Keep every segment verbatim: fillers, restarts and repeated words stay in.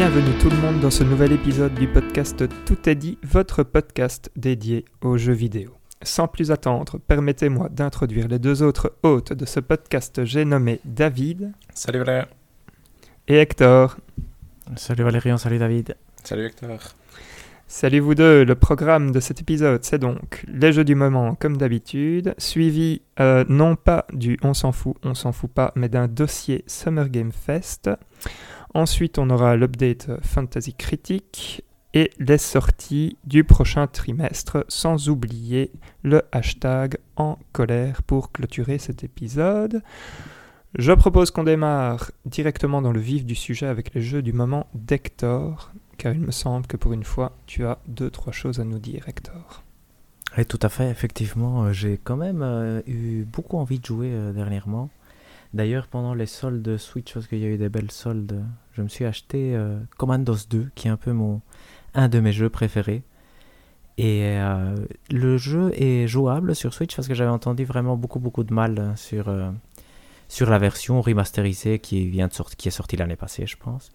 Bienvenue tout le monde dans ce nouvel épisode du podcast Tout est dit, votre podcast dédié aux jeux vidéo. Sans plus attendre, permettez-moi d'introduire les deux autres hôtes de ce podcast, j'ai nommé David. Salut Valère. Et Hector. Salut Valérian, salut David. Salut Hector. Salut vous deux, le programme de cet épisode c'est donc les jeux du moment comme d'habitude, suivi euh, non pas du on s'en fout, on s'en fout pas, mais d'un dossier Summer Game Fest. Ensuite on aura l'update Fantasy Critique et les sorties du prochain trimestre, sans oublier le hashtag en colère pour clôturer cet épisode. Je propose qu'on démarre directement dans le vif du sujet avec les jeux du moment d'Hector, car il me semble que pour une fois, tu as deux, trois choses à nous dire, Hector. Oui, tout à fait, effectivement, euh, j'ai quand même euh, eu beaucoup envie de jouer euh, dernièrement. D'ailleurs, pendant les soldes Switch, parce qu'il y a eu des belles soldes, je me suis acheté euh, Commandos deux, qui est un peu mon, un de mes jeux préférés. Et euh, le jeu est jouable sur Switch, parce que j'avais entendu vraiment beaucoup, beaucoup de mal hein, sur... Euh, sur la version remasterisée qui, vient de sorti, qui est sortie l'année passée, je pense.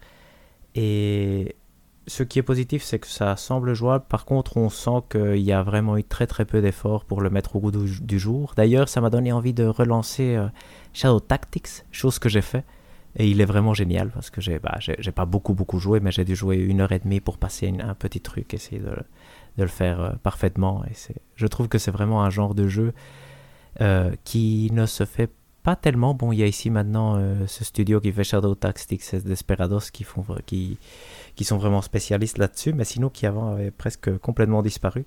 Et ce qui est positif, c'est que ça semble jouable. Par contre, on sent qu'il y a vraiment eu très très peu d'efforts pour le mettre au goût du, du jour. D'ailleurs, ça m'a donné envie de relancer euh, Shadow Tactics, chose que j'ai fait. Et il est vraiment génial parce que j'ai, bah, j'ai, j'ai pas beaucoup beaucoup joué, mais j'ai dû jouer une heure et demie pour passer une, un petit truc, essayer de, de le faire euh, parfaitement. Et c'est, je trouve que c'est vraiment un genre de jeu euh, qui ne se fait pas pas tellement. Bon, il y a ici maintenant euh, ce studio qui fait Shadow Tactics et Desperados qui, font, qui, qui sont vraiment spécialistes là-dessus, mais sinon qui avant avaient presque complètement disparu.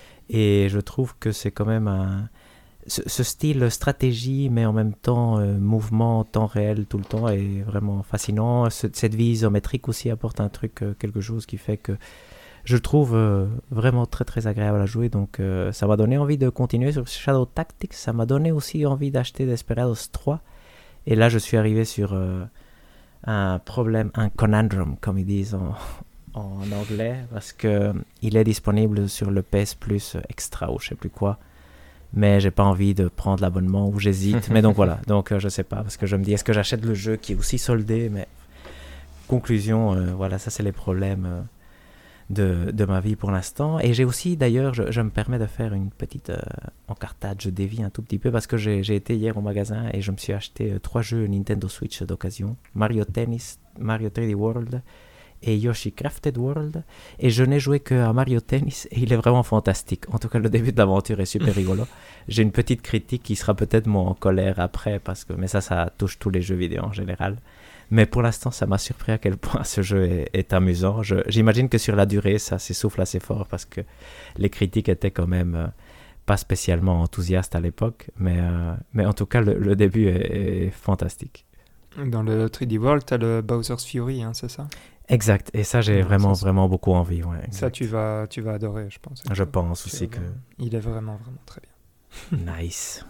Et je trouve que c'est quand même un... Ce, ce style stratégie, mais en même temps euh, mouvement, temps réel tout le temps, est vraiment fascinant. Ce, cette vie isométrique aussi apporte un truc, euh, quelque chose qui fait que je le trouve euh, vraiment très très agréable à jouer, donc euh, ça m'a donné envie de continuer sur Shadow Tactics. Ça m'a donné aussi envie d'acheter Desperados trois, et là je suis arrivé sur euh, un problème, un conundrum comme ils disent en, en anglais, parce que il est disponible sur le P S Plus Extra ou je sais plus quoi, mais j'ai pas envie de prendre l'abonnement ou j'hésite, mais donc voilà, donc euh, je sais pas, parce que je me dis est-ce que j'achète le jeu qui est aussi soldé, mais conclusion, euh, voilà, ça c'est les problèmes euh, De, de ma vie pour l'instant. Et j'ai aussi d'ailleurs, je, je me permets de faire une petite euh, encartade, je dévie un tout petit peu parce que j'ai, j'ai été hier au magasin et je me suis acheté euh, trois jeux Nintendo Switch d'occasion, Mario Tennis, Mario trois D World et Yoshi Crafted World, et je n'ai joué que à Mario Tennis et il est vraiment fantastique. En tout cas, le début de l'aventure est super rigolo. J'ai une petite critique qui sera peut-être moi en colère après, parce que, mais ça, ça touche tous les jeux vidéo en général. Mais pour l'instant, ça m'a surpris à quel point ce jeu est, est amusant. Je, j'imagine que sur la durée, ça s'essouffle assez fort parce que les critiques étaient quand même euh, pas spécialement enthousiastes à l'époque. Mais, euh, mais en tout cas, le, le début est, est fantastique. Dans le trois D World, tu as le Bowser's Fury, hein, c'est ça ? Exact. Et ça, j'ai ouais, vraiment, ça, vraiment beaucoup envie. Ouais, ça, tu vas, tu vas adorer, je pense. Je pense aussi que... Il est vraiment, vraiment très bien. Nice.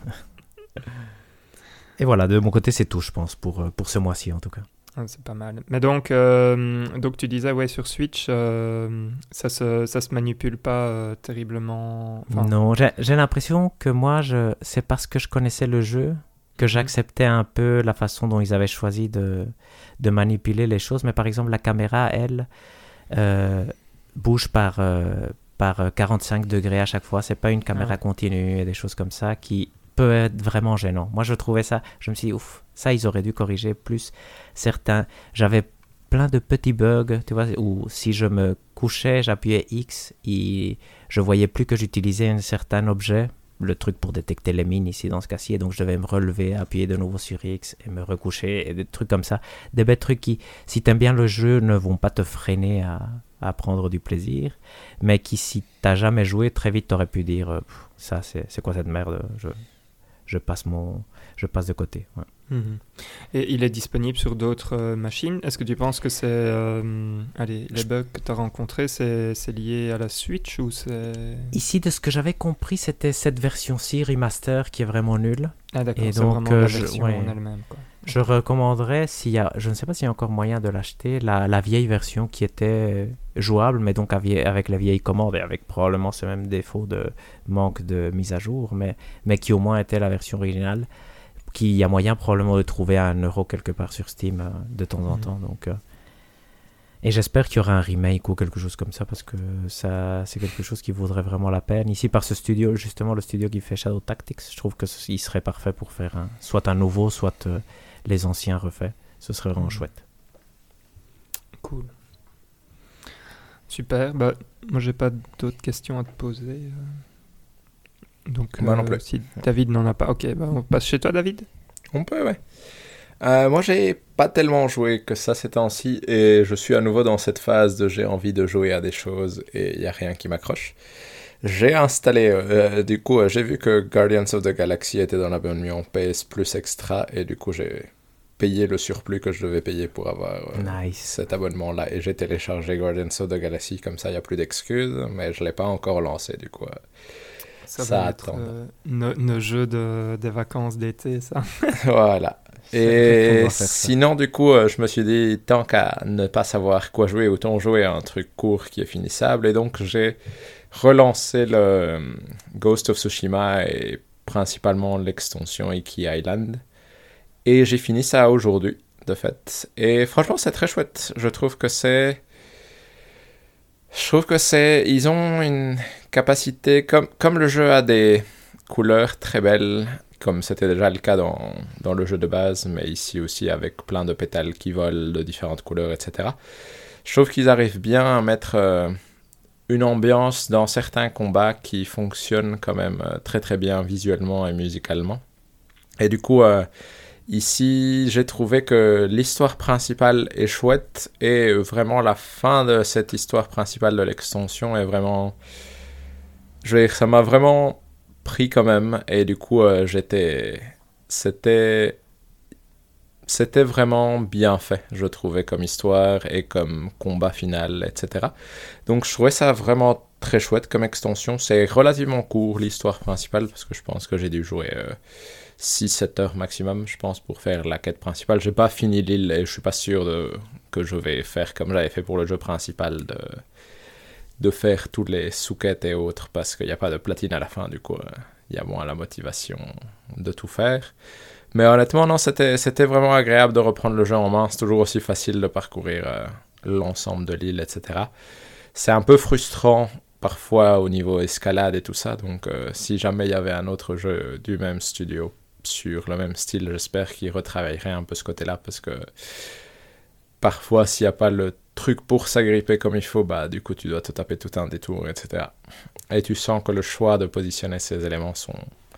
Et voilà, de mon côté, c'est tout, je pense, pour, pour ce mois-ci, en tout cas. Ah, c'est pas mal. Mais donc, euh, donc tu disais, ouais, sur Switch, euh, ça se, ça se manipule pas euh, terriblement... Enfin... Non, j'ai, j'ai l'impression que moi, je, c'est parce que je connaissais le jeu que j'acceptais un peu la façon dont ils avaient choisi de, de manipuler les choses. Mais par exemple, la caméra, elle, euh, bouge par, euh, par quarante-cinq degrés à chaque fois. C'est pas une caméra ah ouais. continue et des choses comme ça qui... peut être vraiment gênant. Moi, je trouvais ça, je me suis dit, ouf, ça, ils auraient dû corriger plus certains. J'avais plein de petits bugs, tu vois, où si je me couchais, j'appuyais X, et je voyais plus que j'utilisais un certain objet, le truc pour détecter les mines ici dans ce cas-ci, et donc je devais me relever, appuyer de nouveau sur X et me recoucher, et des trucs comme ça. Des bêtes trucs qui, si t'aimes bien le jeu, ne vont pas te freiner à, à prendre du plaisir, mais qui, si t'as jamais joué, très vite t'aurais pu dire, euh, ça, c'est, c'est quoi cette merde, je... Je passe, mon, je passe de côté. Ouais. Mmh. Et il est disponible sur d'autres euh, machines. Est-ce que tu penses que c'est... Euh, allez, les bugs que tu as rencontrés, c'est, c'est lié à la Switch ou c'est... Ici, de ce que j'avais compris, c'était cette version-ci, remaster, qui est vraiment nulle. Ah d'accord, et c'est donc, vraiment euh, la je, version ouais, en elle-même, quoi. Je recommanderais, s'il y a, je ne sais pas s'il y a encore moyen de l'acheter, la, la vieille version qui était jouable, mais donc avec la vieille commande et avec probablement ce même défaut de manque de mise à jour, mais, mais qui au moins était la version originale, qu'il y a moyen probablement de trouver à un euro quelque part sur Steam euh, de temps en mmh. temps. Donc, euh, Et j'espère qu'il y aura un remake ou quelque chose comme ça, parce que ça, c'est quelque chose qui vaudrait vraiment la peine. Ici, par ce studio, justement, le studio qui fait Shadow Tactics, je trouve qu'il serait parfait pour faire un, soit un nouveau, soit euh, les anciens refaits. Ce serait vraiment mmh. chouette. Cool. Super. Bah, moi, j'ai pas d'autres questions à te poser. Donc, moi euh, non plus. Si David n'en a pas, ok, bah, on passe chez toi, David. On peut, ouais. Euh, moi, j'ai pas tellement joué que ça ces temps-ci, et je suis à nouveau dans cette phase de j'ai envie de jouer à des choses et il y a rien qui m'accroche. J'ai installé, euh, du coup, euh, j'ai vu que Guardians of the Galaxy était dans l'abonnement P S Plus Extra, et du coup, j'ai payé le surplus que je devais payer pour avoir euh, nice. cet abonnement-là, et j'ai téléchargé Guardians of the Galaxy, comme ça, il n'y a plus d'excuses, mais je l'ai pas encore lancé, du coup. Euh, ça ça va attend. Être, euh, nos, nos jeux de, des vacances d'été, ça. Voilà. Et sinon, du coup, euh, je me suis dit, tant qu'à ne pas savoir quoi jouer, autant jouer à un truc court qui est finissable. Et donc, j'ai relancé le Ghost of Tsushima et principalement l'extension Iki Island. Et j'ai fini ça aujourd'hui, de fait. Et franchement, c'est très chouette. Je trouve que c'est... Je trouve que c'est... Ils ont une capacité... Comme, comme le jeu a des couleurs très belles, comme c'était déjà le cas dans, dans le jeu de base, mais ici aussi avec plein de pétales qui volent de différentes couleurs, et cetera. Je trouve qu'ils arrivent bien à mettre euh, une ambiance dans certains combats qui fonctionnent quand même euh, très très bien visuellement et musicalement. Et du coup, euh, ici, j'ai trouvé que l'histoire principale est chouette, et vraiment la fin de cette histoire principale de l'extension est vraiment... Je veux dire, ça m'a vraiment... pris quand même, et du coup euh, j'étais c'était c'était vraiment bien fait, je trouvais, comme histoire et comme combat final, etc. Donc je trouvais ça vraiment très chouette comme extension. C'est relativement court l'histoire principale, parce que je pense que j'ai dû jouer euh, six sept heures maximum, je pense, pour faire la quête principale. J'ai pas fini l'île et je suis pas sûr de, que je vais faire comme j'avais fait pour le jeu principal, de de faire toutes les sous-quêtes et autres, parce qu'il n'y a pas de platine à la fin, du coup, il euh, y a moins la motivation de tout faire. Mais honnêtement, non, c'était, c'était vraiment agréable de reprendre le jeu en main. C'est toujours aussi facile de parcourir euh, l'ensemble de l'île, et cetera. C'est un peu frustrant, parfois, au niveau escalade et tout ça, donc euh, si jamais il y avait un autre jeu du même studio, sur le même style, j'espère qu'il retravaillerait un peu ce côté-là, parce que parfois, s'il n'y a pas le truc pour s'agripper comme il faut, bah du coup tu dois te taper tout un détour, et cetera. Et tu sens que le choix de positionner ces éléments sont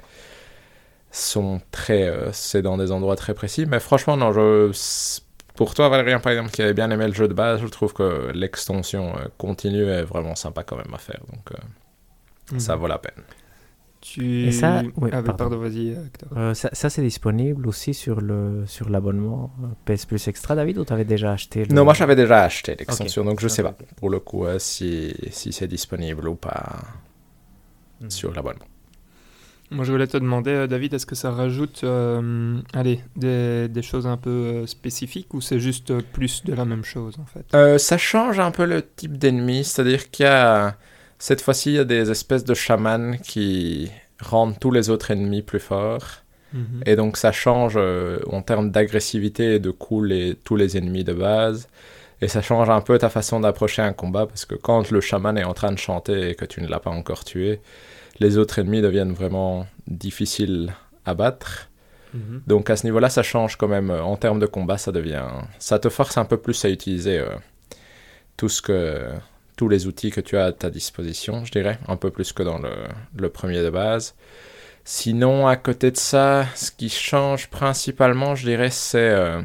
sont très euh, c'est dans des endroits très précis. Mais franchement, non, je pour toi, Valérien, par exemple, qui avait bien aimé le jeu de base, je trouve que l'extension euh, continue est vraiment sympa quand même à faire, donc euh, mmh. ça vaut la peine. Tu... Et ça, oui, ah, pardon. pardon, vas-y, Hector. Euh, ça, ça c'est disponible aussi sur, le, sur l'abonnement P S Plus Extra, David, ou tu avais déjà acheté le... Non, moi j'avais déjà acheté l'extension, okay. donc je ça sais pas, pour le coup, euh, si, si c'est disponible ou pas mmh. sur l'abonnement. Moi je voulais te demander, euh, David, est-ce que ça rajoute euh, allez, des, des choses un peu euh, spécifiques, ou c'est juste euh, plus de la même chose en fait? euh, Ça change un peu le type d'ennemi, c'est-à-dire qu'il y a... Cette fois-ci, il y a des espèces de chamans qui rendent tous les autres ennemis plus forts. Mm-hmm. Et donc, ça change euh, en termes d'agressivité et de coups les, tous les ennemis de base. Et ça change un peu ta façon d'approcher un combat, parce que quand le chaman est en train de chanter et que tu ne l'as pas encore tué, les autres ennemis deviennent vraiment difficiles à battre. Mm-hmm. Donc, à ce niveau-là, ça change quand même. En termes de combat, ça devient... Ça te force un peu plus à utiliser euh, tout ce que... tous les outils que tu as à ta disposition, je dirais, un peu plus que dans le, le premier de base. Sinon, à côté de ça, ce qui change principalement, je dirais, c'est euh,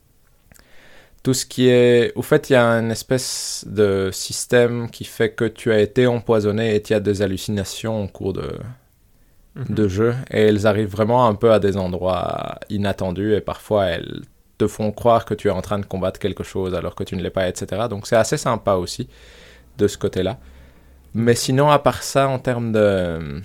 tout ce qui est... Au fait, il y a une espèce de système qui fait que tu as été empoisonné et tu as des hallucinations au cours de, mm-hmm. de jeu, et elles arrivent vraiment un peu à des endroits inattendus, et parfois elles te font croire que tu es en train de combattre quelque chose alors que tu ne l'es pas, et cetera. Donc c'est assez sympa aussi de ce côté-là. Mais sinon, à part ça, en termes de,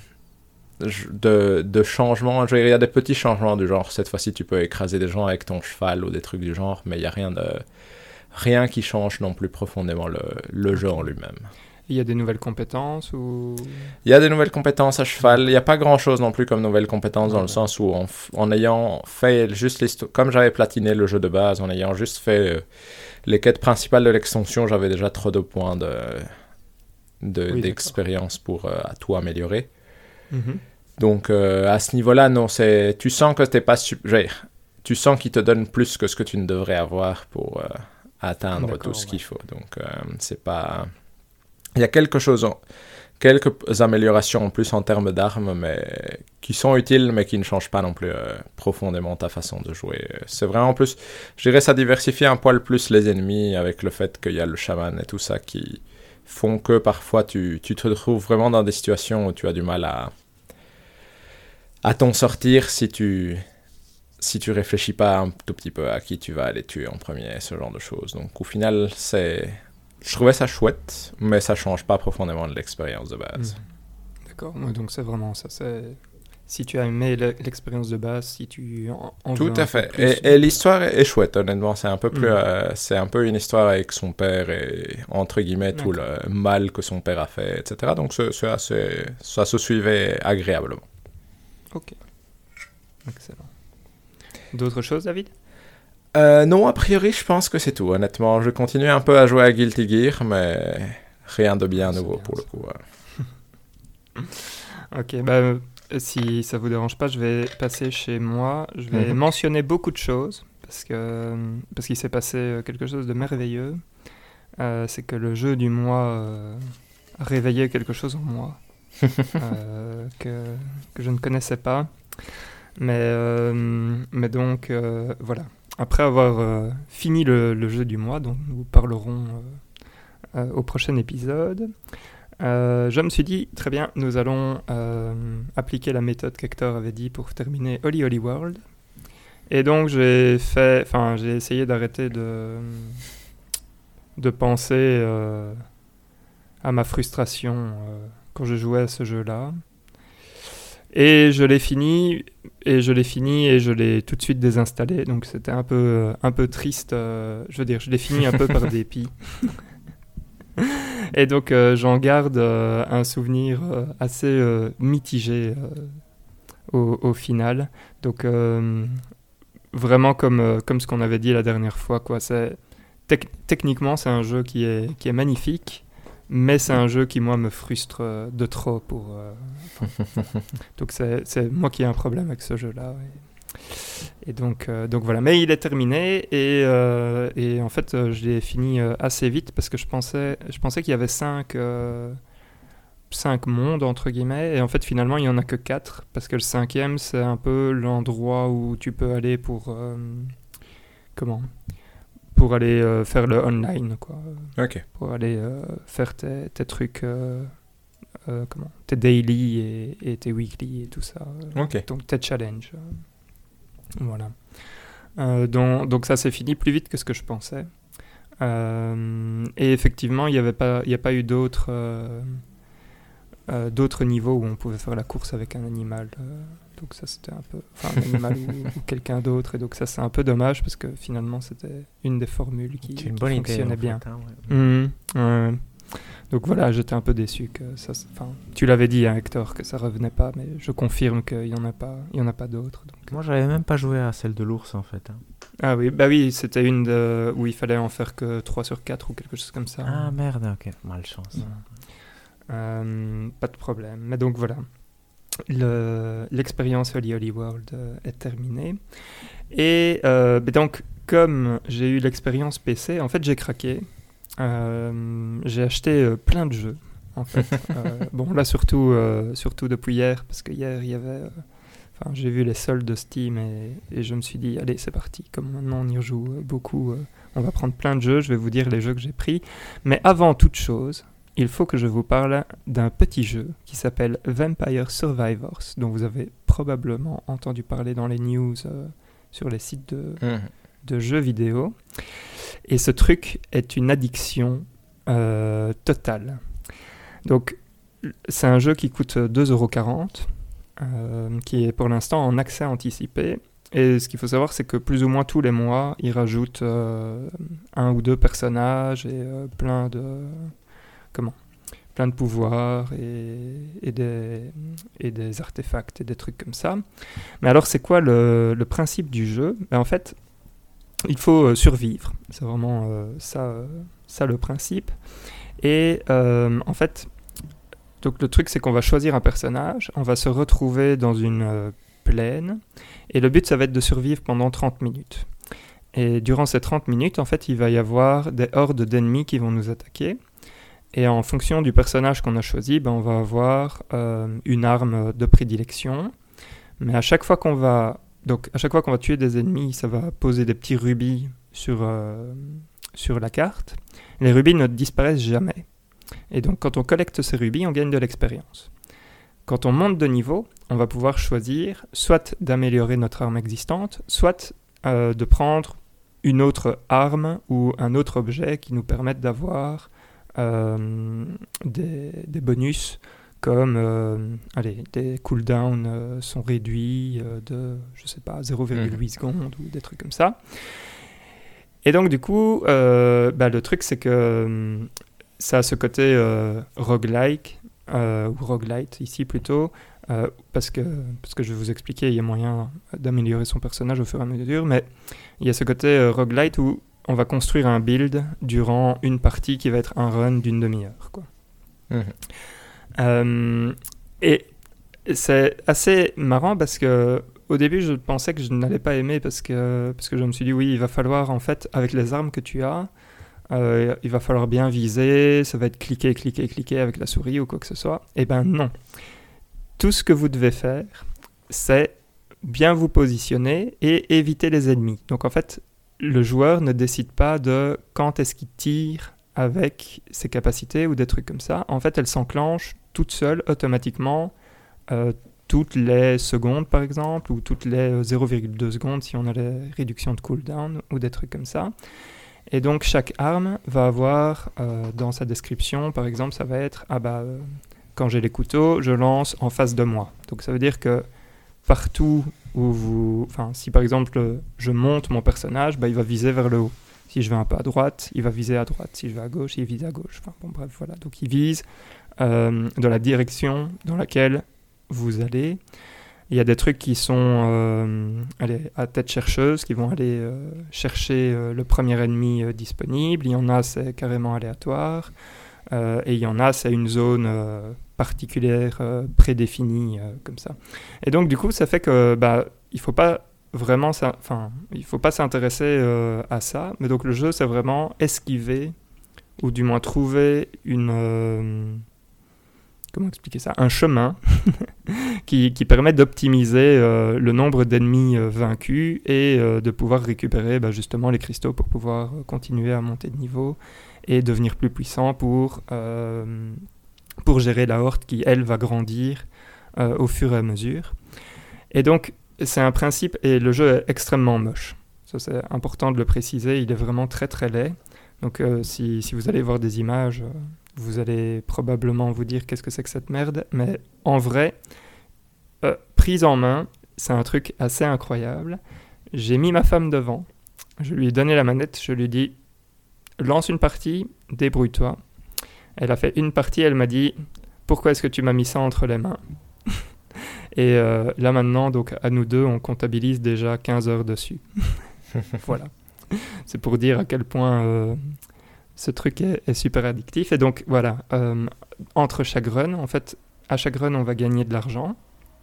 de, de changements, il y a des petits changements du genre, cette fois-ci, tu peux écraser des gens avec ton cheval ou des trucs du genre, mais il n'y a rien, de, rien qui change non plus profondément le, le jeu en lui-même. Il y a des nouvelles compétences ou... Il y a des nouvelles compétences à cheval. Il n'y a pas grand-chose non plus comme nouvelles compétences dans le sens où en, f- en ayant fait juste l'histoire... Comme j'avais platiné le jeu de base, en ayant juste fait euh, les quêtes principales de l'extension, j'avais déjà trop de points de, de, Oui, d'expérience pour euh, à tout améliorer. Mm-hmm. Donc euh, à ce niveau-là, non, c'est... tu sens que t'es pas... Su... Tu sens qu'il te donne plus que ce que tu ne devrais avoir pour euh, atteindre D'accord, tout ce ouais. qu'il faut. Donc euh, c'est pas... Il y a quelque chose, en... quelques améliorations en plus en termes d'armes, mais qui sont utiles, mais qui ne changent pas non plus euh, profondément ta façon de jouer. C'est vraiment plus, je dirais, ça diversifie un poil plus les ennemis avec le fait qu'il y a le chaman et tout ça qui font que parfois tu, tu te retrouves vraiment dans des situations où tu as du mal à, à t'en sortir si tu, si tu réfléchis pas un tout petit peu à qui tu vas aller tuer en premier, ce genre de choses. Donc au final, c'est... Je trouvais ça chouette, mais ça change pas profondément de l'expérience de base. Mmh. D'accord, ouais, donc c'est vraiment ça. C'est... Si tu as aimé l'expérience de base, si tu en, en Tout veux à un fait. peu plus... Et, et l'histoire est chouette, honnêtement. C'est un peu plus, Mmh. euh, c'est un peu une histoire avec son père et entre guillemets tout le mal que son père a fait, et cetera. Donc c'est, c'est assez, ça se suivait agréablement. Ok, excellent. D'autres choses, David? Euh, non, a priori, je pense que c'est tout. Honnêtement, je continue un peu à jouer à Guilty Gear, mais rien de bien c'est nouveau bien, pour ça. le coup. Ouais. Ok, bah, euh, si ça vous dérange pas, je vais passer chez moi. Je vais Mhm. mentionner beaucoup de choses parce que parce qu'il s'est passé quelque chose de merveilleux. Euh, c'est que le jeu du mois euh, a réveillé quelque chose en moi euh, que que je ne connaissais pas. Mais euh, mais donc euh, voilà. Après avoir euh, fini le, le jeu du mois, dont nous parlerons euh, euh, au prochain épisode. Euh, je me suis dit, très bien, nous allons euh, appliquer la méthode qu'Hector avait dit pour terminer Holy Holy World. Et donc j'ai fait, enfin j'ai essayé d'arrêter de de penser euh, à ma frustration euh, quand je jouais à ce jeu-là. Et je l'ai fini, et je l'ai fini, et je l'ai tout de suite désinstallé. Donc c'était un peu, un peu triste. Euh, je veux dire, je l'ai fini un peu par dépit. Et donc euh, j'en garde euh, un souvenir euh, assez euh, mitigé euh, au, au final. Donc euh, vraiment comme, euh, comme ce qu'on avait dit la dernière fois, quoi. C'est, tec- techniquement c'est un jeu qui est, qui est magnifique, mais c'est un jeu qui moi me frustre euh, de trop pour... Euh, donc c'est, c'est moi qui ai un problème avec ce jeu-là. Ouais. Et donc, euh, donc voilà, mais il est terminé et, euh, et en fait euh, je l'ai fini euh, assez vite parce que je pensais, je pensais qu'il y avait cinq, euh, cinq mondes entre guillemets et en fait finalement il n'y en a que quatre parce que le cinquième c'est un peu l'endroit où tu peux aller pour euh, comment pour aller euh, faire le online quoi, Ok. pour aller euh, faire tes, tes trucs euh, euh, comment tes daily et, et tes weekly et tout ça euh, Ok. donc tes challenges. euh. Voilà. Euh, donc, donc ça s'est fini plus vite que ce que je pensais. Euh, et effectivement, il n'y avait pas, il n'y a pas eu d'autres, euh, euh, d'autres niveaux où on pouvait faire la course avec un animal. Euh, donc ça c'était un peu, enfin un animal ou, ou quelqu'un d'autre. Et donc ça c'est un peu dommage parce que finalement c'était une des formules qui, C'est une qui bonne idée, fonctionnait en bien. fait, hein, ouais. Mmh, ouais. Donc voilà, j'étais un peu déçu que ça. Enfin, tu l'avais dit, hein, Hector, que ça revenait pas, mais je confirme qu'il y en a pas, il y en a pas d'autres. Donc. Moi, j'avais même pas joué à celle de l'ours, en fait. hein. Ah oui, bah oui, c'était une de... où il fallait en faire que trois sur quatre ou quelque chose comme ça. Ah merde, ok, malchance. Ouais. Euh, pas de problème. Mais donc voilà, Le... l'expérience Holy Holy World euh, est terminée. Et euh, bah donc, comme j'ai eu l'expérience P C, en fait, j'ai craqué. Euh, j'ai acheté euh, plein de jeux, en fait. euh, bon, là, surtout, euh, surtout depuis hier, parce que hier, il y avait... Euh, Enfin, j'ai vu les soldes de Steam et, et je me suis dit, allez, c'est parti. Comme maintenant on y rejoue euh, beaucoup, euh, on va prendre plein de jeux. Je vais vous dire les jeux que j'ai pris. Mais avant toute chose, il faut que je vous parle d'un petit jeu qui s'appelle Vampire Survivors, dont vous avez probablement entendu parler dans les news euh, sur les sites de, Mmh. de jeux vidéo. Et ce truc est une addiction euh, totale. Donc, c'est un jeu qui coûte deux euros quarante. Euh, qui est pour l'instant en accès anticipé. Et ce qu'il faut savoir, c'est que plus ou moins tous les mois, ils rajoutent euh, un ou deux personnages et euh, plein de... Comment plein de pouvoirs et, et, des, et des artefacts et des trucs comme ça. Mais alors, c'est quoi le, le principe du jeu ? Ben, en fait, il faut euh, survivre. C'est vraiment euh, ça, euh, ça le principe. Et euh, en fait, donc le truc, c'est qu'on va choisir un personnage, on va se retrouver dans une euh, plaine, et le but, ça va être de survivre pendant trente minutes. Et durant ces trente minutes, en fait, il va y avoir des hordes d'ennemis qui vont nous attaquer. Et en fonction du personnage qu'on a choisi, ben, on va avoir euh, une arme de prédilection. Mais à chaque fois qu'on va, donc à chaque fois qu'on va tuer des ennemis, ça va poser des petits rubis sur, euh, sur la carte. Les rubis ne disparaissent jamais. Et donc quand on collecte ces rubis, on gagne de l'expérience. Quand on monte de niveau, on va pouvoir choisir soit d'améliorer notre arme existante, soit euh, de prendre une autre arme ou un autre objet qui nous permette d'avoir Euh, des, des bonus comme euh, allez, des cooldowns euh, sont réduits euh, de, je sais pas, zéro virgule huit mmh. secondes ou des trucs comme ça. Et donc du coup, euh, bah, le truc c'est que euh, ça a ce côté euh, roguelike, euh, ou roguelite ici plutôt, euh, parce, que, parce que je vais vous expliquer, il y a moyen d'améliorer son personnage au fur et à mesure, mais il y a ce côté euh, roguelite où on va construire un build durant une partie qui va être un run d'une demi-heure, quoi. Mmh. Euh, et c'est assez marrant parce que au début, je pensais que je n'allais pas aimer parce que, parce que je me suis dit, oui, il va falloir, en fait, avec les armes que tu as, euh, il va falloir bien viser, ça va être cliquer, cliquer, cliquer avec la souris ou quoi que ce soit. Eh ben non. Tout ce que vous devez faire, c'est bien vous positionner et éviter les ennemis. Donc, en fait, le joueur ne décide pas de quand est-ce qu'il tire avec ses capacités ou des trucs comme ça. En fait, elle s'enclenche toute seule, automatiquement, euh, toutes les secondes, par exemple, ou toutes les zéro virgule deux secondes si on a les réductions de cooldown ou des trucs comme ça. Et donc, chaque arme va avoir, euh, dans sa description, par exemple, ça va être « Ah bah, euh, quand j'ai les couteaux, je lance en face de moi. » Donc, ça veut dire que partout où vous... Enfin, si par exemple, je monte mon personnage, bah, il va viser vers le haut. Si je vais un peu à droite, il va viser à droite. Si je vais à gauche, il vise à gauche. Enfin, bon, bref, voilà. Donc, il vise euh, dans la direction dans laquelle vous allez. Il y a des trucs qui sont euh, allez, à tête chercheuse, qui vont aller euh, chercher euh, le premier ennemi euh, disponible. Il y en a, c'est carrément aléatoire. Euh, et il y en a, c'est une zone euh, particulière, euh, prédéfinie, euh, comme ça. Et donc, du coup, ça fait que bah, il faut pas vraiment, enfin, il faut pas s'intéresser euh, à ça. Mais donc, le jeu, c'est vraiment esquiver, ou du moins trouver une... Euh, comment expliquer ça ? Un chemin qui, qui permet d'optimiser euh, le nombre d'ennemis euh, vaincus et euh, de pouvoir récupérer bah, justement les cristaux pour pouvoir continuer à monter de niveau et devenir plus puissant pour, euh, pour gérer la horde qui, elle, va grandir euh, au fur et à mesure. Et donc, c'est un principe, et le jeu est extrêmement moche. Ça, c'est important de le préciser, il est vraiment très très laid. Donc, euh, si, si vous allez voir des images... Euh, vous allez probablement vous dire qu'est-ce que c'est que cette merde, mais en vrai, euh, prise en main, c'est un truc assez incroyable. J'ai mis ma femme devant, je lui ai donné la manette, je lui ai dit « lance une partie, débrouille-toi ». Elle a fait une partie, elle m'a dit « pourquoi est-ce que tu m'as mis ça entre les mains ?» Et euh, là maintenant, donc à nous deux, on comptabilise déjà quinze heures dessus. Voilà. C'est pour dire à quel point... Euh, ce truc est, est super addictif. Et donc, voilà, euh, entre chaque run, en fait, à chaque run, on va gagner de l'argent.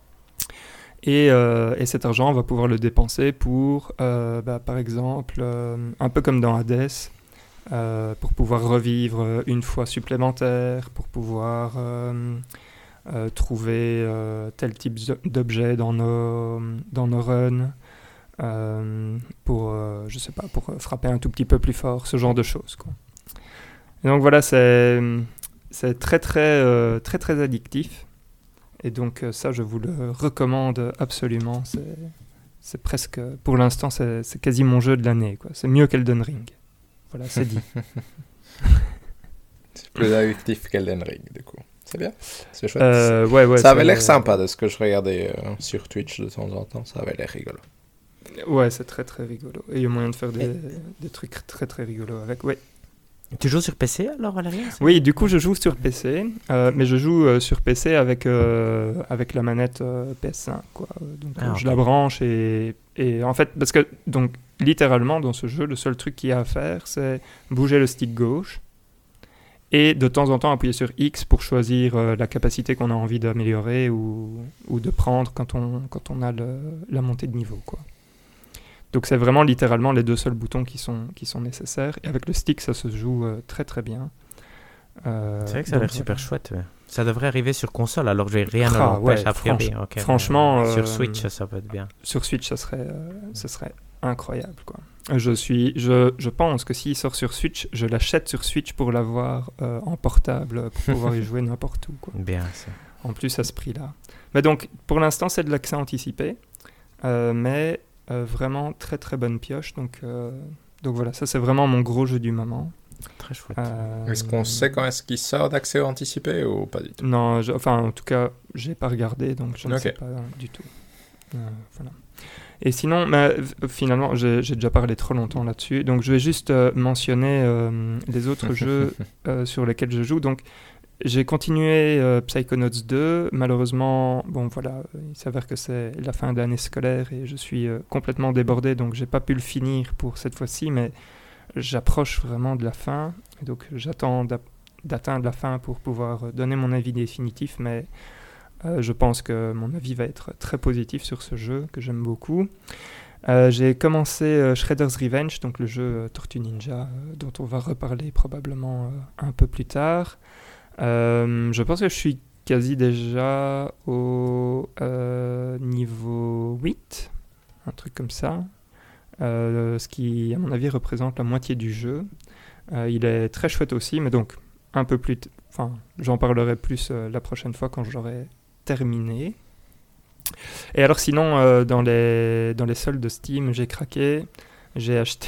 Et, euh, et cet argent, on va pouvoir le dépenser pour, euh, bah, par exemple, euh, un peu comme dans Hades, euh, pour pouvoir revivre une fois supplémentaire, pour pouvoir euh, euh, trouver euh, tel type d'objet dans nos, dans nos runs, euh, pour, euh, je sais pas, pour frapper un tout petit peu plus fort, ce genre de choses, quoi. Et donc voilà, c'est, c'est très, très, euh, très, très addictif. Et donc ça, je vous le recommande absolument. C'est, c'est presque, pour l'instant, c'est, c'est quasi mon jeu de l'année, quoi. C'est mieux qu'Elden Ring. Voilà, c'est dit. C'est plus addictif qu'Elden Ring, du coup. C'est bien, c'est chouette. Euh, ouais, ouais, ça avait l'air euh... sympa de ce que je regardais euh, sur Twitch de temps en temps. Ça avait l'air rigolo. Ouais, c'est très, très rigolo. Et il y a moyen de faire des, des trucs très, très rigolos avec, ouais. Tu joues sur P C alors, Valérien? Oui, du coup, je joue sur P C, euh, mais je joue euh, sur P C avec, euh, avec la manette euh, P S cinq, quoi. Donc, Ah, euh, ok. je la branche et, et en fait, parce que, donc, littéralement, dans ce jeu, le seul truc qu'il y a à faire, c'est bouger le stick gauche et de temps en temps appuyer sur X pour choisir euh, la capacité qu'on a envie d'améliorer ou, ou de prendre quand on, quand on a le, la montée de niveau, quoi. Donc c'est vraiment littéralement les deux seuls boutons qui sont, qui sont nécessaires. Et avec le stick, ça se joue euh, très très bien. Euh, C'est vrai que ça a donc, l'air super voilà. chouette. Ouais. Ça devrait arriver sur console, alors j'ai rien Ah, à l'empêche ouais, a priori. franch- Ok, franchement, mais, euh, euh, sur Switch, ça peut être bien. Sur Switch, ça serait, euh, ça serait incroyable, quoi. Je, suis, je, je pense que s'il sort sur Switch, je l'achète sur Switch pour l'avoir euh, en portable, pour pouvoir y jouer n'importe où, quoi. Bien, ça. En plus à ce prix-là. Mais donc, pour l'instant, c'est de l'accès anticipé, euh, mais euh, vraiment très très bonne pioche. Donc, euh, donc voilà, ça c'est vraiment mon gros jeu du moment. Très chouette. Euh, Est-ce qu'on sait quand est-ce qu'il sort d'accès anticipé ou pas du tout? Non, je- enfin en tout cas, j'ai pas regardé, donc je ne Ok. sais pas du tout. Euh, voilà. Et sinon, mais, v- finalement, j'ai j'ai déjà parlé trop longtemps là-dessus, donc je vais juste euh, mentionner euh, les autres jeux euh, sur lesquels je joue. Donc, j'ai continué euh, Psychonauts deux. Malheureusement, bon voilà, il s'avère que c'est la fin d'année scolaire et je suis euh, complètement débordé, donc j'ai pas pu le finir pour cette fois-ci, mais j'approche vraiment de la fin. Et donc, j'attends d'ap- d'atteindre la fin pour pouvoir euh, donner mon avis définitif, mais euh, je pense que mon avis va être très positif sur ce jeu que j'aime beaucoup. Euh, j'ai commencé euh, Shredder's Revenge, donc le jeu euh, Tortue Ninja, euh, dont on va reparler probablement euh, un peu plus tard. Euh, je pense que je suis quasi déjà au euh, niveau huit, un truc comme ça, euh, ce qui, à mon avis, représente la moitié du jeu. Euh, il est très chouette aussi, mais donc un peu plus... T- enfin, j'en parlerai plus euh, la prochaine fois quand j'aurai terminé. Et alors sinon, euh, dans, les, dans les soldes de Steam, j'ai craqué, j'ai acheté...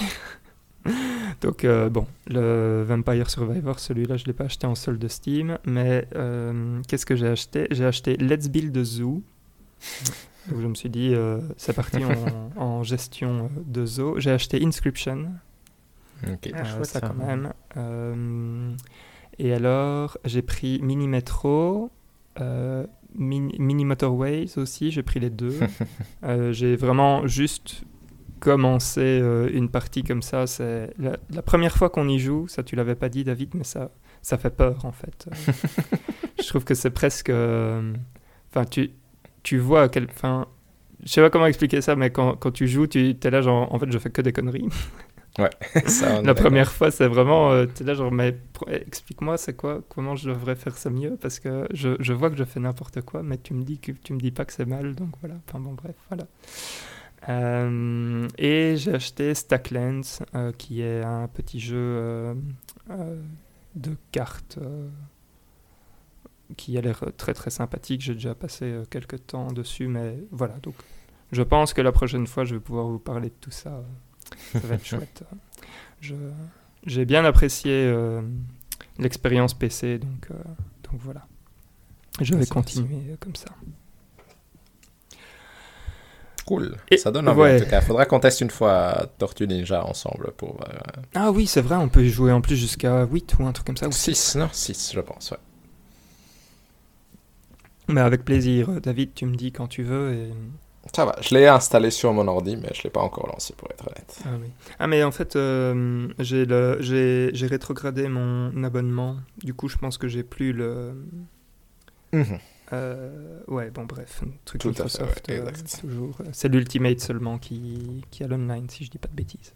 Donc euh, bon, le Vampire Survivor, celui-là, je ne l'ai pas acheté en solde de Steam, mais euh, qu'est-ce que j'ai acheté? J'ai acheté Let's Build a Zoo. Donc je me suis dit, euh, c'est parti en, en gestion de zoo. J'ai acheté Inscription. Ok. Ah, Euh, chouette, ça ça. quand même. Euh, et alors, j'ai pris Mini Metro, euh, Mini, Mini Motorways aussi, j'ai pris les deux. Euh, j'ai vraiment juste commencé euh, une partie comme ça. C'est la, la première fois qu'on y joue, ça tu l'avais pas dit David, mais ça, ça fait peur en fait. Euh, je trouve que c'est presque... Enfin, euh, tu, tu vois à quel... Enfin, je sais pas comment expliquer ça, mais quand, quand tu joues, tu es là genre, en fait, je fais que des conneries. Ouais. Ça, on est La d'accord. première fois, c'est vraiment, euh, tu es là genre, mais pro- explique-moi, c'est quoi, comment je devrais faire ça mieux, parce que je, je vois que je fais n'importe quoi, mais tu me dis que tu me dis pas que c'est mal, donc voilà. Enfin bon, bref, voilà. Euh, et j'ai acheté Stacklands, euh, qui est un petit jeu euh, euh, de cartes euh, qui a l'air très très sympathique. J'ai déjà passé euh, quelques temps dessus, mais voilà. Donc, je pense que la prochaine fois, je vais pouvoir vous parler de tout ça. Ça va être chouette. Je, j'ai bien apprécié euh, l'expérience P C, donc, euh, donc voilà. Je vais Merci, continuer euh, comme ça. Cool. Et- Ça donne envie ouais. en tout cas. Faudra qu'on teste une fois Tortue Ninja ensemble pour... Euh... Ah oui, c'est vrai, on peut y jouer en plus jusqu'à huit ou un truc comme ça. Ou six. six, non six, je pense, ouais. Mais avec plaisir. David, tu me dis quand tu veux. Et... Ça va, je l'ai installé sur mon ordi, mais je l'ai pas encore lancé pour être honnête. Ah, oui. Ah mais en fait, euh, j'ai, le, j'ai, j'ai rétrogradé mon abonnement. Du coup, je pense que j'ai plus le... Mhm. Euh, ouais, bon bref, un truc Tout à fait, Microsoft, ouais, euh, exact. toujours. C'est l'Ultimate seulement qui, qui a l'online, si je dis pas de bêtises.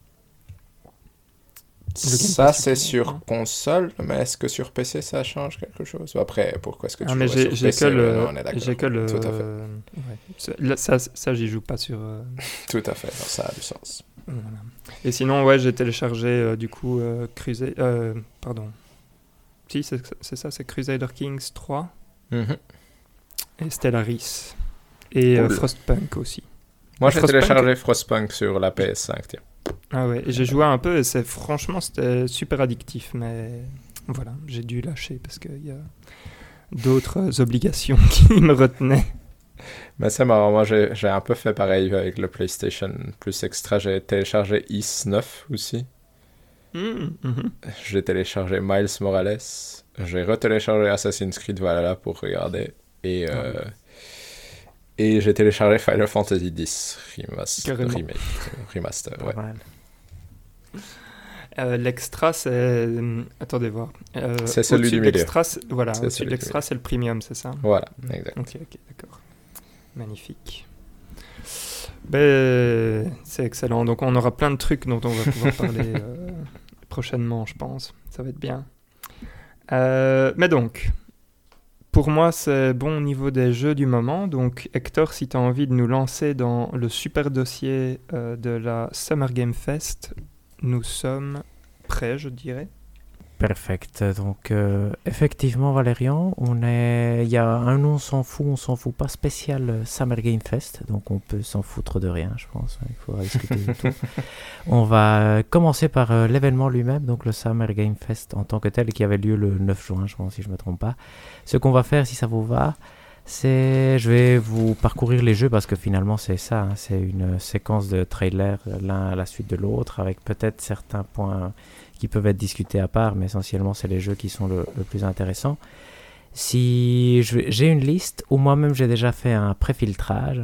Le Game Ça, Pass c'est Ultimate, sur non console, mais est-ce que sur P C, ça change quelque chose? Ou après, pourquoi est-ce que tu Ah mais jouais j'ai, sur j'ai P C? que le, Non, on est d'accord. j'ai que le, Tout à fait. euh, ouais. C'est- là, ça, ça j'y joue pas sur. euh, Tout à fait, non, ça a du sens. voilà. Et sinon, ouais, j'ai téléchargé euh, du coup euh, Crusader, euh, pardon. Si, c'est, c'est ça, c'est Crusader Kings trois Mhm. et Stellaris et euh, Cool. Frostpunk aussi. Moi, j'ai Frostpunk. téléchargé Frostpunk sur la P S cinq, tiens. Ah ouais, et j'ai joué un peu et c'est franchement c'était super addictif, mais voilà, j'ai dû lâcher parce qu'il y a d'autres obligations qui me retenaient. Mais c'est marrant, moi j'ai, j'ai un peu fait pareil avec le PlayStation Plus Extra, j'ai téléchargé I S neuf aussi. Mmh, mmh. J'ai téléchargé Miles Morales. J'ai retéléchargé Assassin's Creed Valhalla pour regarder. Et, euh, Ah oui. et j'ai téléchargé Final Fantasy X Remaster. Carrément. Remake, remaster, ouais. Pas mal. Euh, l'extra, c'est... euh, Attendez voir. Euh, C'est celui au-dessus du de milieu. l'extra, c'est- voilà, C'est au-dessus celui de du l'extra, c'est le premium, c'est ça? Voilà, exact. Ok, ok, d'accord. Magnifique. Ben, c'est excellent. Donc, on aura plein de trucs dont on va pouvoir parler euh, prochainement, je pense. Ça va être bien. Euh, mais donc, pour moi, c'est bon au niveau des jeux du moment. Donc, Hector, si tu as envie de nous lancer dans le super dossier euh, de la Summer Game Fest, nous sommes prêts, je dirais. Perfect. Donc, euh, effectivement, Valérian, on est... il y a un on s'en fout, on s'en fout pas spécial euh, Summer Game Fest. Donc, on peut s'en foutre de rien, je pense. Il faudra discuter de tout. On va euh, commencer par euh, l'événement lui-même, donc le Summer Game Fest en tant que tel, qui avait lieu le neuf juin, je pense, si je ne me trompe pas. Ce qu'on va faire, si ça vous va, c'est... Je vais vous parcourir les jeux parce que finalement, c'est ça. Hein, c'est une séquence de trailers l'un à la suite de l'autre avec peut-être certains points qui peuvent être discutés à part, mais essentiellement, c'est les jeux qui sont le, le plus intéressants. Si je, j'ai une liste où moi-même, j'ai déjà fait un pré-filtrage.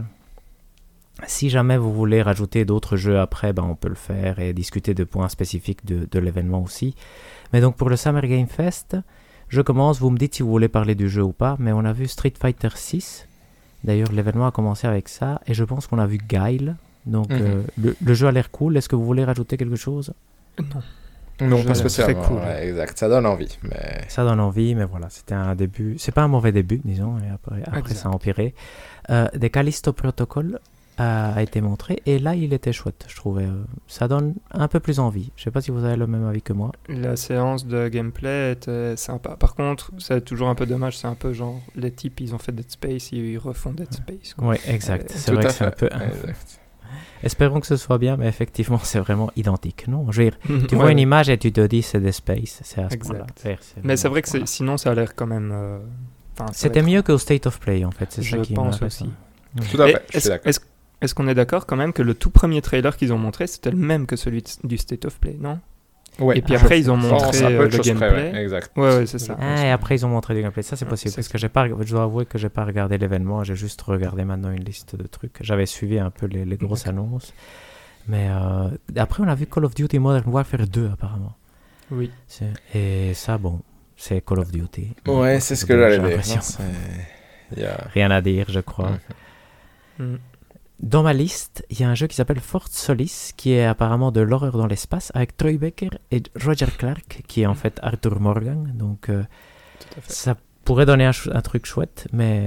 Si jamais vous voulez rajouter d'autres jeux après, ben, on peut le faire et discuter de points spécifiques de, de l'événement aussi. Mais donc, pour le Summer Game Fest, je commence. Vous me dites si vous voulez parler du jeu ou pas, mais on a vu Street Fighter six. D'ailleurs, l'événement a commencé avec ça. Et je pense qu'on a vu Guile. Donc, Mhm. euh, le, le jeu a l'air cool. Est-ce que vous voulez rajouter quelque chose ? Non. Non, jeu pas a l'air spécialement. très cool. Ouais, exact. Ça donne envie, mais... Ça donne envie, mais voilà, c'était un début. C'est pas un mauvais début, disons, et après, après Exact. ça a empiré. Euh, des Callisto Protocol a, a été montré, et là, il était chouette, je trouvais. Euh, ça donne un peu plus envie. Je sais pas si vous avez le même avis que moi. La séance de gameplay était sympa. Par contre, c'est toujours un peu dommage. C'est un peu genre, les types, ils ont fait Dead Space, ils refont Dead Space. quoi. Oui, exact. Euh, c'est Tout vrai à que c'est un fait. peu. Exact. Espérons que ce soit bien, mais effectivement, c'est vraiment identique. Non, je veux dire, tu Ouais, vois une ouais. image et tu te dis c'est des Space. C'est à ce Exact. point-là. Ouais, c'est Mais c'est vraiment vrai que à ce c'est- sinon, ça a l'air quand même. euh, enfin, ça va C'était être- mieux qu'au State of Play, en fait. C'est Je ça qui pense me aussi. Tout à Et fait, je suis Est-ce d'accord. est-ce- est-ce qu'on est d'accord quand même que le tout premier trailer qu'ils ont montré, c'était le même que celui de- du State of Play, non? Ouais. Et puis Ah, après, ils ont Bon, montré c'est un peu euh, de le choses près, gameplay. ouais, exact. Ouais, ouais, c'est ça. Ah, et après, ils ont montré du gameplay. Ça, c'est Ouais, possible. c'est Parce ça. que j'ai pas, je dois avouer que j'ai pas regardé l'événement. J'ai juste regardé maintenant une liste de trucs. J'avais suivi un peu les, les grosses annonces. Mais euh, après, on a vu Call of Duty Modern Warfare deux, apparemment. Oui. C'est- Et ça, bon, c'est Call of Duty. Ouais, c'est ce que J'ai j'allais dire. l'impression. Non, c'est- Il y a... Rien à dire, je crois. Mhm. Mm. Dans ma liste, il y a un jeu qui s'appelle Fort Solis, qui est apparemment de l'horreur dans l'espace, avec Troy Baker et Roger Clark, qui est en fait Arthur Morgan. Donc, euh, Tout à fait. ça pourrait donner un, chou- un truc chouette, mais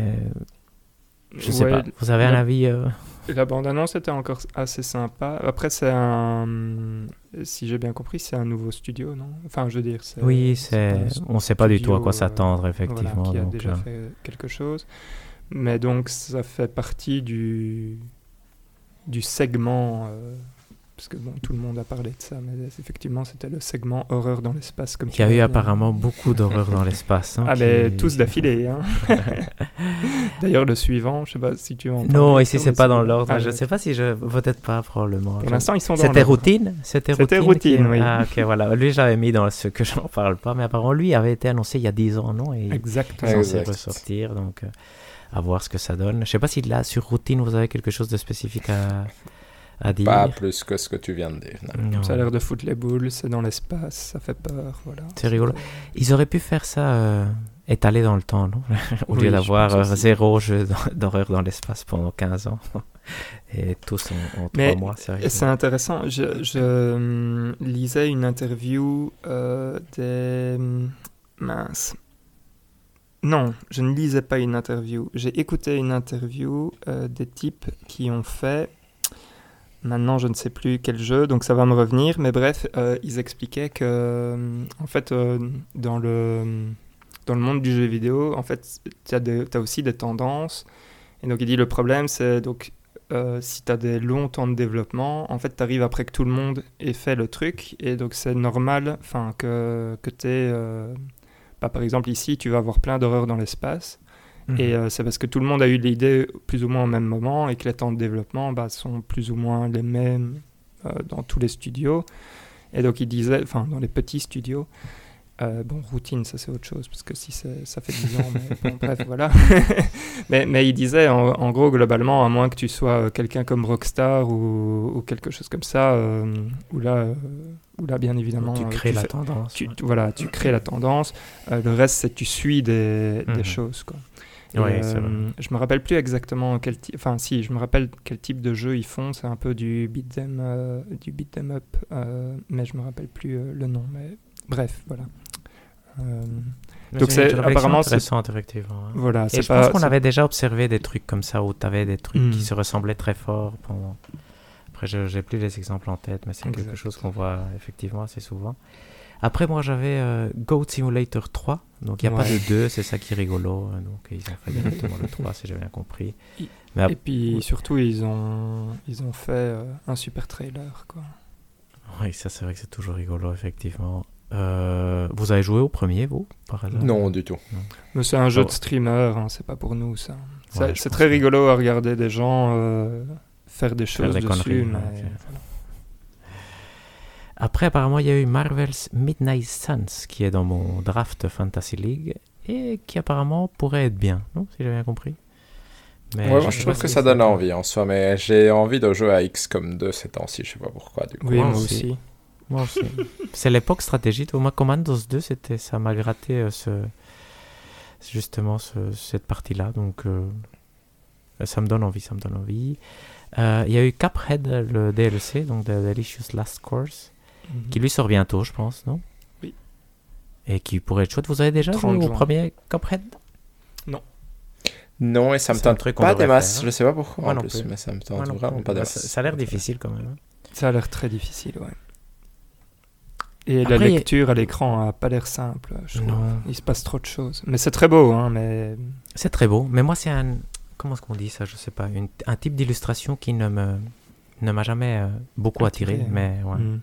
je sais Ouais, pas. Vous avez un la- avis euh, La bande-annonce était encore assez sympa. Après, c'est un. Si j'ai bien compris, c'est un nouveau studio, non? Enfin, je veux dire. c'est- Oui, c'est pas c'est... un on sait pas du tout à quoi studio, euh, s'attendre, voilà, effectivement. qui a donc, déjà euh, fait quelque chose. Mais donc, ça fait partie du, du segment. euh, Parce que bon, tout le monde a parlé de ça, mais effectivement, c'était le segment horreur dans l'espace. Comme Il tu y a l'as eu bien- apparemment beaucoup d'horreur dans l'espace. hein, Ah, qui- mais tous d'affilée. Hein. D'ailleurs, le suivant, je sais pas si tu veux en parler. Non, ici Hector, c'est mais pas dans l'ordre. Ah, je ouais. sais pas si je. Peut-être pas, probablement. Pour Je- l'instant, ils sont dans C'était l'ordre. routine C'était C'était routine, routine, qui- oui. Ah, ok, voilà. Lui, j'avais mis dans ce que je n'en parle pas, mais apparemment, lui avait été annoncé il y a dix ans, non? Et il est Exactement. censé Exact. ressortir, donc euh, à voir ce que ça donne. Je sais pas si là, sur routine, vous avez quelque chose de spécifique à, à dire. Pas plus que ce que tu viens de dire. non. Non. Ça a l'air de foutre les boules, c'est dans l'espace, ça fait peur, voilà. C'est rigolo. Ils auraient pu faire ça euh, étalé dans le temps, non? Au Oui, lieu je d'avoir pense euh, aussi. zéro jeu d'hor- d'horreur dans l'espace pendant quinze ans. Et tous en, en Mais trois mois, c'est Et c'est intéressant, je, je hum, lisais une interview euh, des... hum, Mince. Non, je ne lisais pas une interview. J'ai écouté une interview euh, des types qui ont fait... Maintenant, je ne sais plus quel jeu, donc ça va me revenir. Mais bref, euh, ils expliquaient que, hum, en fait, euh, dans le, dans le monde du jeu vidéo, en fait, tu as aussi des tendances. Et donc, il dit le problème, c'est donc euh, si tu as des longs temps de développement, en fait, tu arrives après que tout le monde ait fait le truc. Et donc, c'est normal que, que tu aies... Euh, bah, par exemple, ici, tu vas avoir plein d'horreurs dans l'espace. Mhm. Et euh, c'est parce que tout le monde a eu l'idée plus ou moins au même moment et que les temps de développement bah, sont plus ou moins les mêmes euh, dans tous les studios. Et donc il disait, enfin dans les petits studios, euh, bon routine ça c'est autre chose parce que si c'est, ça fait dix ans, mais bon, bref voilà. mais, mais il disait en, en gros globalement, à moins que tu sois quelqu'un comme Rockstar ou, ou quelque chose comme ça, euh, où là, euh, où là bien évidemment tu crées tu la fais, tendance. tu, Ouais. tu, voilà, tu crées la tendance. Euh, le reste c'est que tu suis des, Mhm. des choses quoi. Et, Ouais, euh, c'est vrai. je me rappelle plus exactement quel type, enfin si, je me rappelle quel type de jeu ils font. C'est un peu du beat 'em, euh, du beat 'em up, euh, mais je me rappelle plus euh, le nom. Mais bref, voilà. Euh, Mais donc c'est c'est une réflexion apparemment c'est, intéressante, effectivement. hein. voilà, Et c'est je pas. pense qu'on c'est- avait déjà observé des trucs comme ça où tu avais des trucs Hmm. qui se ressemblaient très fort. Pendant... Après, je n'ai plus les exemples en tête, mais c'est Exact. quelque chose qu'on voit effectivement assez souvent. Après, moi, j'avais euh, Goat Simulator trois. Donc, il n'y a pas Ouais. de deux, c'est ça qui est rigolo. hein, Donc, ils ont fait directement le trois, si j'ai bien compris. I- Mais ap- Et puis ouais. surtout ils ont ils ont fait euh, un super trailer quoi. Oui, ça, c'est vrai que c'est toujours rigolo, effectivement. Euh, vous avez joué au premier, vous, par hasard? Non, du tout. Mais c'est un jeu Oh. de streamer, hein, c'est pas pour nous ça. Ça- Ouais, je c'est pense très que- rigolo à regarder des gens euh, faire des Faire choses des dessus, conneries, mais ouais, ok. voilà. Après, apparemment, il y a eu Marvel's Midnight Suns qui est dans mon draft Fantasy League et qui apparemment pourrait être bien, non? Si j'ai bien compris. Mais Ouais, moi, je je sais trouve pas que si ça c'est- donne envie en soi, mais j'ai envie de jouer à X COM deux ces temps-ci, je sais pas pourquoi, du coup. Oui, Moi moi aussi. aussi. Moi aussi. C'est l'époque stratégie. Au moins, Commandos deux, c'était, ça m'a gratté euh, ce, justement ce- cette partie-là. Donc, euh, ça me donne envie, ça me donne envie. Euh, Il y a eu Cuphead, le D L C, donc The Delicious Last Course, Mhm. qui lui sort bientôt, je pense, non? Oui. Et qui pourrait être chouette. Vous avez déjà joué trente au juin. premier Cuphead? Non, et ça me C'est un tente truc qu'on pas des devrait masses, faire, hein. je sais pas pourquoi Moi en non plus, plus. mais ça me Moi tente non vraiment plus. pas des Bah, masses. ça, ça a l'air difficile quand même. hein. Ça a l'air très difficile, ouais. Et Après, la il y a- lecture à l'écran a pas l'air simple, je trouve. Non. Il se passe trop de choses. Mais c'est très beau, hein, mais... C'est très beau, mais moi c'est un, comment est-ce qu'on dit ça, je sais pas, une- un type d'illustration qui ne me, ne m'a jamais euh, beaucoup attiré, Attiré, mais ouais. Mm.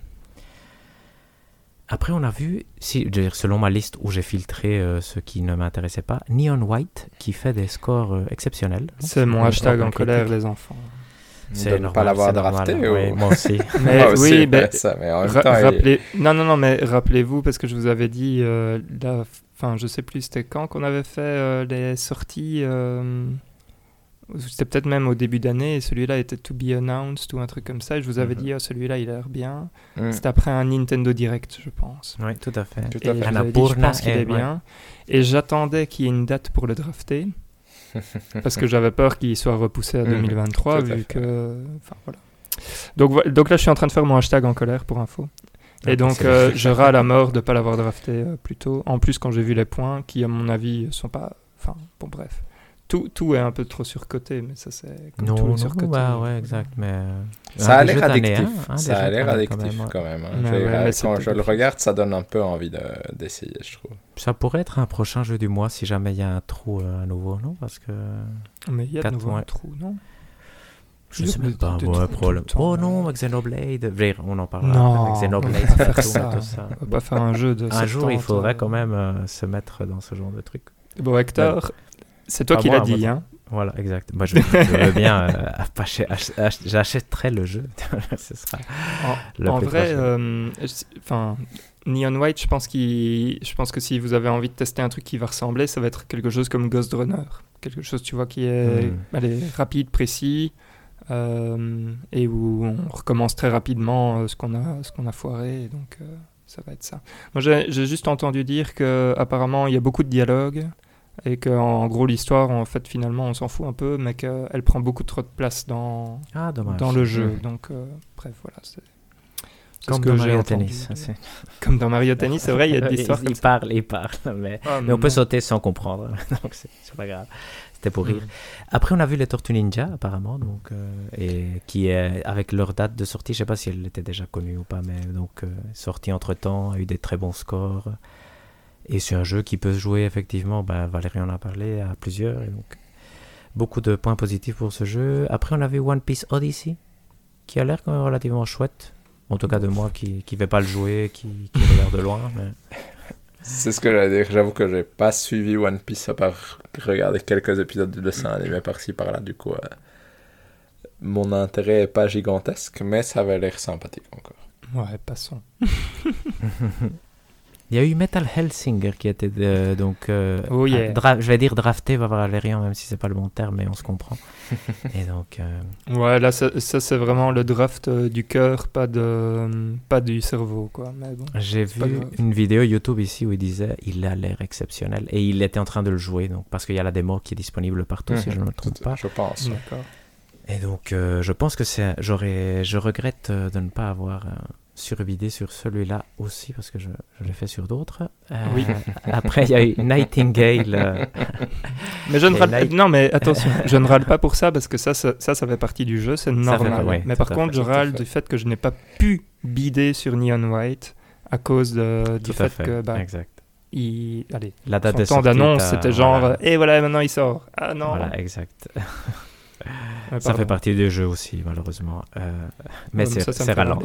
Après on a vu, si, je veux dire, selon ma liste où j'ai filtré euh, ce qui ne m'intéressait pas, Neon White qui fait des scores euh, exceptionnels. C'est mon Euh, hashtag en critique. colère, les enfants. C'est De ne normal, pas l'avoir c'est normal, drafté ouais, ou... moi aussi. Mais Moi aussi, oui, ouais, ben, ça, mais en même Ra- temps, il- rappelez... Non, non, non, mais rappelez-vous, parce que je vous avais dit, euh, la... enfin, je sais plus c'était quand qu'on avait fait euh, les sorties. euh, C'était peut-être même au début d'année, et celui-là était to be announced ou un truc comme ça. Et je vous avais Mhm. dit, ah, celui-là, il a l'air bien. Mm. C'était après un Nintendo Direct, je pense. Oui, tout à fait. Tout Et à fait. je vous avais dit, je Annapurna pense qu'il est- est bien. Et j'attendais qu'il y ait une date pour le drafter, parce que j'avais peur qu'il soit repoussé à Mhm, deux mille vingt-trois, tout à vu fait. que... Enfin, voilà. Donc, vo- donc là, je suis en train de faire mon hashtag en colère, pour info. Et Ok, donc, c'est euh, je râle à mort de ne pas l'avoir drafté euh, plus tôt. En plus, quand j'ai vu les points, qui, à mon avis, sont pas... Enfin, bon, bref. Tout, tout est un peu trop surcoté, mais ça, c'est comme Non, tout est non, surcoté. bah ouais, exact, mais... euh, Ça un a des l'air jeux d'année, addictif. hein, un des ça a jeux l'air d'année, quand addictif même, ouais. quand même. hein. Ouais, J'ai- ouais, mais c'est quand pas je le difficile. regarde, ça donne un peu envie de- d'essayer, je trouve. Ça pourrait être un prochain jeu du mois si jamais il y a un trou euh, à nouveau, non? Parce que... Mais il y a de Quatre, nouveau un ouais. trou, non? Je Il y a sais des- même pas, des ouais, trous problème. tout le temps, Oh là. non, Xenoblade, Vrire, on en parlera Non, après, mais Xenoblade, on va pas faire Splatoon et ça. tout ça. On va pas faire un jeu de Un jour, il soixante, faudrait euh. quand même euh, se mettre dans ce genre de truc. Bon, Hector, c'est toi Pas qui moi, l'as dit, moi, hein? Voilà, exact. Moi, je, je veux bien, euh, acheter- ach- ach- j'achèterai le jeu. Ce sera En, le en plus vrai, prochain. euh, je- enfin, Neon White, je pense, qu'il, je pense que si vous avez envie de tester un truc qui va ressembler, ça va être quelque chose comme Ghost Runner. Quelque chose, tu vois, qui est Hmm. allez, rapide, précis, euh, et où on recommence très rapidement euh, ce qu'on a, ce qu'on a foiré. Et donc, euh, ça va être ça. Moi, j'ai, j'ai juste entendu dire qu'apparemment, il y a beaucoup de dialogues. Et qu'en en gros, l'histoire, en fait, finalement, on s'en fout un peu, mais qu'elle prend beaucoup trop de place dans, Ah, dommage. dans le jeu. Mhm. Donc, euh, bref, voilà. C'est, c'est Comme ce que dans j'ai Mario entendu. Tennis. c'est- Comme dans Mario Tennis, c'est vrai, il y a des il, histoires il comme ça. parle, il parle, mais, Ah, mais on peut non. sauter sans comprendre. Donc, c'est c'est pas grave. C'était pour rire. Mhm. Après, on a vu les Tortues Ninja, apparemment, donc, euh, et qui est, avec leur date de sortie, je sais pas si elle était déjà connue ou pas, mais donc, euh, sortie entre-temps, a eu des très bons scores. Et c'est un jeu qui peut se jouer, effectivement, ben, Valérie en a parlé, à plusieurs, et donc, beaucoup de points positifs pour ce jeu. Après, on a vu One Piece Odyssey, qui a l'air quand même relativement chouette. En tout cas, de moi qui ne vais pas le jouer, qui, qui regarde de loin. Mais... C'est ce que j'allais dire. J'avoue que j'ai pas suivi One Piece à part regarder quelques épisodes de dessin animé par-ci par-là. Du coup, euh, mon intérêt est pas gigantesque, mais ça avait l'air sympathique encore. Ouais, passons. Il y a eu Metal Hellsinger qui était de, donc euh, oh yeah. dra- je vais dire drafté par Valérian, même si c'est pas le bon terme, mais on se comprend. Et donc euh... ouais, là ça, ça c'est vraiment le draft euh, du cœur, pas de pas du cerveau quoi. Mais bon, j'ai vu une vidéo YouTube ici où il disait il a l'air exceptionnel et il était en train de le jouer, donc parce qu'il y a la démo qui est disponible partout mmh, si je ne me trompe pas. Je pense. D'accord. Et donc euh, je pense que c'est j'aurais je regrette euh, de ne pas avoir euh, survidé sur celui-là aussi parce que je, je l'ai fait sur d'autres. Euh, oui. Après il y a eu Nightingale. Euh... mais je ne râle Night... non mais attention, je ne râle pas pour ça parce que ça ça ça, ça fait partie du jeu, c'est normal. Fait, ouais, mais par contre, fait, je râle du fait que je n'ai pas pu bider sur Neon White à cause de, du fait, fait que bah, exact. Il allez, la date son temps d'annonce c'était genre voilà. Et voilà maintenant il sort. Ah non. Voilà, exact. Ouais, ça fait partie du jeu aussi, malheureusement. Euh, mais ouais, c'est, ça, ça c'est ralent.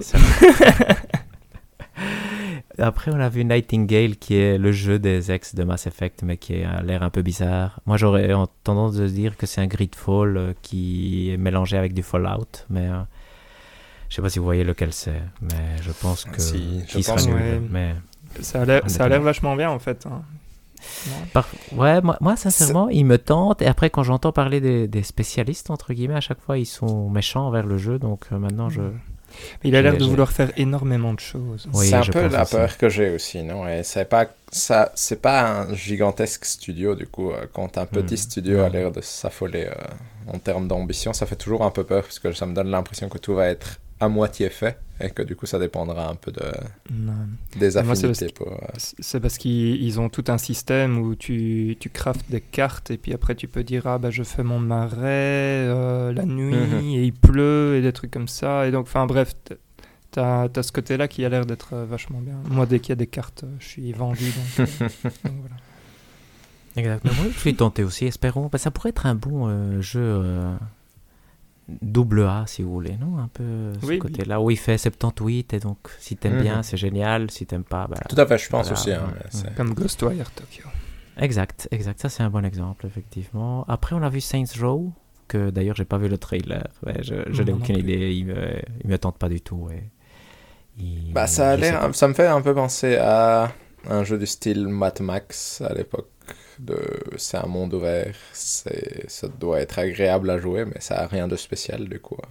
Après, on a vu Nightingale, qui est le jeu des ex de Mass Effect, mais qui a l'air un peu bizarre. Moi, j'aurais tendance de dire que c'est un Gridfall euh, qui est mélangé avec du Fallout, mais euh, je sais pas si vous voyez lequel c'est, mais je pense que si, qu'il je sera pense, nul. Ouais. Mais ça a l'air, ça a l'air vachement bien, en fait. Hein. Par... Ouais, moi, moi sincèrement, c'est... il me tente. Et après, quand j'entends parler des, des spécialistes, entre guillemets, à chaque fois, ils sont méchants envers le jeu. Donc euh, maintenant, je... Mais il a l'air de vouloir faire énormément de choses. Oui, c'est un peu la aussi. peur que j'ai aussi, non? Et c'est pas, ça, c'est pas un gigantesque studio, du coup. Quand un petit mmh. studio mmh. a l'air de s'affoler euh, en termes d'ambition, ça fait toujours un peu peur, parce que ça me donne l'impression que tout va être à moitié fait, et que du coup, ça dépendra un peu de, des affinités. Moi, c'est, parce pour, euh... c'est parce qu'ils ils ont tout un système où tu, tu craftes des cartes, et puis après, tu peux dire, ah, bah, je fais mon marais euh, la nuit, mm-hmm. et il pleut, et des trucs comme ça. Et donc, enfin, bref, t'as, t'as ce côté-là qui a l'air d'être vachement bien. Moi, dès qu'il y a des cartes, je suis vendu, donc, euh, donc voilà. Exactement. Moi, je suis tenté aussi, espérons. Bah, ça pourrait être un bon euh, jeu... Euh... double A si vous voulez, non? Un peu ce oui, côté-là oui. où il fait soixante-dix-huit et donc si t'aimes mmh. bien c'est génial, si t'aimes pas... Bah, tout à fait, je pense voilà, aussi. Hein, ouais. c'est... Comme Ghostwire Tokyo. Exact, exact, ça c'est un bon exemple effectivement. Après on a vu Saints Row, que d'ailleurs j'ai pas vu le trailer, ouais, je, je n'ai aucune idée, il me, il me tente pas du tout. Et il... Bah ça a l'air, ça me fait un peu penser à un jeu du style Mad Max à l'époque. De... C'est un monde ouvert, c'est... ça doit être agréable à jouer, mais ça n'a rien de spécial du coup.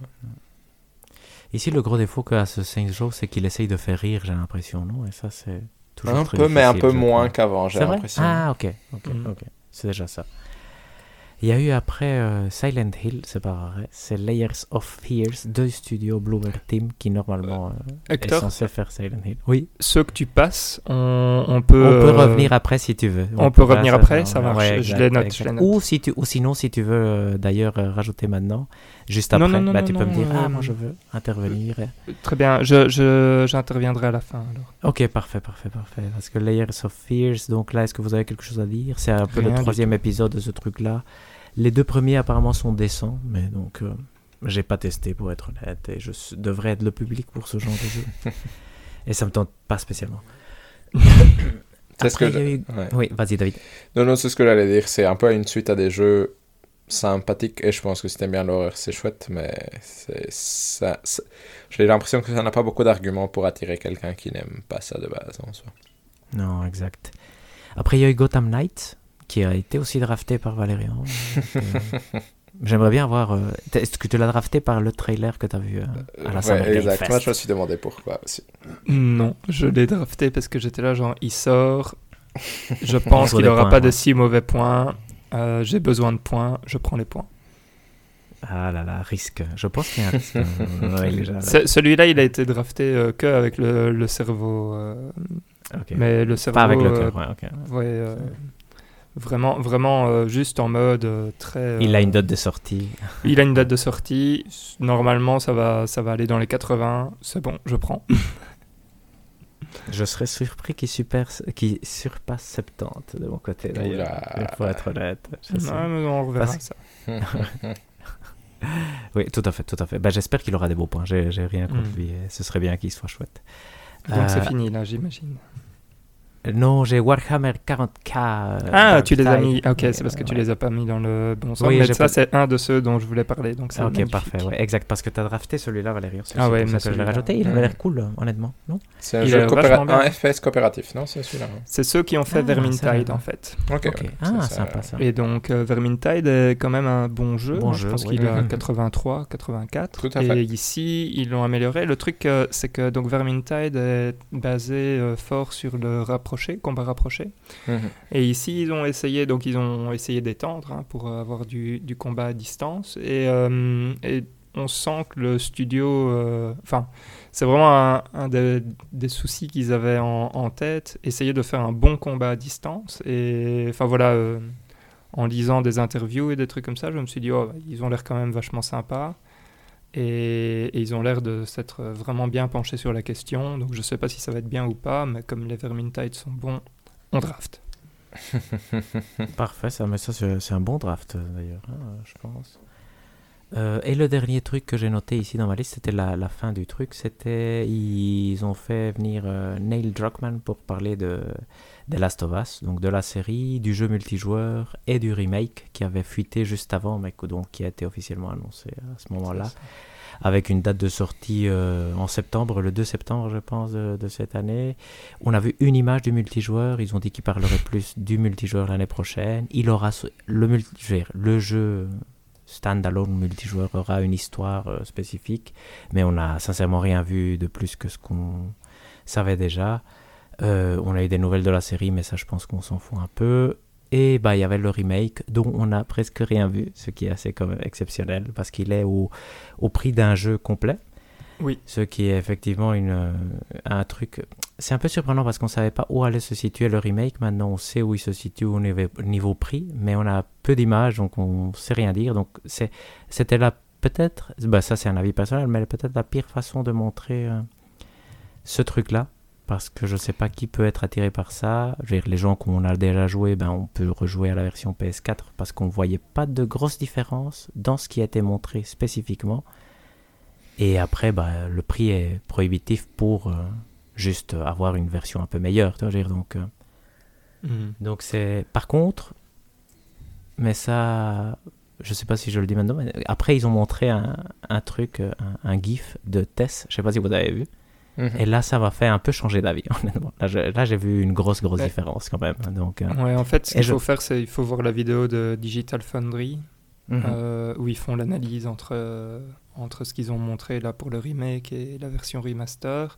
Ici, le gros défaut qu'a ce Saints Row, c'est qu'il essaye de faire rire, j'ai l'impression, non? Et ça, c'est toujours un très peu, mais un peu je moins crois. qu'avant, j'ai c'est l'impression. Vrai ah, ok, ok, mm. ok, c'est déjà ça. Il y a eu après euh, Silent Hill, c'est pas vrai, c'est Layers of Fears de studio Bloober Team qui normalement euh, Hector, est censé faire Silent Hill. Oui. Ceux que tu passes, on, on peut. On peut euh... revenir après si tu veux. On, on peut revenir après, ça marche. Ouais, je, les note, je les note. Ou si tu, ou sinon si tu veux euh, d'ailleurs euh, rajouter maintenant, juste après, non, non, bah, non, tu non, peux non, me dire euh... ah moi je veux intervenir. Très bien, je, je j'interviendrai à la fin alors. Ok, parfait, parfait, parfait. Parce que Layers of Fears, donc là, est-ce que vous avez quelque chose à dire? C'est un peu Rien le troisième épisode de ce truc-là. Les deux premiers apparemment sont décents, mais donc euh, j'ai pas testé pour être honnête et je s- devrais être le public pour ce genre de jeu. Et ça me tente pas spécialement. c'est Après, ce que il y a eu... ouais. Oui, vas-y David. Non, non, c'est ce que j'allais dire. C'est un peu une suite à des jeux sympathiques et je pense que si t'aimes bien l'horreur, c'est chouette, mais c'est, ça, c'est... j'ai l'impression que ça n'a pas beaucoup d'arguments pour attirer quelqu'un qui n'aime pas ça de base en soi. Non, exact. Après, il y a eu Gotham Knights, qui a été aussi drafté par Valérian. euh, j'aimerais bien voir... Euh, est-ce que tu l'as drafté par le trailer que tu as vu euh, à la Summer ouais, Game exact. Fest? Moi, je me suis demandé pourquoi aussi. Non, je l'ai drafté parce que j'étais là, genre, il sort, je pense qu'il n'aura points, pas ouais. de si mauvais points, euh, j'ai besoin de points, je prends les points. Ah là là, risque. Je pense qu'il y a un risque. ouais, déjà, C'est, celui-là, il a été drafté euh, que avec le, le cerveau. Euh, okay. Mais le cerveau... Pas avec le cœur, euh, ouais, ok. Ouais, euh, vraiment, vraiment euh, juste en mode euh, très... Euh, il a une date de sortie. Il a une date de sortie. Normalement, ça va, ça va aller dans les quatre-vingts. C'est bon, je prends. Je serais surpris qu'il, super, qu'il surpasse soixante-dix de mon côté, d'ailleurs. Pour être honnête. Ouais, mais on reverra Parce... ça. Oui, tout à fait, tout à fait. Bah, j'espère qu'il aura des beaux points. J'ai, j'ai rien contre mm. lui. Et ce serait bien qu'il soit chouette. Donc euh... c'est fini, là, j'imagine. Non, j'ai Warhammer quarante K. Euh, ah, tu les as mis. Tide. Ok, Mais, c'est parce que euh, tu ouais. les as pas mis dans le bon sens. Oui, mais j'ai ça, pas- c'est un de ceux dont je voulais parler. Donc c'est Ah, ok, magnifique. parfait, ouais, exact. Parce que tu as drafté celui-là, Valérian. C'est Ah aussi ouais, pour mais ça que je l'ai celui-là- rajouté. Il avait Mhm. l'air cool, honnêtement, non? C'est un Il jeu est coopéra- vachement bien. un F P S coopératif, non? C'est celui-là. hein. C'est ceux qui ont fait Ah, ça, Vermintide là. en fait. Ok. Ok, ouais. ah, Ça, ça- sympa ça. Et donc euh, Vermintide est quand même un bon jeu. Bon Moi, jeu, je pense oui. qu'il est à Mhm. quatre-vingt-trois, quatre-vingt-quatre. Tout à Et fait. ici, ils l'ont amélioré. Le truc, euh, c'est que donc Vermintide est basé euh, fort sur le rapproché, combat rapproché. Mhm. Et ici, ils ont essayé, donc ils ont essayé d'étendre hein, pour avoir du, du combat à distance. Et, euh, et on sent que le studio, euh, enfin, c'est vraiment un, un des, des soucis qu'ils avaient en, en tête, essayer de faire un bon combat à distance. Et enfin voilà, euh, en lisant des interviews et des trucs comme ça, je me suis dit, oh, ils ont l'air quand même vachement sympas. Et, et ils ont l'air de s'être vraiment bien penchés sur la question. Donc je sais pas si ça va être bien ou pas, mais comme les Vermintide sont bons, on draft. Parfait, ça, mais ça c'est c'est un bon draft euh, d'ailleurs, hein, je pense. Euh, et le dernier truc que j'ai noté ici dans ma liste, c'était la, la fin du truc. C'était ils ont fait venir euh, Neil Druckmann pour parler de The Last of Us, donc de la série, du jeu multijoueur et du remake qui avait fuité juste avant, mais que- donc qui a été officiellement annoncé à ce moment-là, avec une date de sortie euh, en septembre, le deux septembre je pense de, de cette année. On a vu une image du multijoueur, ils ont dit qu'ils parleraient plus du multijoueur l'année prochaine. Il aura so- le, multi- je veux dire, le jeu standalone multijoueur aura une histoire euh, spécifique, mais on n'a sincèrement rien vu de plus que ce qu'on savait déjà. Euh, on a eu des nouvelles de la série, mais ça je pense qu'on s'en fout un peu. Et bah il y avait le remake dont on n'a presque rien vu, ce qui est assez quand même exceptionnel parce qu'il est au, au prix d'un jeu complet. Oui. Ce qui est effectivement une, euh, un truc. C'est un peu surprenant parce qu'on ne savait pas où allait se situer le remake. Maintenant, on sait où il se situe au niveau, niveau prix, mais on a peu d'images, donc on ne sait rien dire. Donc c'est, c'était là peut-être, bah ça c'est un avis personnel, mais peut-être la pire façon de montrer euh, ce truc-là. Parce que je ne sais pas qui peut être attiré par ça. Je veux dire, les gens qu'on a déjà joué, ben, on peut rejouer à la version P S quatre parce qu'on ne voyait pas de grosses différences dans ce qui a été montré spécifiquement. Et après, bah, le prix est prohibitif pour euh, juste avoir une version un peu meilleure. Tu vois, je veux dire, donc, euh, Mm. donc c'est... Par contre, mais ça, je sais pas si je le dis maintenant, mais après ils ont montré un, un truc, un, un gif de Tess, je sais pas si vous avez vu. Mhm. Et là, ça m'a fait un peu changer d'avis, honnêtement. Là, je- là, j'ai vu une grosse, grosse Ouais. différence quand même. Donc, euh, Ouais, en fait, ce Et qu'il je- faut faire, c'est il faut voir la vidéo de Digital Foundry mhm. euh, où ils font l'analyse entre, euh, entre ce qu'ils ont montré là pour le remake et la version remaster.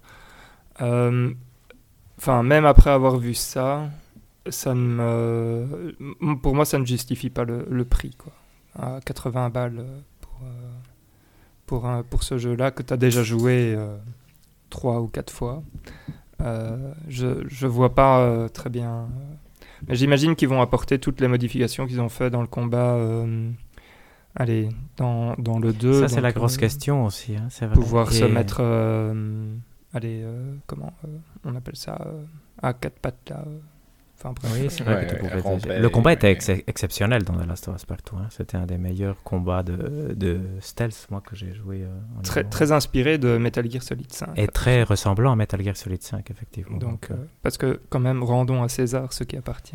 Euh, Enfin, même après avoir vu ça, ça ne me... m- pour moi, ça ne justifie pas le, le prix, quoi. À quatre-vingts balles euh, pour, euh, pour, un- pour ce jeu-là que tu as déjà joué euh, trois ou quatre fois. Euh, je je vois pas euh, très bien. euh, Mais j'imagine qu'ils vont apporter toutes les modifications qu'ils ont fait dans le combat. euh, allez, dans, dans le deux. Ça, c'est donc, la grosse euh, question aussi. Hein, c'est vrai. Pouvoir se Et- mettre. euh, allez, euh, comment euh, on appelle ça euh, à quatre pattes là. euh, Enfin bref. Oui, c'est vrai Ouais, que tu ouais, pouvais... ramper, Le combat était ouais. ex- exceptionnel dans The Last of Us Partout. Hein. C'était un des meilleurs combats de, de stealth, moi, que j'ai joué. euh, en Très, avant. très inspiré de Metal Gear Solid cinq. Et très ressemblant à Metal Gear Solid cinq, effectivement. Donc, euh, euh, parce que quand même, rendons à César ce qui appartient.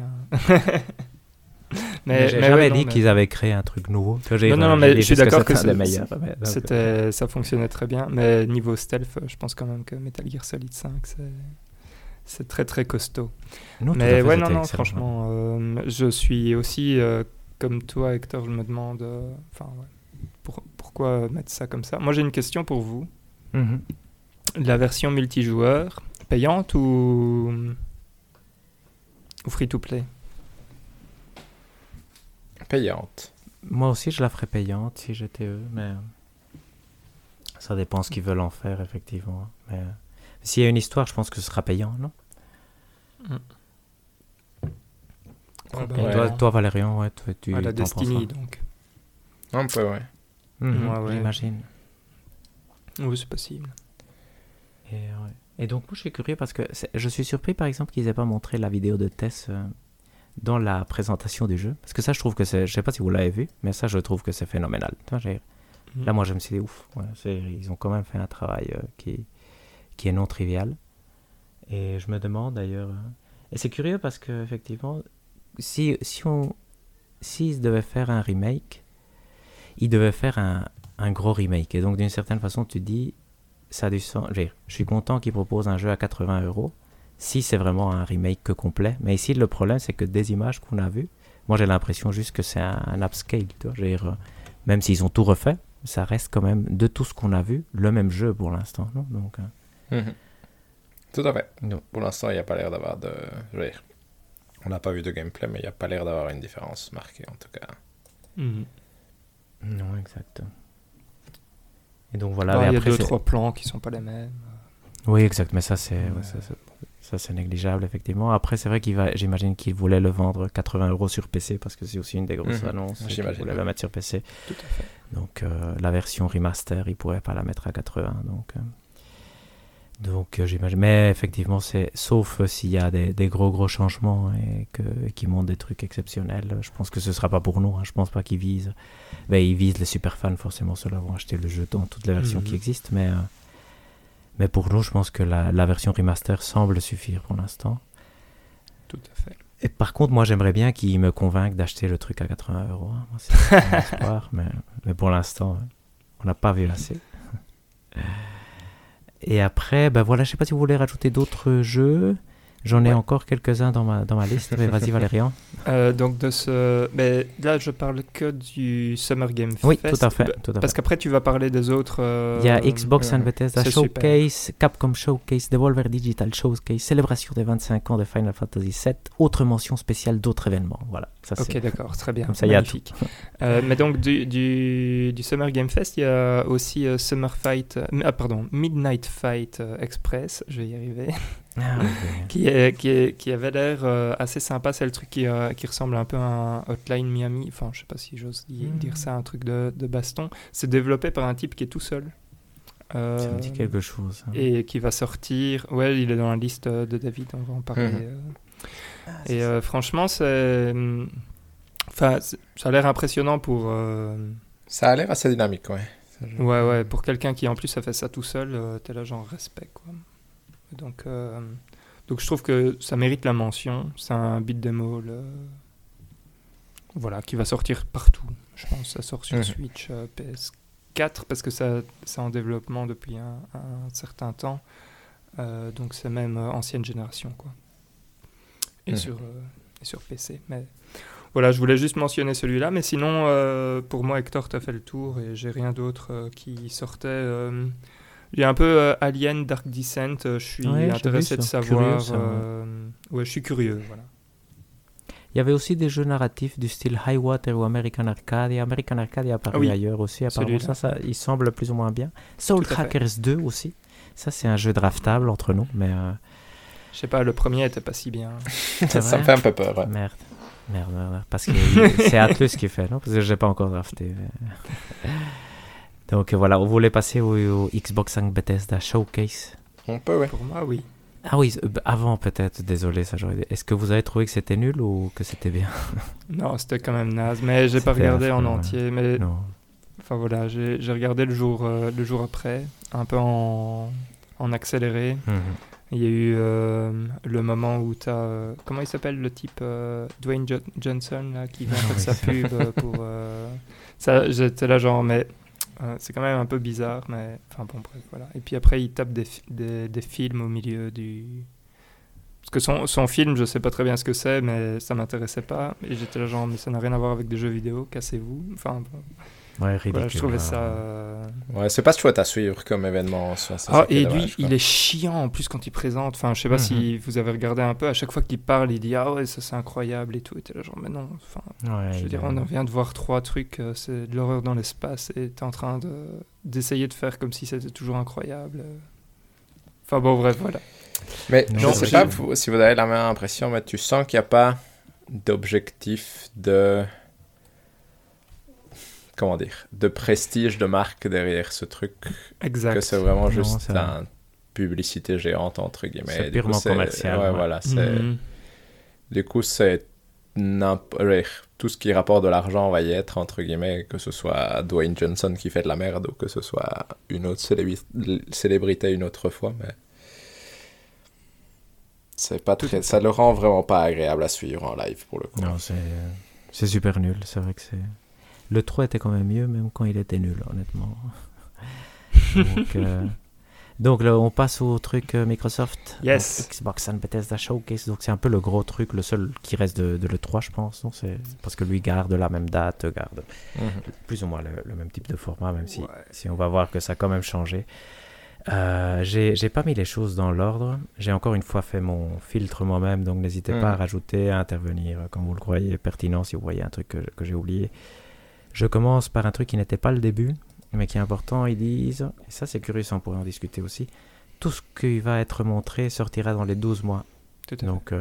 mais j'ai mais jamais ouais, non, dit mais qu'ils avaient créé un truc nouveau. Tu vois, j'ai- Non, non, non, j'ai mais dit je suis juste d'accord que c'était un des c'est- meilleurs. mais donc, euh, C'était, ça fonctionnait très bien. Mais niveau stealth, je pense quand même que Metal Gear Solid cinq, c'est, c'est très très costaud. non, tout à Mais fait, ouais, non, c'était non, excellent. franchement, euh, je suis aussi, euh, comme toi, Hector, je me demande, euh, enfin, ouais, pour- pourquoi mettre ça comme ça. Moi, j'ai une question pour vous. Mhm. La version multijoueur, payante ou, ou free-to-play? Payante. Moi aussi, je la ferais payante si j'étais eux, mais euh, ça dépend ce qu'ils veulent en faire, effectivement. Mais euh, s'il y a une histoire, je pense que ce sera payant, non? Probablement. Et toi, toi, Valérian, ouais, toi, tu Ah, la t'en penses Destiny, quoi? donc. Un peu, ouais. Mhm, Ouais, ouais. J'imagine. Oui, c'est possible. Et, ouais. Et donc, moi, je suis curieux parce que c'est- je suis surpris, par exemple, qu'ils aient pas montré la vidéo de Tess euh, dans la présentation du jeu. Parce que ça, je trouve que c'est... Je sais pas si vous l'avez vu, mais ça, je trouve que c'est phénoménal. Tu vois, j'ai- Là, moi, je me suis dit, ouf, ouais, c'est- ils ont quand même fait un travail euh, qui, qui est non trivial. Et je me demande, d'ailleurs, euh, Et c'est curieux parce que effectivement, si si on s'ils devaient faire un remake, ils devaient faire un, un gros remake. Et donc d'une certaine façon, tu te dis, ça a du sens. Je suis content qu'ils proposent un jeu à quatre-vingts euros si c'est vraiment un remake complet. Mais ici, le problème, c'est que des images qu'on a vues, moi j'ai l'impression juste que c'est un, un upscale. Tu vois, je veux dire, même s'ils ont tout refait, ça reste quand même, de tout ce qu'on a vu, le même jeu pour l'instant. Non donc, euh... mm-hmm. Tout à fait. Non. Pour l'instant, il n'y a pas l'air d'avoir de... Je veux dire, on n'a pas vu de gameplay, mais il n'y a pas l'air d'avoir une différence marquée, en tout cas. Mm-hmm. Non, exact. Et donc voilà. Il y a après, deux, c'est... trois plans qui ne sont pas les mêmes. Oui, exact, mais ça, c'est... Ouais. Ouais, ça, c'est... Ça, c'est négligeable, effectivement. Après, c'est vrai qu'il va... j'imagine qu'il voulait le vendre quatre-vingts euros sur P C, parce que c'est aussi une des grosses mmh, annonces. Il voulait le mettre sur P C. Tout à fait. Donc, euh, la version remaster, il ne pourrait pas la mettre à quatre-vingts. Donc, euh... donc euh, j'imagine... Mais effectivement, c'est... sauf euh, s'il y a des, des gros, gros changements et, que... et qu'ils montrent des trucs exceptionnels, je pense que ce ne sera pas pour nous. Hein. Je ne pense pas qu'ils visent... Ben, ils visent les super fans, forcément, ceux-là vont acheter le jeu dans toutes les versions mmh. qui existent, mais... Euh... Mais pour nous, je pense que la, la version remaster semble suffire pour l'instant. Tout à fait. Et par contre, moi, j'aimerais bien qu'ils me convainquent d'acheter le truc à quatre-vingts euros. Hein. Moi, c'est mon espoir, mais, mais pour l'instant, on n'a pas vu assez. Et après, ben voilà, je ne sais pas si vous voulez rajouter d'autres jeux. J'en ai ouais. encore quelques-uns dans ma, dans ma liste, mais vas-y Valérian. Euh, donc de ce... mais là, je parle que du Summer Game Fest. Oui, tout à fait. Tout à parce fait. qu'après, tu vas parler des autres... Euh... Il y a Xbox euh, and Bethesda Showcase, super. Capcom Showcase, Devolver Digital Showcase, célébration des vingt-cinq ans de Final Fantasy sept, autre mention spéciale d'autres événements. Voilà. Ça, ok, c'est... d'accord, très bien. Comme ça, il y a tout. euh, mais donc, du, du, du Summer Game Fest, il y a aussi euh, Summer Fight... Euh, ah, pardon, Midnight Fight euh, Express, je vais y arriver. Ah, okay. qui, est, qui, est, qui avait l'air euh, assez sympa. C'est le truc qui, euh, qui ressemble un peu à un Hotline Miami. Enfin, je sais pas si j'ose dire, mmh. dire ça, un truc de, de baston. C'est développé par un type qui est tout seul. Euh, ça me dit quelque chose. Hein. Et qui va sortir... Ouais, il est dans la liste de David, on va en parler. Mmh. Euh. Ah, et euh, franchement, c'est... Enfin, c'est... ça a l'air impressionnant pour... Euh... Ça a l'air assez dynamique, ouais. Ouais, ouais. Pour quelqu'un qui, en plus, a fait ça tout seul, euh, t'es là, genre, respect, quoi. Donc, euh, donc je trouve que ça mérite la mention. C'est un beat'em all, euh, voilà, qui va sortir partout. Je pense ça sort sur mmh. Switch, euh, P S quatre, parce que ça, c'est en développement depuis un, un certain temps. Euh, donc c'est même euh, ancienne génération, quoi. Et, mmh. sur, euh, et sur P C. Mais voilà, je voulais juste mentionner celui-là. Mais sinon, euh, pour moi, Hector, t'as fait le tour et j'ai rien d'autre euh, qui sortait... Euh, Il y a un peu euh, Alien Dark Descent, euh, je suis ouais, intéressé de savoir. Curieux, euh, ouais. ouais, je suis curieux, voilà. Il y avait aussi des jeux narratifs du style Highwater ou American Arcadia. American Arcadia a apparu ah oui, ailleurs aussi, apparemment ça, ça, il semble plus ou moins bien. Soul Hackers deux aussi, ça c'est un jeu draftable entre nous, mais... Euh... Je sais pas, le premier était pas si bien. Ça me fait un peu peur, ouais. Merde, merde, merde, parce que c'est Atlus qui fait, non? Parce que j'ai pas encore drafté. Mais... Donc voilà, on voulait passer au, au Xbox and Bethesda Showcase. On peut, ouais. Pour moi, oui. Ah oui, avant peut-être, désolé, ça j'aurais dit. Est-ce que vous avez trouvé que c'était nul ou que c'était bien? Non, c'était quand même naze, mais j'ai c'était pas regardé en entier. Ouais. Mais... Non. Enfin voilà, j'ai, j'ai regardé le jour, euh, le jour après, un peu en, en accéléré. Mm-hmm. Il y a eu euh, le moment où tu as... Euh, comment il s'appelle le type euh, Dwayne jo- Johnson, là, qui vient faire sa pub pour... Euh, ça, j'étais là genre, mais... Euh, c'est quand même un peu bizarre, mais enfin bon, bref, voilà. Et puis après, il tape des, fi- des, des films au milieu du... Parce que son, son film, je sais pas très bien ce que c'est, mais ça m'intéressait pas. Et j'étais là genre, mais ça n'a rien à voir avec des jeux vidéo, cassez-vous. Enfin, bon. Ouais, ridicule. Voilà, je trouvais ça... Euh... Ouais, c'est pas chouette à suivre comme événement. Ça, ça, ah, et lui, dommage, il est chiant en plus quand il présente. Enfin, je sais pas mm-hmm. si vous avez regardé un peu. À chaque fois qu'il parle, il dit « Ah ouais, ça c'est incroyable et tout. » Et t'es là genre « Mais non, enfin... Ouais, je veux dire, on vient de voir trois trucs. Euh, c'est de l'horreur dans l'espace et t'es en train de, d'essayer de faire comme si c'était toujours incroyable. Enfin bon, bref, voilà. Mais non, je sais pas vous, si vous avez la même impression, mais tu sens qu'il n'y a pas d'objectif de... comment dire, de prestige de marque derrière ce truc. Exact. Que c'est vraiment non, juste c'est une publicité géante, entre guillemets. C'est purement coup, c'est... commercial. Ouais, ouais. voilà. C'est... Mm-hmm. Du coup, c'est n'imp... tout ce qui rapporte de l'argent va y être, entre guillemets, que ce soit Dwayne Johnson qui fait de la merde ou que ce soit une autre célébri... célébrité une autre fois. Mais... C'est pas très, ça le rend vraiment pas agréable à suivre en live pour le coup. Non, c'est, c'est super nul. C'est vrai que c'est... Le trois était quand même mieux, même quand il était nul, honnêtement. Donc, euh... donc là, on passe au truc euh, Microsoft. Yes. Donc, Xbox and Bethesda Showcase. Donc c'est un peu le gros truc, le seul qui reste de, de l'E trois, je pense. Non, c'est... Parce que lui garde la même date, garde mm-hmm. plus ou moins le, le même type de format, même si, ouais. si on va voir que ça a quand même changé. Euh, j'ai, j'ai pas mis les choses dans l'ordre. J'ai encore une fois fait mon filtre moi-même, donc n'hésitez mmh. pas à rajouter, à intervenir quand vous le croyez pertinent, si vous voyez un truc que, que j'ai oublié. Je commence par un truc qui n'était pas le début, mais qui est important. Ils disent, et ça c'est curieux, on pourrait en discuter aussi, tout ce qui va être montré sortira dans les douze mois. Tout à donc euh,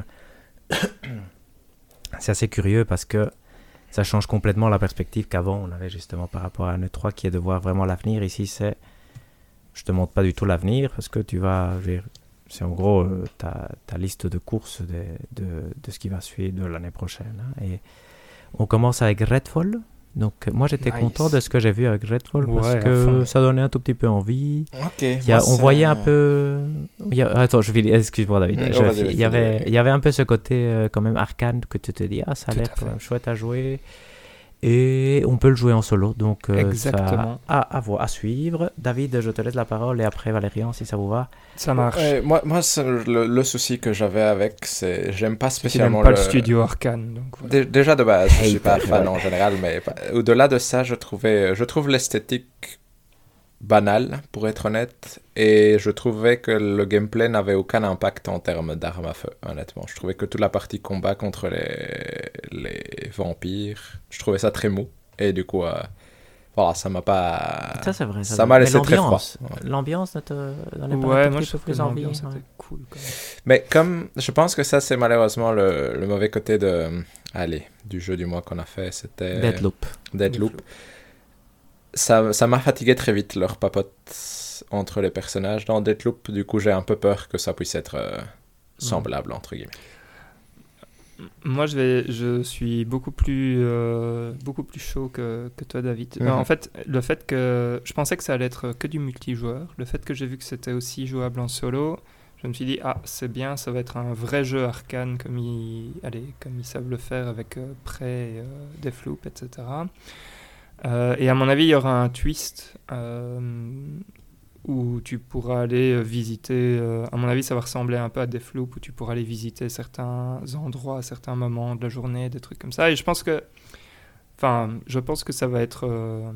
c'est assez curieux parce que ça change complètement la perspective qu'avant on avait justement par rapport à un E trois qui est de voir vraiment l'avenir. Ici c'est je te montre pas du tout l'avenir parce que tu vas, c'est en gros euh, ta, ta liste de courses de, de, de ce qui va suivre de l'année prochaine. Hein. Et on commence avec Redfall. Donc moi j'étais nice. content de ce que j'ai vu avec Redfall ouais, parce que ça donnait un tout petit peu envie. Ok. Il y a, on voyait un peu. Il y a, attends, je vais, excuse-moi David. Mmh, je, oh, il y avait, il y avait un peu ce côté euh, quand même arcane que tu te dis ah ça a l'air quand même chouette à jouer. Et on peut le jouer en solo, donc euh, Exactement. ça à, à, voir, à suivre. David, je te laisse la parole et après Valérian, si ça vous va. Ça marche. Ouais, moi, moi le, le souci que j'avais avec, c'est j'aime pas spécialement pas le... le studio Arcane. Donc voilà. Dé- déjà de base, je suis pas fan en général, mais au-delà de ça, je trouvais, je trouve l'esthétique banale, pour être honnête, et je trouvais que le gameplay n'avait aucun impact en termes d'armes à feu, honnêtement. Je trouvais que toute la partie combat contre les, les vampires, je trouvais ça très mou, et du coup, euh, voilà, ça m'a pas... Ça, c'est vrai. Ça, ça m'a laissé très froid. Ouais. L'ambiance ne te donnait pas ouais, un moi, petit je peu plus envie. C'était ouais. cool, quand même. Mais comme, je pense que ça, c'est malheureusement le, le mauvais côté de... Allez, du jeu du mois qu'on a fait, c'était... Deathloop. Deathloop. Deathloop. Ça, ça m'a fatigué très vite, leur papote entre les personnages. Dans Deathloop, du coup, j'ai un peu peur que ça puisse être euh, semblable, mmh. entre guillemets. Moi, je, vais, je suis beaucoup plus, euh, beaucoup plus chaud que, que toi, David. Mmh. En fait, le fait que... Je pensais que ça allait être que du multijoueur. Le fait que j'ai vu que c'était aussi jouable en solo, je me suis dit, ah, c'est bien, ça va être un vrai jeu Arcane comme ils, allez, comme ils savent le faire avec euh, Prey, euh, Deathloop, et cetera. Euh, et à mon avis, il y aura un twist euh, où tu pourras aller visiter... Euh, à mon avis, ça va ressembler un peu à Deathloop, où tu pourras aller visiter certains endroits à certains moments de la journée, des trucs comme ça. Et je pense que... Enfin, je pense que ça va être... Euh,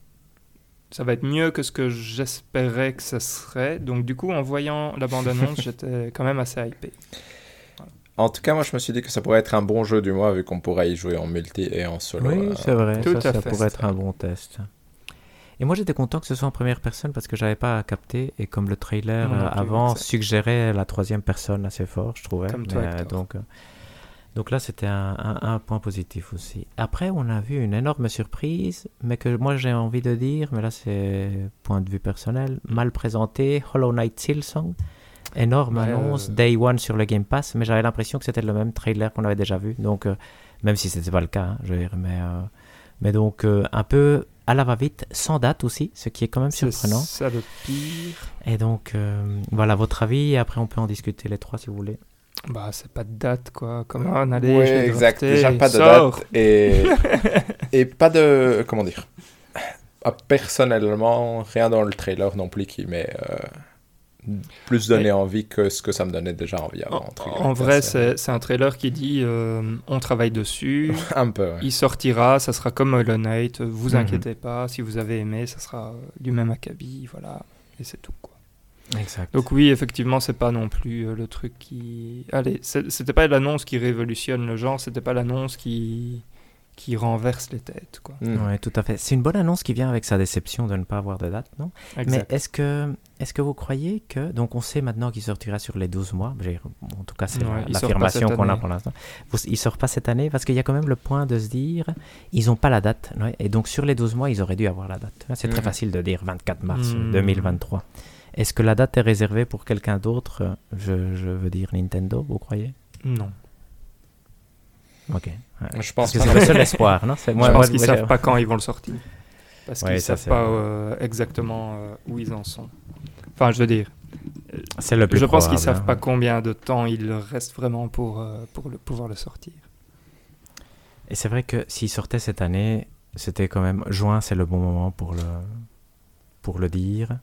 ça va être mieux que ce que j'espérais que ça serait. Donc du coup, en voyant la bande-annonce, j'étais quand même assez hypé. En tout cas, moi, je me suis dit que ça pourrait être un bon jeu du mois, vu qu'on pourrait y jouer en multi et en solo. Oui, euh... c'est vrai. Tout ça, à ça fait, pourrait être un bon test. Et moi, j'étais content que ce soit en première personne parce que j'avais pas capté. Et comme le trailer non, euh, non, avant suggérait la troisième personne assez fort, je trouvais. Comme toi, euh, donc, euh, donc là, c'était un, un, un point positif aussi. Après, on a vu une énorme surprise, mais que moi, j'ai envie de dire, mais là, c'est point de vue personnel, mal présenté, Hollow Knight Silksong. Énorme ouais, annonce, euh... Day One sur le Game Pass, mais j'avais l'impression que c'était le même trailer qu'on avait déjà vu, donc euh, même si c'était pas le cas, hein, je veux dire, mais, euh, mais donc euh, un peu à la va-vite, sans date aussi, ce qui est quand même c'est surprenant. C'est ça le pire. Et donc euh, voilà votre avis, et après on peut en discuter les trois si vous voulez. Bah c'est pas de date quoi, comment on allait. Oui, exact, déjà pas de sort. date et et pas de comment dire. Ah, personnellement, rien dans le trailer non plus qui met euh... plus donné mais, envie que ce que ça me donnait déjà envie avant. En, en vrai, c'est, c'est un trailer qui dit euh, on travaille dessus, un peu, ouais. Il sortira, ça sera comme Hollow Knight, vous Mm-hmm. inquiétez pas, si vous avez aimé, ça sera du même acabit, voilà, et c'est tout quoi. Exact. Donc oui, effectivement, c'est pas non plus euh, le truc qui... Allez, c'est, c'était pas l'annonce qui révolutionne le genre, c'était pas l'annonce qui... qui renverse les têtes, quoi. Mmh. Oui, tout à fait. C'est une bonne annonce qui vient avec sa déception de ne pas avoir de date, non ? Exact. Mais est-ce que, est-ce que vous croyez que... Donc, on sait maintenant qu'il sortira sur les douze mois. En tout cas, c'est ouais, la, l'affirmation qu'on a pour l'instant. Il ne sort pas cette année parce qu'il y a quand même le point de se dire ils n'ont pas la date. Ouais, et donc, sur les douze mois, ils auraient dû avoir la date. C'est mmh. très facile de dire vingt-quatre mars mmh. deux mille vingt-trois. Est-ce que la date est réservée pour quelqu'un d'autre ? je, je veux dire Nintendo, vous croyez ? Non. Ok. Ouais. Je pense que c'est le seul espoir, non ? C'est moi, je pense moi, qu'ils ne savent pas quand ils vont le sortir. Parce ouais, qu'ils ne ça, savent pas euh, exactement euh, où ils en sont. Enfin, je veux dire, C'est le plus Je pense probable, qu'ils savent hein. pas combien de temps il leur reste vraiment pour, euh, pour le, pouvoir le sortir. Et c'est vrai que s'il sortait cette année, c'était quand même... Juin, c'est le bon moment pour le, pour le dire.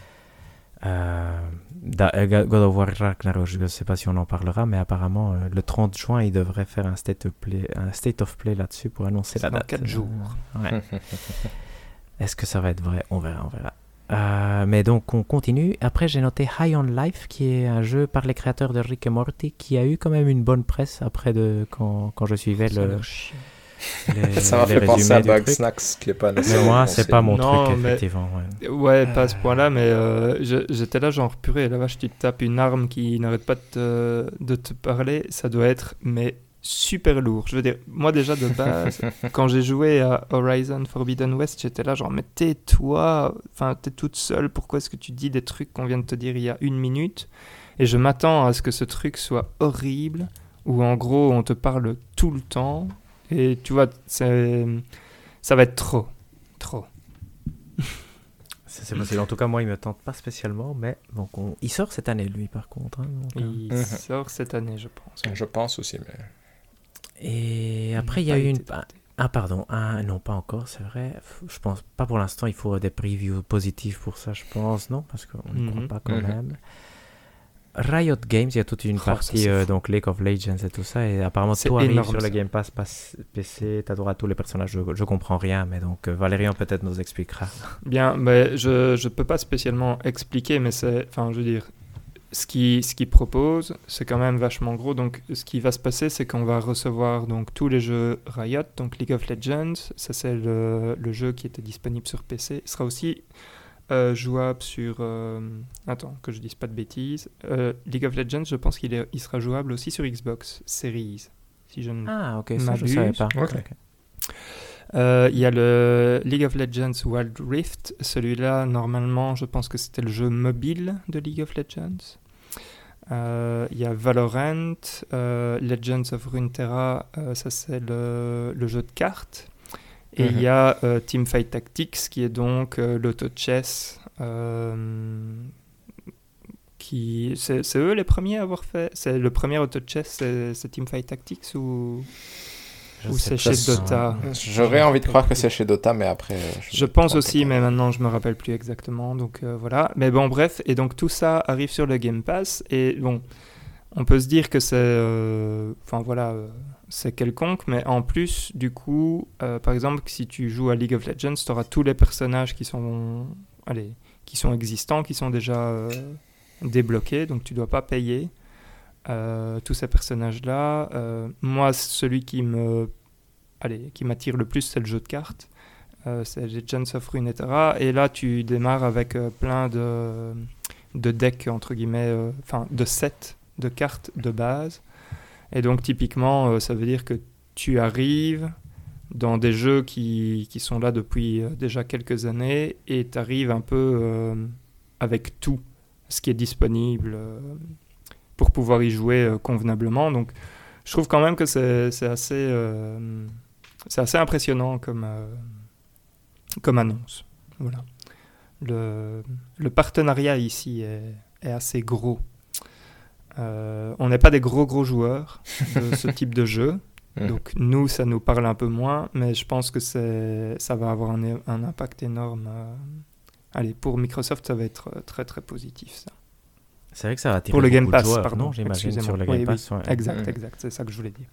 Euh, da- God of War Ragnarok, je ne sais pas si on en parlera, mais apparemment, euh, le trente juin, il devrait faire un state of play, un state of play là-dessus pour annoncer C'est la dans date. quatre jours. Euh, ouais. Est-ce que ça va être vrai? On verra, on verra. Euh, mais donc, on continue. Après, j'ai noté High on Life, qui est un jeu par les créateurs de Rick et Morty, qui a eu quand même une bonne presse après de, quand, quand je suivais Ça a le... l'air chiant. les, Ça m'a les fait penser à résumés du truc. Bugsnax qui est pas Mais nécessairement moi, c'est pensé. pas mon Non, truc, mais- effectivement. Ouais. Ouais, pas à ce point-là, mais euh, je- j'étais là genre purée, la vache, tu te tapes une arme qui n'arrête pas de te, de te parler, ça doit être mais super lourd. Je veux dire, moi déjà de base, quand j'ai joué à Horizon Forbidden West, j'étais là genre mais tais-toi, enfin t'es toute seule, pourquoi est-ce que tu dis des trucs qu'on vient de te dire il y a une minute? Et je m'attends à ce que ce truc soit horrible, où en gros on te parle tout le temps, et tu vois, c'est, ça va être trop, trop. C'est c'est possible. En tout cas, moi, il me tente pas spécialement, mais donc on... il sort cette année, lui, par contre. hein, donc, euh. Il Mhm. sort cette année, je pense. Je pense aussi, mais... Et après, il y a Pas eu une. été tenté. Ah, pardon. Ah, non, pas encore, c'est vrai. F- Je pense pas pour l'instant. Il faut des previews positifs pour ça, je pense, non? Parce qu'on n'y croit Mhm. pas quand Mhm. même. Riot Games, il y a toute une Oh, ça, partie, c'est euh, fou. donc League of Legends et tout ça. Et apparemment, C'est tout arrive énorme, sur le ça. Game Pass, pass- P C. T'as droit à tous les personnages. Je, je comprends rien, mais donc euh, Valérian peut-être nous expliquera. Bien, mais je je peux pas spécialement expliquer, mais c'est, enfin, je veux dire, ce qui ce qu'il propose, c'est quand même vachement gros. Donc, ce qui va se passer, c'est qu'on va recevoir donc tous les jeux Riot, donc League of Legends, ça c'est le, le jeu qui était disponible sur P C, sera aussi euh, jouable sur. euh, attends, que je dise pas de bêtises. Euh, League of Legends, je pense qu'il est, il sera jouable aussi sur Xbox Series, si je ne Ah, ok, ça, je M'abuse. savais pas. Ok. Ok. Euh, Il y a le League of Legends Wild Rift. Celui-là, normalement, je pense que c'était le jeu mobile de League of Legends. Euh, Il y a Valorant, euh, Legends of Runeterra, euh, ça c'est le, le jeu de cartes. Et il Mhm. y a euh, Teamfight Tactics, qui est donc euh, l'auto-chess. euh, qui... C'est c'est eux les premiers à avoir fait. C'est le premier auto-chess, c'est c'est Teamfight Tactics ou... Je Ou sais c'est pas chez ça. Dota. J'aurais envie de croire que c'est chez Dota, mais après... euh, Je me pense trompe aussi, pas. mais maintenant je me rappelle plus exactement. Donc euh, voilà. Mais bon, bref. Et donc tout ça arrive sur le Game Pass. Et bon, on peut se dire que c'est, euh, enfin voilà, euh, c'est quelconque. Mais en plus, du coup, euh, par exemple, si tu joues à League of Legends, tu auras tous les personnages qui sont, allez, qui sont existants, qui sont déjà euh, débloqués. Donc tu dois pas payer euh, tous ces personnages-là. Euh, moi, celui qui me, allez, qui m'attire le plus, c'est le jeu de cartes. Euh, c'est Legends of Runeterra, et là tu démarres avec euh, plein de, de decks, entre guillemets, enfin de sets de cartes de base, et donc typiquement euh, ça veut dire que tu arrives dans des jeux qui, qui sont là depuis euh, déjà quelques années, et tu arrives un peu euh, avec tout ce qui est disponible euh, pour pouvoir y jouer euh, convenablement. Donc je trouve quand même que c'est, c'est assez... euh, c'est assez impressionnant comme, euh, comme annonce. Voilà. Le, le partenariat ici est, est assez gros. Euh, on n'est pas des gros gros joueurs de ce type de jeu. Mhm. Donc nous, ça nous parle un peu moins, mais je pense que c'est, ça va avoir un, un impact énorme. euh. Allez, pour Microsoft, ça va être très très positif, ça. C'est vrai que ça va attirer Pour le beaucoup Game de Pass, joueurs, pardon. non, j'imagine, Excusez-moi. sur le Oui, Game oui. Pass. ouais. Exact, Mhm. exact, c'est ça que je voulais dire.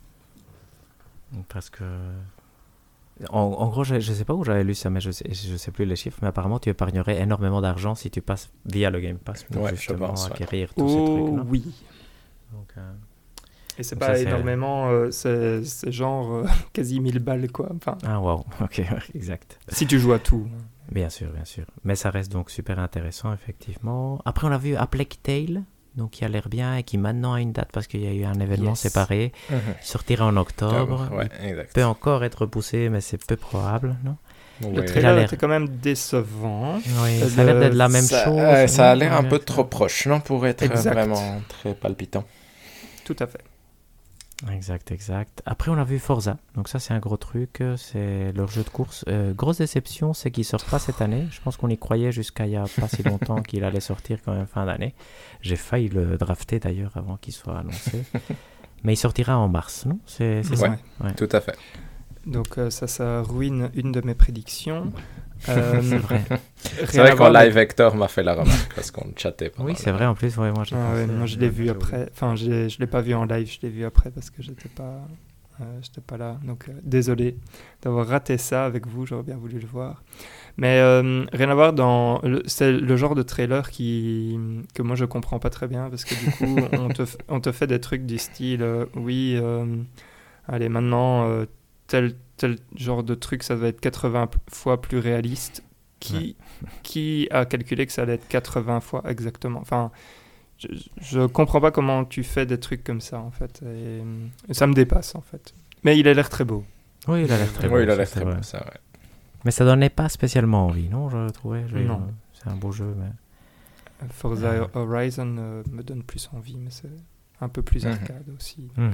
Parce que... En, en gros, je ne sais pas où j'avais lu ça, mais je ne sais, je sais plus les chiffres, mais apparemment, tu épargnerais énormément d'argent si tu passes via le Game Pass pour Ouais, je justement pense, ouais. acquérir tous ces trucs. Oh non oui. Donc, euh, Et c'est Donc pas ça, c'est- énormément, euh, c'est, c'est genre euh, quasi mille balles, quoi. Enfin, Ah, wow, ok, exact. si tu joues à tout. Bien sûr, bien sûr. Mais ça reste donc super intéressant, effectivement. Après, on a vu A Plague Tale, donc qui a l'air bien et qui maintenant a une date parce qu'il y a eu un événement Yes. séparé. Mhm. Il sortira en octobre. Ouais, Il exact. peut encore être repoussé, mais c'est peu probable, non? Le Ouais. Il a trailer l'air- était quand même décevant. Oui, Euh, ça a l'air le- d'être la même ça, chose. ouais, ça a non? l'air un Ouais, peu ça- trop proche, non, pour être Exact. vraiment très palpitant. Tout à fait. Exact, exact. Après, on a vu Forza. Donc ça, c'est un gros truc. C'est leur jeu de course. Euh, grosse déception, c'est qu'il sort pas cette année. Je pense qu'on y croyait jusqu'à il y a pas si longtemps qu'il allait sortir quand même fin d'année. J'ai failli le drafter d'ailleurs avant qu'il soit annoncé. Mais il sortira en mars, non? C'est, c'est ouais, ça ouais, tout à fait. Donc euh, ça, ça ruine une de mes prédictions. Euh, c'est vrai. C'est vrai qu'en live, mais... Hector m'a fait la remarque parce qu'on chattait. Oui, c'est vrai en plus. Ouais, moi, j'ai ah, ouais, moi, je l'ai vu après. Enfin, j'ai, je l'ai pas vu en live, je l'ai vu après parce que j'étais pas, euh, j'étais pas là. Donc euh, désolé d'avoir raté ça avec vous. J'aurais bien voulu le voir. Mais euh, rien à voir dans. Le, c'est le genre de trailer qui que moi je comprends pas très bien parce que du coup on te on te fait des trucs du style euh, oui, euh, allez maintenant euh, tel tel genre de truc, ça va être quatre-vingts fois plus réaliste. Qui, ouais. qui a calculé que ça allait être quatre-vingts fois exactement? Enfin, je, je comprends pas comment tu fais des trucs comme ça, en fait. Et, et ça me dépasse, en fait. Mais il a l'air très beau. Oui, il a l'air très oui, beau. Oui, il a l'air très beau, ça, ouais. Mais ça donnait pas spécialement envie, non? Je trouvais. Je non. Dire, c'est un beau jeu, mais... Forza euh... Horizon euh, me donne plus envie, mais c'est un peu plus arcade mm-hmm. aussi. Mm-hmm.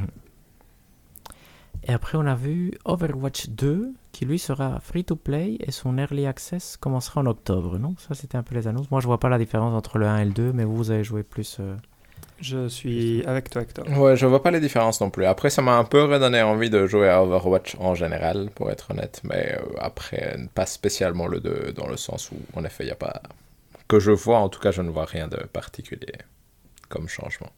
Et après, on a vu Overwatch deux, qui lui sera free-to-play, et son Early Access commencera en octobre, non? Ça, c'était un peu les annonces. Moi, je vois pas la différence entre le un et le deux, mais vous, vous avez joué plus... Euh... Je suis avec toi, Hector. Ouais, je vois pas les différences non plus. Après, ça m'a un peu redonné envie de jouer à Overwatch en général, pour être honnête, mais euh, après, pas spécialement le deux, dans le sens où, en effet, il n'y a pas... Que je vois, en tout cas, je ne vois rien de particulier comme changement.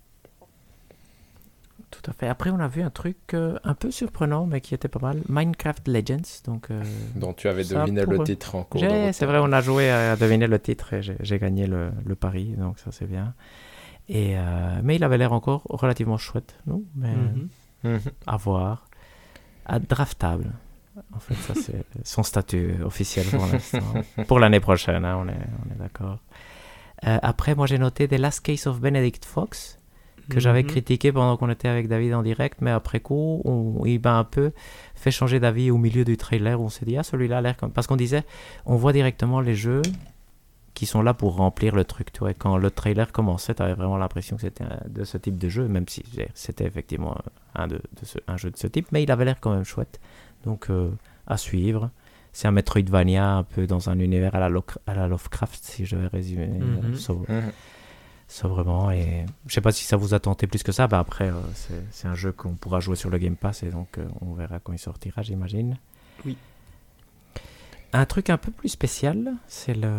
Tout à fait. Après, on a vu un truc euh, un peu surprenant, mais qui était pas mal. Minecraft Legends. Donc, euh, dont tu avais deviné le titre en cours. J'ai, c'est vrai, on a joué à deviner le titre et j'ai, j'ai gagné le, le pari, donc ça c'est bien. Et, euh, mais il avait l'air encore relativement chouette, non? Mais mm-hmm. Mm-hmm. à voir. À draftable. En fait, ça c'est son statut officiel pour l'instant. Pour l'année prochaine, hein, on, est, on est d'accord. Euh, après, moi j'ai noté The Last Case of Benedict Fox, que j'avais mm-hmm. critiqué pendant qu'on était avec David en direct, mais après coup, on, il m'a un peu fait changer d'avis au milieu du trailer, où on s'est dit, ah, celui-là a l'air comme... Parce qu'on disait, on voit directement les jeux qui sont là pour remplir le truc, tu vois. Et quand le trailer commençait, tu avais vraiment l'impression que c'était un, de ce type de jeu, même si c'était effectivement un, de, de ce, un jeu de ce type, mais il avait l'air quand même chouette. Donc, euh, à suivre. C'est un Metroidvania un peu dans un univers à la, Lo- à la Lovecraft, si je vais résumer. Mm-hmm. So, mm-hmm. Sobrement, et je sais pas si ça vous a tenté plus que ça. Bah après, euh, c'est, c'est un jeu qu'on pourra jouer sur le Game Pass et donc euh, on verra quand il sortira, j'imagine. Oui. Un truc un peu plus spécial, c'est le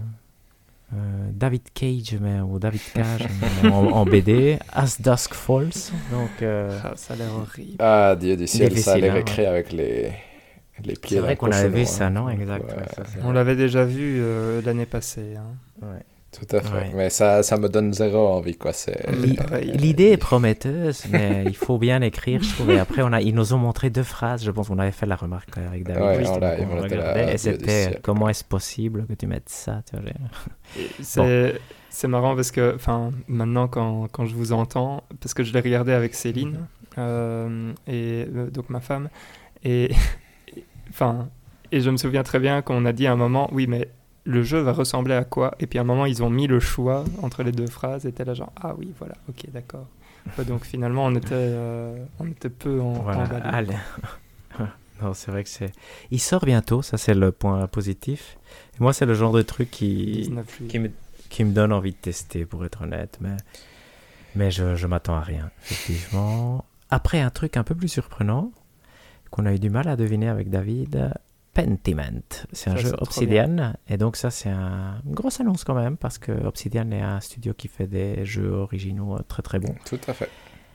euh, David Cage, mais, ou David Cage en, en B D, As Dusk Falls. Donc, euh, ah, ça a l'air horrible. Ah, Dieu du ciel, ça a l'air écrit avec les, les pieds. C'est vrai qu'on avait vu hein. ça, non? Exact. Ouais. Ouais, ça, on vrai. L'avait déjà vu euh, l'année passée. Hein. Ouais. Tout à fait, ouais. mais ça, ça me donne zéro envie, quoi. C'est... L'idée est prometteuse, mais il faut bien écrire, je trouve. Et après, on a, ils nous ont montré deux phrases, je pense qu'on avait fait la remarque avec David. Ouais, oui, on l'a, on regardait, et c'était « Comment est-ce possible que tu mettes ça ?» tu vois, c'est, bon. c'est marrant parce que, enfin, maintenant, quand, quand je vous entends, parce que je l'ai regardé avec Céline, mm-hmm. euh, et euh, donc ma femme, et, enfin, et je me souviens très bien qu'on a dit à un moment « Oui, mais... » le jeu va ressembler à quoi? Et puis à un moment, ils ont mis le choix entre les deux phrases, et t'es là genre, ah oui, voilà, ok, d'accord. Ouais, donc finalement, on était, euh, on était peu en, voilà, emballés. Allez. Non, c'est vrai que c'est... Il sort bientôt, ça c'est le point positif. Et moi, c'est le genre de truc qui, qui, me, qui me donne envie de tester, pour être honnête. Mais, mais je, je m'attends à rien, effectivement. Après, un truc un peu plus surprenant, qu'on a eu du mal à deviner avec David... Pentiment, c'est un ça, jeu c'est Obsidian, et donc ça c'est un... une grosse annonce quand même, parce que Obsidian est un studio qui fait des jeux originaux très très bons. Tout à fait.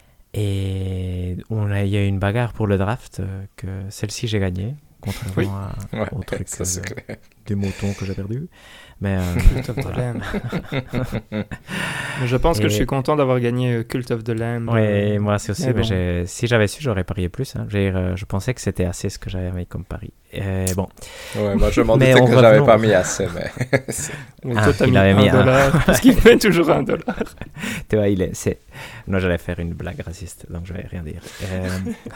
Et on a, il y a eu une bagarre pour le draft, euh, que celle-ci j'ai gagné, contrairement oui. à, ouais, au truc ça, euh, du mouton que j'ai perdu. Mais euh, Cult of the Lamb. Mais je pense et... que je suis content d'avoir gagné Cult of the Lamb. Oui, euh... moi c'est aussi. Mais bon. j'ai... Si j'avais su, j'aurais parié plus. Hein. J'ai, euh, je pensais que c'était assez ce que j'avais mis comme pari. Et bon. Ouais, moi je m'en doutais que revenons... j'avais pas mis assez, mais. ah, toi t'as mis un mis dollar un... parce qu'il fait toujours un dollar. Tu vois, il est. C'est... Non, j'allais faire une blague raciste, donc je vais rien dire. Euh...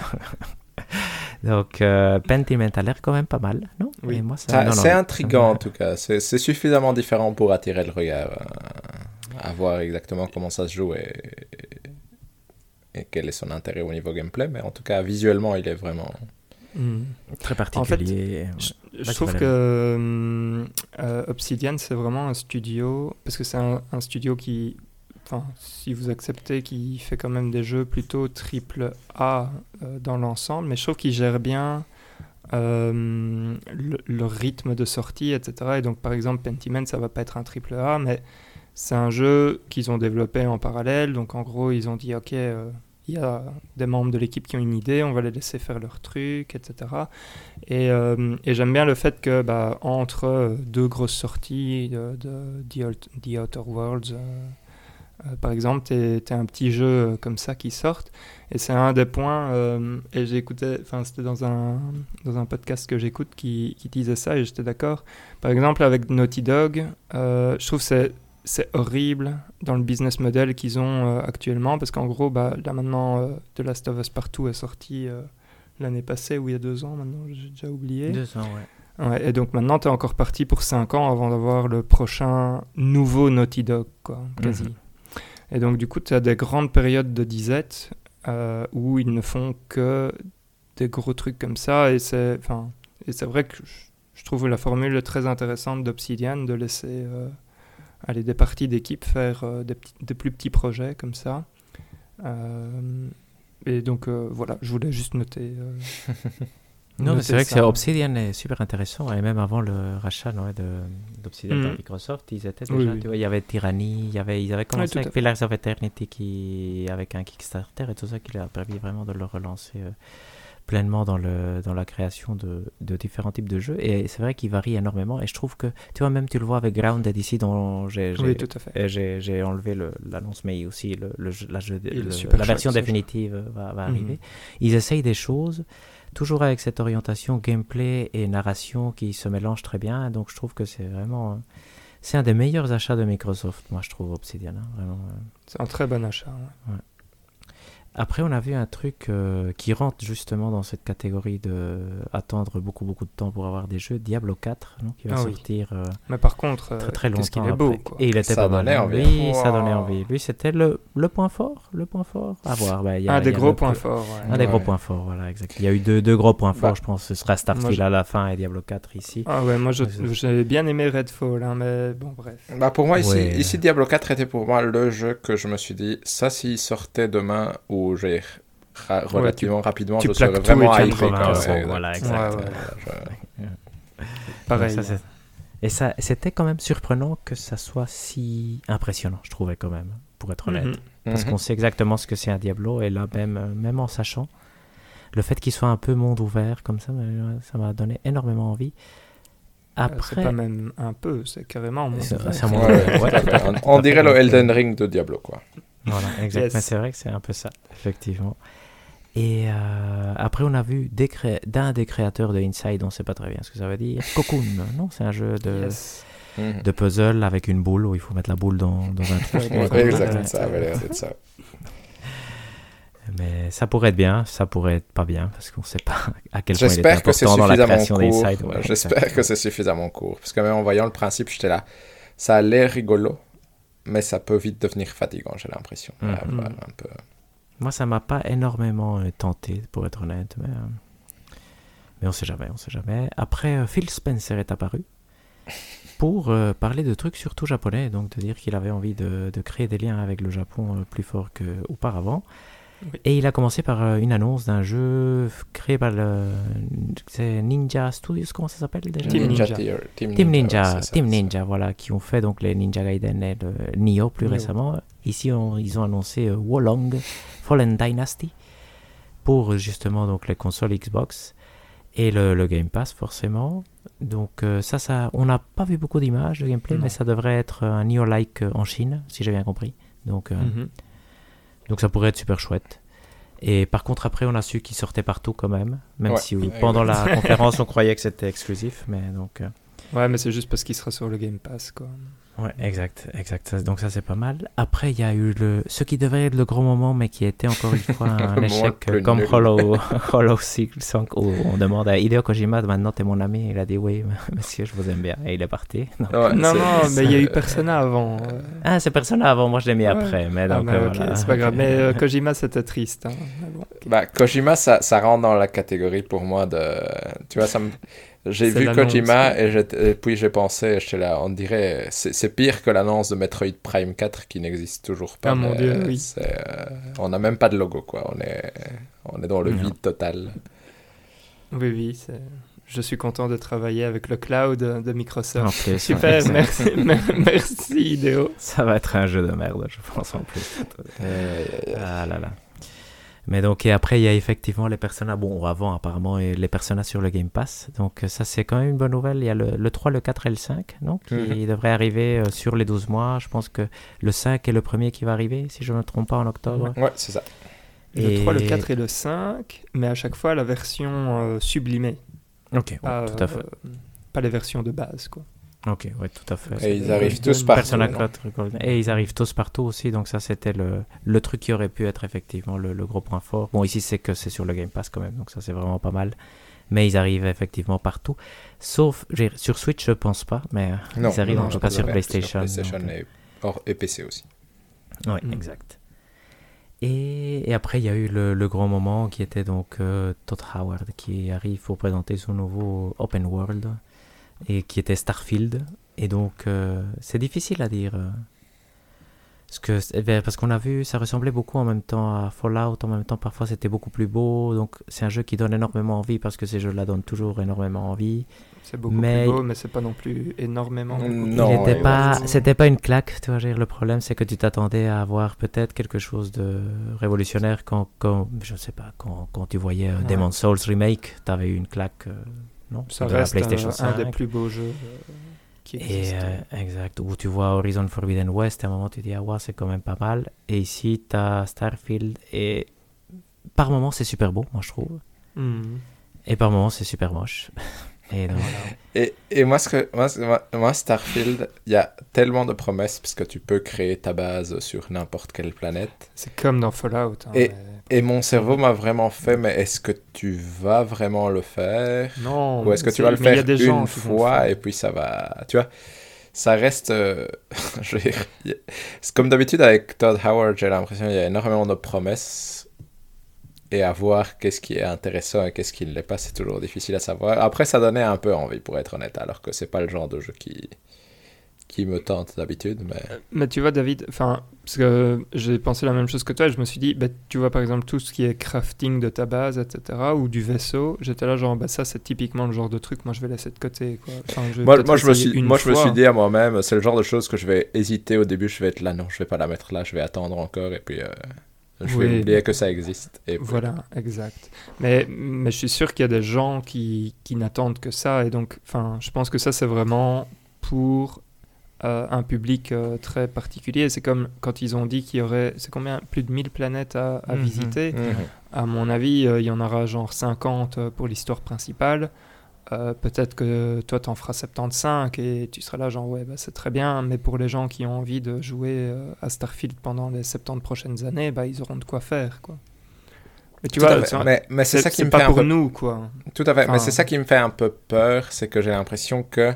Donc, euh, Pentiment a l'air quand même pas mal, non? Oui, et moi, ça, ça, non, c'est non, intriguant non. en tout cas. C'est, c'est suffisamment différent pour attirer le regard, euh, à voir exactement comment ça se joue. Et, et quel est son intérêt au niveau gameplay, mais en tout cas, visuellement, il est vraiment... Mm. Très particulier. En fait, je, je trouve que euh, Obsidian, c'est vraiment un studio, parce que c'est un, un studio qui, enfin, si vous acceptez, qui fait quand même des jeux plutôt triple A euh, dans l'ensemble, mais je trouve qu'il gère bien euh, le, le rythme de sortie, et cetera. Et donc, par exemple, Pentiment, ça va pas être un triple A, mais c'est un jeu qu'ils ont développé en parallèle. Donc, en gros, ils ont dit, OK... Euh, il y a des membres de l'équipe qui ont une idée, on va les laisser faire leur truc, et cetera. Et, euh, et j'aime bien le fait que bah, entre deux grosses sorties de, de The, Out- The Outer Worlds, euh, euh, par exemple, tu as un petit jeu comme ça qui sort. Et c'est un des points, euh, et j'écoutais, enfin c'était dans un, dans un podcast que j'écoute qui, qui disait ça, et j'étais d'accord. Par exemple, avec Naughty Dog, euh, je trouve que c'est c'est horrible dans le business model qu'ils ont euh, actuellement, parce qu'en gros, bah, là maintenant, euh, The Last of Us Partout est sorti euh, l'année passée, ou il y a deux ans maintenant, j'ai déjà oublié. Deux ans, ouais. Ouais, et donc maintenant, tu es encore parti pour cinq ans avant d'avoir le prochain nouveau Naughty Dog, quoi, quasi. Mm-hmm. Et donc, du coup, tu as des grandes périodes de disette euh, où ils ne font que des gros trucs comme ça, et c'est, et c'est vrai que je, je trouve la formule très intéressante d'Obsidian de laisser... Euh, aller des parties d'équipe faire euh, des, petits, des plus petits projets comme ça. Euh, et donc euh, voilà, je voulais juste noter. Euh, non, mais c'est vrai ça. Que Obsidian est super intéressant, et même avant le rachat non, de, d'Obsidian mmh. par Microsoft, ils étaient déjà, oui, oui. Tu vois, il y avait Tyranny, il y avait, ils avaient commencé oui, avec Pillars of Eternity qui, avec un Kickstarter et tout ça qui leur a permis vraiment de le relancer euh, pleinement dans, le, dans la création de, de différents types de jeux, et c'est vrai qu'il varie énormément, et je trouve que, tu vois, même tu le vois avec Grounded ici, dont j'ai, j'ai, oui, tout à fait. j'ai, j'ai enlevé le, l'annonce, mais aussi le, le, la, jeu, le, le, la version définitive va, va arriver. Mm-hmm. Ils essayent des choses, toujours avec cette orientation gameplay et narration qui se mélangent très bien, donc je trouve que c'est vraiment... C'est un des meilleurs achats de Microsoft, moi je trouve, Obsidian. Hein, vraiment. C'est un très bon achat. Ouais. Ouais. Après, on a vu un truc euh, qui rentre justement dans cette catégorie de attendre beaucoup beaucoup de temps pour avoir des jeux, Diablo quatre, non, qui va ah sortir oui. euh, mais par contre, très très longtemps. Qu'est-ce qu'il est beau, quoi. Et il était ça pas donnait mal. envie. Oui, wow. ça donnait envie. Lui, c'était le, le point fort, le point fort à voir. Bah, y a, un des y a gros points forts. Ouais. Un ouais. des gros points forts, voilà, exact. Il y a eu deux, deux gros points forts, bah, je pense. Ce sera Starfield je... à la fin et Diablo quatre ici. Ah ouais, moi je, j'ai bien aimé Redfall, hein, mais bon, bref. Bah pour moi ici, ouais. ici Diablo quatre était pour moi le jeu que je me suis dit, ça s'il sortait demain ou j'ai Ra- relativement ouais, tu, rapidement, tu je serais vraiment hypé. Ouais, voilà, exact. Ouais, ouais. Je... Pareil. Ça, et ça, c'était quand même surprenant que ça soit si impressionnant, je trouvais quand même, pour être honnête. Mm-hmm. Parce mm-hmm. qu'on sait exactement ce que c'est un Diablo, et là, même, même en sachant, le fait qu'il soit un peu monde ouvert, comme ça, ça m'a donné énormément envie. Après... C'est pas même un peu, c'est carrément un monde c'est, ouvert. C'est un monde ouvert. Ouais, ouais, on, on dirait le Elden Ring de Diablo, quoi. Voilà, exactement. Yes. C'est vrai que c'est un peu ça, effectivement. Et euh, après, on a vu des cré... d'un des créateurs de Inside, on ne sait pas très bien ce que ça veut dire. Cocoon, non, c'est un jeu de, yes. mm-hmm. de puzzle avec une boule où il faut mettre la boule dans, dans un trou. Oui, exactement, ça avait l'air d'être ça. Mais ça pourrait être bien, ça pourrait être pas bien, parce qu'on ne sait pas à quel J'espère point il est important dans la création d'Inside. Ouais, J'espère exactement. que c'est suffisamment court, parce que même en voyant le principe, j'étais là, ça a l'air rigolo, mais ça peut vite devenir fatigant, j'ai l'impression. Mm-hmm. Avoir un peu... Moi, ça m'a pas énormément euh, tenté, pour être honnête, mais, euh, mais on sait jamais, on sait jamais. Après, euh, Phil Spencer est apparu pour euh, parler de trucs surtout japonais, donc de dire qu'il avait envie de, de créer des liens avec le Japon euh, plus fort qu'auparavant. Oui. Et il a commencé par euh, une annonce d'un jeu créé par le c'est Ninja Studios, comment ça s'appelle déjà? Team Ninja. Ninja. Team, Team Ninja, Ninja, Team Ninja, voilà, qui ont fait donc les Ninja Gaiden et le Nioh plus Nioh. récemment. Ici, on, ils ont annoncé euh, Wolong Fallen Dynasty pour justement donc les consoles Xbox et le, le Game Pass forcément. Donc euh, ça, ça, on n'a pas vu beaucoup d'images de gameplay, non. mais ça devrait être un Nioh-like en Chine, si j'ai bien compris. Donc, euh, mm-hmm. donc ça pourrait être super chouette. Et par contre, après, on a su qu'il sortait partout quand même, même ouais. si oui, pendant la conférence, on croyait que c'était exclusif, mais donc... Euh... Ouais, mais c'est juste parce qu'il sera sur le Game Pass, quoi. Ouais, exact, exact. Ça- donc ça c'est pas mal. Après il y a eu le ce qui devait être le gros moment mais qui était encore une fois un Moi, échec le euh, plus comme nul. Hollow Hollow Silk où on demande à Hideo Kojima maintenant t'es mon ami, il a dit oui monsieur je vous aime bien et il est parti. Donc- Ouais, non, c'est- non, mais il y a eu c'est- Persona avant. euh. Ah c'est Persona avant, moi je l'ai mis Ouais. après mais Ah, donc mais euh, ok, voilà. c'est pas grave. Mais euh, Kojima, c'était triste. Hein. Mais bon, ok. Bah, Kojima, ça, ça rentre dans la catégorie pour moi de... Tu vois, ça me... J'ai C'est vu l'annonce, Kojima quoi. et, j'étais- et puis j'ai pensé, j'étais là, on dirait, c'est c'est pire que l'annonce de Metroid Prime quatre qui n'existe toujours pas. Ah, mon mais Dieu, oui. c'est, euh, on n'a même pas de logo, quoi. On est, on est dans le Non. vide total. Oui, oui. c'est- Je suis content de travailler avec le cloud de Microsoft. En plus, ouais, Super, exact. merci, mer- merci Hideo. Ça va être un jeu de merde je pense en plus. Euh, Ah là là. Mais donc, et après, il y a effectivement les personnages. Bon, avant, apparemment, et les personnages sur le Game Pass. Donc, euh, ça, c'est quand même une bonne nouvelle. Il y a le, le trois, le quatre et le cinq, non qui Mhm. devraient arriver euh, sur les douze mois. Je pense que le cinq est le premier qui va arriver, si je ne me trompe pas, en octobre. Ouais, c'est ça. Le Et- trois, le quatre et le cinq, mais à chaque fois la version euh, sublimée. Ok, ouais, Pas, tout à fait. euh, pas les versions de base, quoi. Ok, ouais, tout à fait. Et ils c'est- arrivent euh, tous bonne partout. Persona non quatre Recording. Et ils arrivent tous partout aussi, donc ça c'était le, le truc qui aurait pu être effectivement le, le gros point fort. Bon, ici c'est que c'est sur le Game Pass quand même, donc ça c'est vraiment pas mal. Mais ils arrivent effectivement partout. Sauf, j'ai- sur Switch je pense pas, mais euh, Non, ils arrivent non, en je tout cas pense sur pas. PlayStation. PlayStation donc, et, or- et P C aussi. euh, ouais, Mm. exact. Et, et après il y a eu le, le grand moment qui était donc euh, Todd Howard qui arrive pour présenter son nouveau Open World et qui était Starfield. Et donc, euh, c'est difficile à dire. euh, parce que, eh ben, parce qu'on a vu, ça ressemblait beaucoup en même temps à Fallout, en même temps parfois c'était beaucoup plus beau. Donc, c'est un jeu qui donne énormément envie parce que ces jeux-là donnent toujours énormément envie. C'est beaucoup Mais- plus beau, mais c'est pas non plus énormément. beaucoup plus Non, Il beau. était ouais, pas, ouais. c'était pas une claque, tu vois. je veux dire, Le problème, c'est que tu t'attendais à avoir peut-être quelque chose de révolutionnaire quand, quand je sais pas, quand, quand tu voyais euh, Ouais. Demon's Souls Remake, t'avais eu une claque, euh, non, Ça de la reste PlayStation un, un des cinq. plus beaux jeux euh, qui Et existent. euh, exact, où tu vois Horizon Forbidden West, à un moment tu dis ah ouais, c'est quand même pas mal. Et ici tu as Starfield et par moments c'est super beau, moi je trouve. Mhm. Et par moments c'est super moche. Et donc, Et, et moi, ce que, moi, ce- moi, moi, Starfield, il y a tellement de promesses parce que tu peux créer ta base sur n'importe quelle planète. C'est comme dans Fallout. hein, Et- mais- Et mon cerveau m'a vraiment fait, mais est-ce que tu vas vraiment le faire? Non. Ou est-ce que tu c'est- vas le mais il y a faire des gens une qui vont le fois faire. et puis ça va... Tu vois, ça reste... euh, je veux dire, y a- c'est comme d'habitude avec Todd Howard, j'ai l'impression qu'il y a énormément de promesses. Et à voir qu'est-ce qui est intéressant et qu'est-ce qui ne l'est pas, c'est toujours difficile à savoir. Après, ça donnait un peu envie, pour être honnête, alors que c'est pas le genre de jeu qui, qui me tente d'habitude. Mais... Mais tu vois, David, enfin, parce que j'ai pensé la même chose que toi, je me suis dit, bah, tu vois, par exemple, tout ce qui est crafting de ta base, et cetera, ou du vaisseau, j'étais là, genre, bah, ça, c'est typiquement le genre de truc, moi, je vais laisser de côté, quoi. Enfin, je vais Moi, peut-être moi, je me essayer suis, une moi je me fois. suis dit à moi-même, c'est le genre de choses que je vais hésiter au début, je vais être là, non, je vais pas la mettre là, je vais attendre encore, et puis euh, je vais Oui. oublier que ça existe. Et puis- Voilà, exact. Mais, mais je suis sûr qu'il y a des gens qui, qui n'attendent que ça, et donc, enfin, je pense que ça, c'est vraiment pour euh, un public euh, très particulier. C'est comme quand ils ont dit qu'il y aurait, c'est combien, plus de mille planètes à, à Mhm. visiter. Mhm. À mon avis, euh, il y en aura genre cinquante euh, pour l'histoire principale. Euh, peut-être que toi, t'en feras soixante-quinze et tu seras là genre, ouais, bah, c'est très bien, mais pour les gens qui ont envie de jouer euh, à Starfield pendant les soixante-dix prochaines années, bah, ils auront de quoi faire, quoi. Mais tu Tout à vois, fait. c'est- mais, mais c'est c'est ça qui c'est me pas fait un pour peu... nous, quoi. Tout à fait, Enfin- mais c'est ça qui me fait un peu peur, c'est que j'ai l'impression que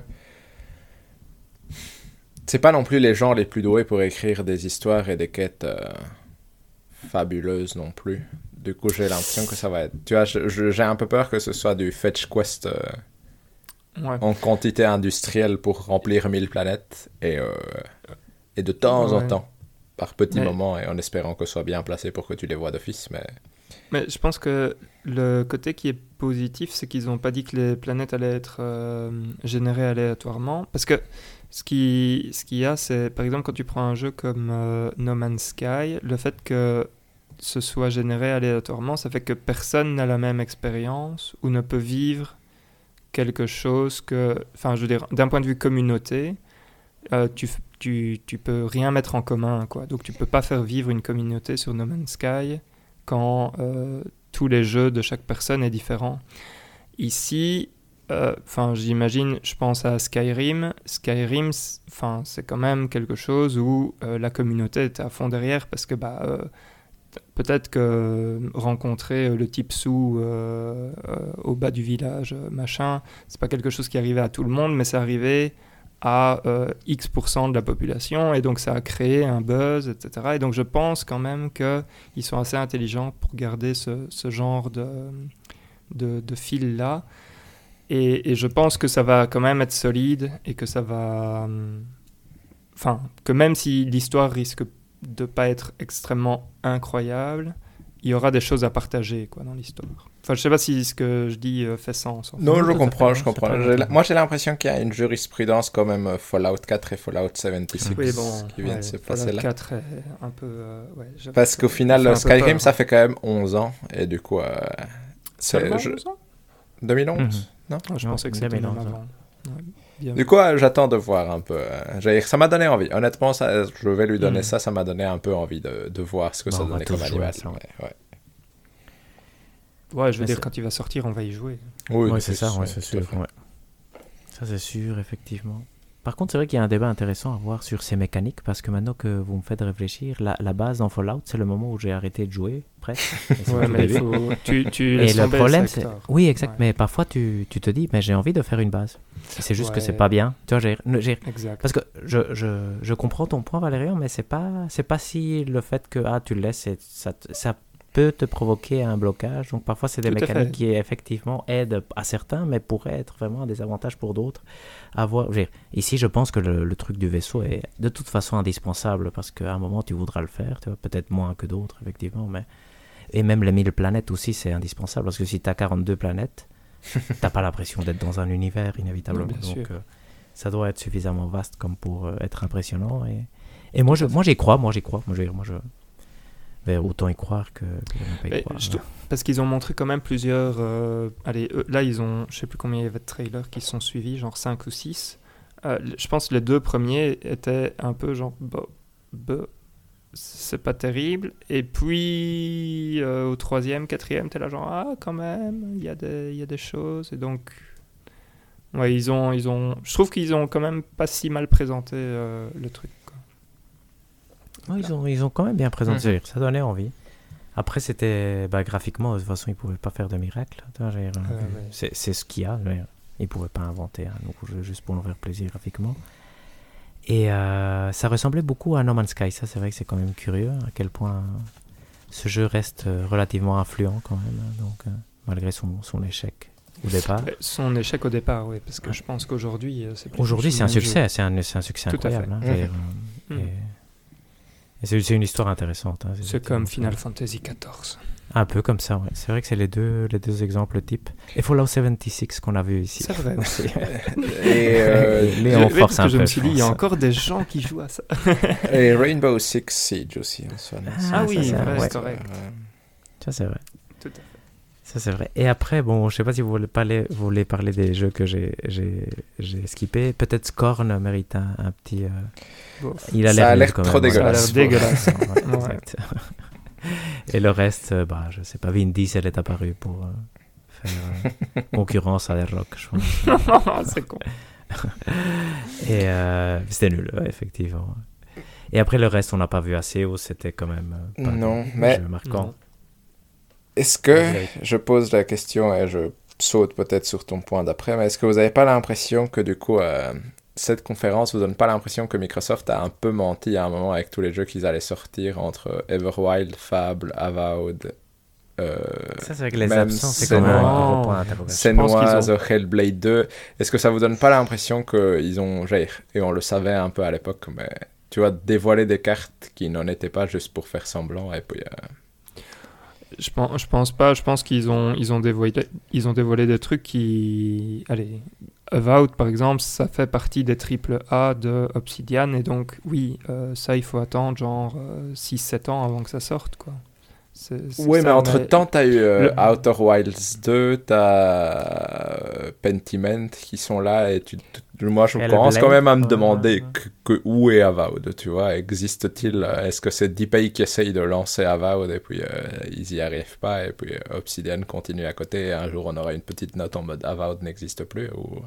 c'est pas non plus les gens les plus doués pour écrire des histoires et des quêtes euh, fabuleuses non plus. Du coup, j'ai l'impression que ça va être... Tu vois, je- je- j'ai un peu peur que ce soit du fetch quest euh, Ouais. en quantité industrielle pour remplir mille planètes et, euh, et de temps en Ouais. temps, par petits Mais- moments et en espérant que ce soit bien placé pour que tu les vois d'office, mais... Mais je pense que le côté qui est positif, c'est qu'ils n'ont pas dit que les planètes allaient être euh, générées aléatoirement. Parce que ce qui ce qu'il y a, c'est par exemple quand tu prends un jeu comme euh, No Man's Sky, le fait que ce soit généré aléatoirement, ça fait que personne n'a la même expérience ou ne peut vivre quelque chose que... Enfin, je veux dire, d'un point de vue communauté, euh, tu, f- tu, tu peux rien mettre en commun, quoi. Donc tu peux pas faire vivre une communauté sur No Man's Sky quand euh, tous les jeux de chaque personne est différent. Ici, enfin, euh, j'imagine, je pense à Skyrim. Skyrim, enfin, c'est quand même quelque chose où euh, la communauté était à fond derrière parce que bah, euh, peut-être que rencontrer le type sous euh, euh, au bas du village, euh, machin, c'est pas quelque chose qui arrivait à tout le monde, mais c'est arrivé à euh, X pour cent de la population, et donc ça a créé un buzz, et cetera. Et donc je pense quand même qu'ils sont assez intelligents pour garder ce, ce genre de, de, de fil-là. Et, et je pense que ça va quand même être solide, et que ça va... Enfin, que même si l'histoire risque de ne pas être extrêmement incroyable, il y aura des choses à partager quoi, dans l'histoire. Enfin, je ne sais pas si ce que je dis euh, fait sens. En fait. Non, je comprends, je comprends. J'ai la... Moi, j'ai l'impression qu'il y a une jurisprudence quand même Fallout quatre et Fallout soixante-six oui, bon, qui viennent ouais, se passer Fallout là. quatre est un peu... Euh, ouais, Parce qu'au final, Skyrim, ça fait quand même onze ans, et du coup... Euh, Seulement je... onze ans deux mille onze mm-hmm. Non, oh, je non, pensais que c'était même avant. Ouais. Bien du coup, euh, j'attends de voir un peu. Euh, ça m'a donné envie. Honnêtement, ça, je vais lui donner mm. ça. Ça m'a donné un peu envie de, de voir ce que bon, ça donnait comme animation. Ouais, ouais. ouais, je veux mais dire, c'est... quand il va sortir, on va y jouer. Oui, ouais, c'est, c'est ça, ouais, c'est sûr. Ouais. Ça, c'est sûr, effectivement. Par contre, c'est vrai qu'il y a un débat intéressant à voir sur ces mécaniques, parce que maintenant que vous me faites réfléchir, la, la base dans Fallout, c'est le moment où j'ai arrêté de jouer, presque. ouais, mais il faut... tu, tu Et le problème, c'est... Oui, exact, ouais. Mais parfois, tu, tu te dis, mais j'ai envie de faire une base. C'est juste ouais. que c'est pas bien. Tu vois, j'ai... j'ai... Exact. Parce que je, je, je comprends ton point, Valérian, mais c'est pas, c'est pas si le fait que ah, tu le laisses, ça, ça peut te provoquer un blocage. Donc parfois, c'est des Tout mécaniques qui effectivement aident à certains, mais pourraient être vraiment un désavantage pour d'autres. Avoir... Ici, je pense que le, le truc du vaisseau est de toute façon indispensable, parce qu'à un moment, tu voudras le faire, tu vois, peut-être moins que d'autres, effectivement. Mais... Et même les mille planètes aussi, c'est indispensable, parce que si tu as quarante-deux planètes, tu n'as pas l'impression d'être dans un univers, inévitablement. Non, Donc, euh, ça doit être suffisamment vaste comme pour euh, être impressionnant. Et, et moi, je, moi, j'y crois, moi, j'y crois. Moi, je, moi, je... Mais autant y croire que, que ne pas y croire. Je, parce qu'ils ont montré quand même plusieurs... Euh, allez, eux, là, ils ont... Je ne sais plus combien il y avait de trailers qui se sont suivis, genre cinq ou six. Euh, je pense que les deux premiers étaient un peu genre... Bah, bah, c'est pas terrible. Et puis, euh, au troisième, quatrième, t'es là genre... Ah, quand même, il y, y a des choses. Et donc... Ouais, ils ont, ils ont... Je trouve qu'ils ont quand même pas si mal présenté euh, le truc. Ouais, ils, ont, ils ont quand même bien présenté, mmh. Ça donnait envie. Après, c'était bah, graphiquement, de toute façon, ils ne pouvaient pas faire de miracle. Euh, ouais. c'est, c'est ce qu'il y a. Ils ne pouvaient pas inventer un nouveau jeu juste pour nous faire plaisir graphiquement. Et euh, ça ressemblait beaucoup à No Man's Sky. Ça, c'est vrai que c'est quand même curieux à quel point ce jeu reste relativement influent quand même. Donc, euh, malgré son, son échec au départ. Son échec au départ, oui, parce que ouais. je pense qu'aujourd'hui, c'est plus Aujourd'hui, c'est un succès. C'est un, c'est un succès Tout incroyable. Hein, mmh. euh, mmh. Et... Et c'est, c'est une histoire intéressante. Hein, c'est, c'est comme Final Fantasy quatorze. Un peu comme ça, ouais. C'est vrai que c'est les deux, les deux exemples types. Et Fallout soixante-six qu'on a vu ici. C'est vrai aussi. Et euh, les on force un peu. Je me suis dit, il y a encore des gens qui jouent à ça. Et Rainbow Six Siege aussi. En soi, ah, ah oui, ça, c'est, vrai, ouais. c'est correct. Ça, c'est vrai. Tout à fait. Ça, c'est vrai. Et après, bon, je sais pas si vous voulez parler, vous voulez parler des jeux que j'ai, j'ai, j'ai skippés. Peut-être Scorn mérite un, un petit... Euh... Bon. Il a ça l'air, a l'air quand trop même, dégueulasse. Ça a l'air dégueulasse. ouais, exact. Et le reste, bah, je sais pas, Vin Diesel est apparu pour euh, faire euh, concurrence à The Rock, je pense. C'est con. Et euh, c'était nul, ouais, effectivement. Et après, le reste, on n'a pas vu assez, ou c'était quand même euh, pas non, un mais... jeu marquant. Non. Est-ce que, je pose la question et je saute peut-être sur ton point d'après, mais est-ce que vous n'avez pas l'impression que du coup, euh, cette conférence vous donne pas l'impression que Microsoft a un peu menti à un moment avec tous les jeux qu'ils allaient sortir entre Everwild, Fable, Avowed, euh, ça c'est avec les absents, c'est quand même un gros point d'interrogation. Senua's, ont... Hellblade deux. Est-ce que ça vous donne pas l'impression qu'ils ont, et on le savait un peu à l'époque, mais tu vois, dévoilé des cartes qui n'en étaient pas juste pour faire semblant et puis... Euh... Je pense, je pense pas. Je pense qu'ils ont, ils ont dévoilé, ils ont dévoilé des trucs qui, allez, Avowed par exemple, ça fait partie des triple A de Obsidian et donc oui, euh, ça il faut attendre genre euh, six sept ans avant que ça sorte quoi. C'est, c'est oui, ça, mais entre-temps, tu as eu euh, le... Outer Wilds deux, tu as euh, Pentiment qui sont là, et tu, tu, moi, je Hellblade, commence quand même à me ouais, demander ouais. que, que, où est Avowed, tu vois, existe-t-il, est-ce que c'est D P I qui essaye de lancer Avowed, et puis euh, ils y arrivent pas, et puis euh, Obsidian continue à côté, et un jour on aura une petite note en mode Avowed n'existe plus, ou...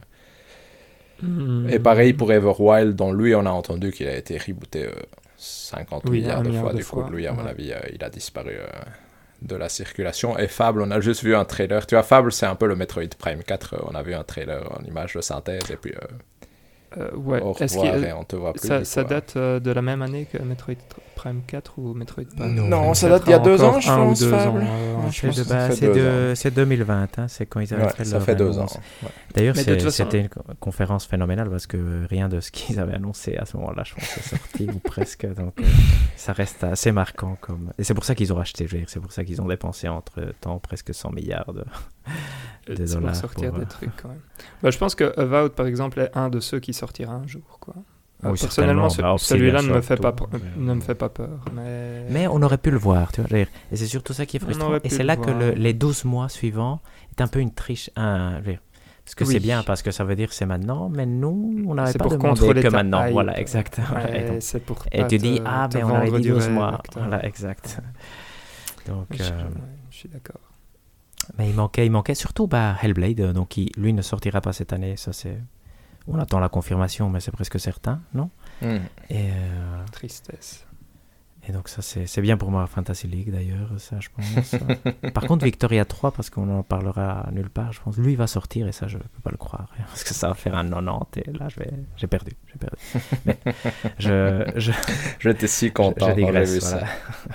Mm. Et pareil pour Everwild, dont lui, on a entendu qu'il a été rebooté euh, cinquante oui, milliards de fois. de du fois. coup, lui, à ouais. mon avis, euh, il a disparu euh, de la circulation. Et Fable, on a juste vu un trailer. Tu vois, Fable, c'est un peu le Metroid Prime quatre. On a vu un trailer en image de synthèse, et puis euh, euh, ouais. au Est-ce revoir, qu'il... et on te voit plus. Ça, coup, ça euh. date euh, de la même année que Metroid Prime quatre ou Metroid Prime Non, non ça quatre date d'il y a deux ans, je un pense, ou deux Fable. ans. Euh, Ouais, C'est, de, bah, ça c'est, deux de, ans. c'est deux mille vingt, hein, c'est quand ils avaient Ouais, fait ça leur fait deux annonce. ans. Ouais. D'ailleurs, Mais c'est, de toute façon... c'était une conférence phénoménale parce que rien de ce qu'ils avaient annoncé à ce moment-là, je pense, est sorti ou presque. Donc, euh, ça reste assez marquant. Comme... Et c'est pour ça qu'ils ont racheté, je veux dire, c'est pour ça qu'ils ont dépensé entre-temps presque cent milliards de, de c'est dollars. pour sortir pour, des trucs quand même. Bah, je pense que Avowed, par exemple, est un de ceux qui sortira un jour, quoi. Oui, personnellement, ce, bah, celui-là ne me, fait pas, tout, pr- mais... ne me fait pas peur. Mais, mais on aurait pu le voir, tu vois. Et c'est surtout ça qui est frustrant. Et c'est là que le, les douze mois suivants est un peu une triche. Un, parce que oui. c'est bien, parce que ça veut dire que c'est maintenant, mais nous, on n'avait pas demandé que maintenant. Hype. Voilà, exact. Ouais, et, donc, c'est pour et tu te, dis, ah, mais on avait dit douze mois. Acteur. Voilà, exact. Donc, je, euh, ouais, je suis d'accord. Mais il manquait, il manquait surtout bah, Hellblade, donc il, lui ne sortira pas cette année, ça c'est... On attend la confirmation, mais c'est presque certain, non mm. Et euh... Tristesse. Et donc ça, c'est, c'est bien pour moi, Fantasy League d'ailleurs, ça je pense. Par contre, Victoria trois, parce qu'on en parlera nulle part, je pense, lui il va sortir, et ça je peux pas le croire, parce que ça va faire un quatre-vingt-dix, et là je vais... j'ai perdu. J'ai perdu. Mais je, je... J'étais si content je, je digresse, vu voilà. ça.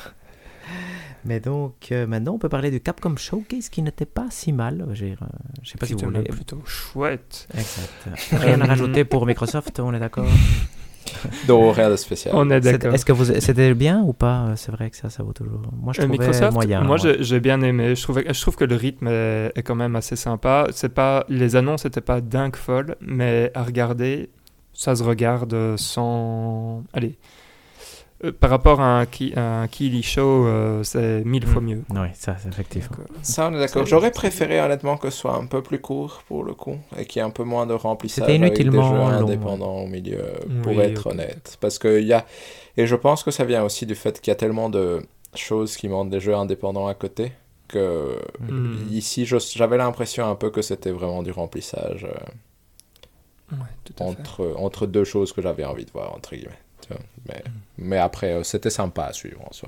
Mais donc, euh, maintenant, on peut parler du Capcom Showcase qui n'était pas si mal. Je ne sais pas si vous voulez. Plutôt chouette. Exact. Rien à rajouter pour Microsoft, on est d'accord? Non, rien de spécial. On est d'accord. C'était, est-ce que vous, c'était bien ou pas? C'est vrai que ça, ça vaut toujours. Moi, je trouvais Microsoft, moyen. Moi, ouais. j'ai, j'ai bien aimé. Je, trouvais, je trouve que le rythme est, est quand même assez sympa. C'est pas, les annonces n'étaient pas dingue folles, mais à regarder, ça se regarde sans... Allez... Euh, par rapport à un, ki- un Keighley Show, euh, c'est mille mmh. fois mieux. Oui, ça, c'est effectivement. Donc, euh, ça, on est d'accord. J'aurais préféré, honnêtement, que ce soit un peu plus court, pour le coup, et qu'il y ait un peu moins de remplissage C'était inutilement avec des jeux long, indépendants ouais. au milieu, Oui, pour être okay. honnête. Parce que il y a... Et je pense que ça vient aussi du fait qu'il y a tellement de choses qui montrent des jeux indépendants à côté, que mmh. ici, je... j'avais l'impression un peu que c'était vraiment du remplissage euh, ouais, tout à entre, fait. entre deux choses que j'avais envie de voir, entre guillemets. Mais, mm. mais après, euh, c'était sympa à suivre en soi.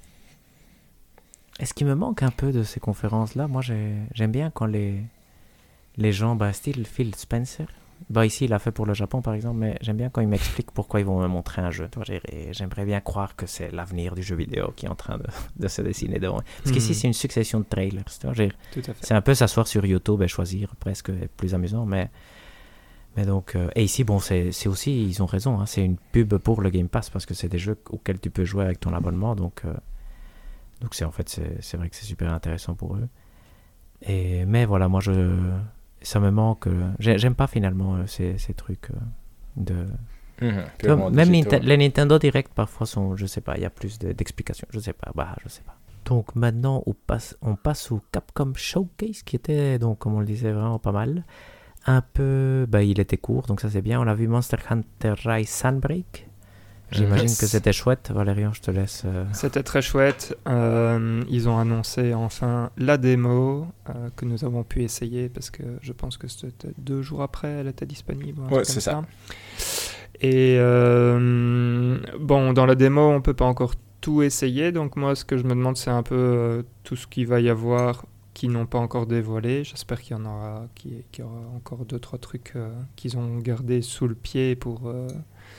Est-ce qu'il me manque un peu de ces conférences-là? Moi, j'ai, j'aime bien quand les, les gens, bah, style Phil Spencer, bah, ici, il a fait pour le Japon, par exemple, mais j'aime bien quand il m'explique pourquoi ils vont me montrer un jeu. J'aimerais bien croire que c'est l'avenir du jeu vidéo qui est en train de, de se dessiner devant. Parce mm. qu'ici, c'est une succession de trailers. Tout à fait. C'est un peu s'asseoir sur YouTube et choisir, presque plus amusant, mais... Mais donc, euh, et ici, bon, c'est, c'est aussi, ils ont raison, hein, c'est une pub pour le Game Pass parce que c'est des jeux auxquels tu peux jouer avec ton abonnement, donc, euh, donc c'est en fait, c'est, c'est vrai que c'est super intéressant pour eux. Et, mais voilà, moi, je, ça me manque, euh, j'aime pas finalement euh, ces, ces trucs euh, de... Mmh, vois, même Ninten- les Nintendo Direct parfois sont, je sais pas, il y a plus de, d'explications, je sais pas, bah, je sais pas. Donc maintenant, on passe, on passe au Capcom Showcase qui était, donc, comme on le disait, vraiment pas mal. Un peu, bah, il était court, donc ça c'est bien. On a vu Monster Hunter Rise Sunbreak. J'imagine yes. que c'était chouette. Valérian, je te laisse. Euh... C'était très chouette. Euh, ils ont annoncé enfin la démo euh, que nous avons pu essayer parce que je pense que c'était deux jours après, elle était disponible. Ouais, c'est ça. ça. Et euh, bon, dans la démo, on peut pas encore tout essayer. Donc moi, ce que je me demande, c'est un peu euh, tout ce qu'il va y avoir qui n'ont pas encore dévoilé. J'espère qu'il y en aura, qu'il y aura encore deux, trois trucs euh, qu'ils ont gardés sous le pied pour, euh,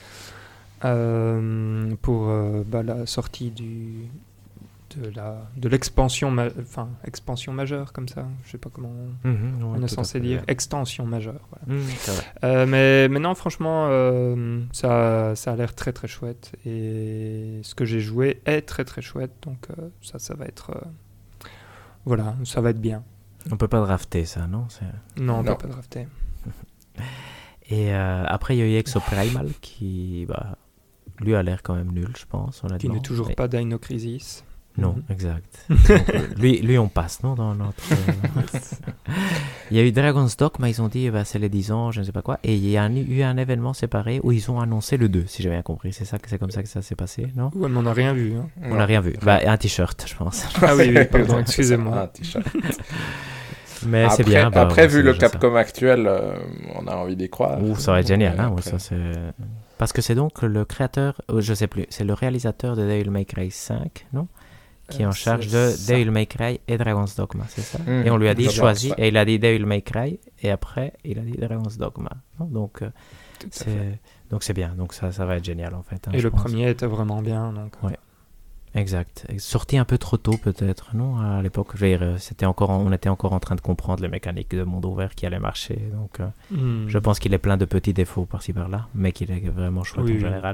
euh, pour euh, bah, la sortie du, de, la, de l'expansion, ma- enfin, expansion majeure, comme ça. Je sais pas comment on, mmh, ouais, on est censé dire. Bien. Extension majeure. Voilà. Mmh, c'est vrai. Euh, mais, mais non, franchement, euh, ça, ça a l'air très très chouette. Et ce que j'ai joué est très très chouette. Donc euh, ça, ça va être... Euh, Voilà, ça va être bien. On peut pas drafter ça, non? C'est... Non, on non. peut pas drafter. Et euh, après, il y a eu Exoprimal qui, bah, lui, a l'air quand même nul, je pense. Qui n'est toujours mais... pas Dino Crisis. Non, Mhm. exact. Donc, lui, lui, on passe, non, dans notre... euh, Il y a eu Dragon's Dogma, ils ont dit, bah, c'est les dix ans, je ne sais pas quoi. Et il y a un- eu un événement séparé où ils ont annoncé le deux, si j'ai bien compris. C'est ça, que- c'est comme ça que ça s'est passé, non? Ouais, mais on n'a rien vu. Hein. On n'a rien vu. Bah, un t-shirt, je pense. Ah oui, oui, pardon, Un excusez-moi. t-shirt. Mais Après, c'est bien. Bah, après ouais, vu c'est le déjà ça. Capcom actuel, euh, on a envie d'y croire. Ouh, ça va être génial, Ouais, hein, oui, après. ça c'est... Parce que c'est donc le créateur, euh, je sais plus, c'est le réalisateur de Devil May Cry cinq, non? Qui est en Euh, charge c'est de ça. Devil May Cry et Dragon's Dogma, c'est ça? Mhm, Et on lui a je dit pense, choisis, ouais. et il a dit Devil May Cry, et après il a dit Dragon's Dogma. Non, donc euh, Tout à c'est fait. donc c'est bien, donc ça, ça va être génial en fait. hein, Et je le pense. premier était vraiment bien. Donc... Ouais. Exact. Et sorti un peu trop tôt peut-être, non? À l'époque, je veux dire, euh, c'était encore, en- on était encore en train de comprendre les mécaniques de monde ouvert qui allaient marcher, donc... euh, Hmm. Je pense qu'il est plein de petits défauts par-ci par-là, mais qu'il est vraiment chouette Oui, en oui. général.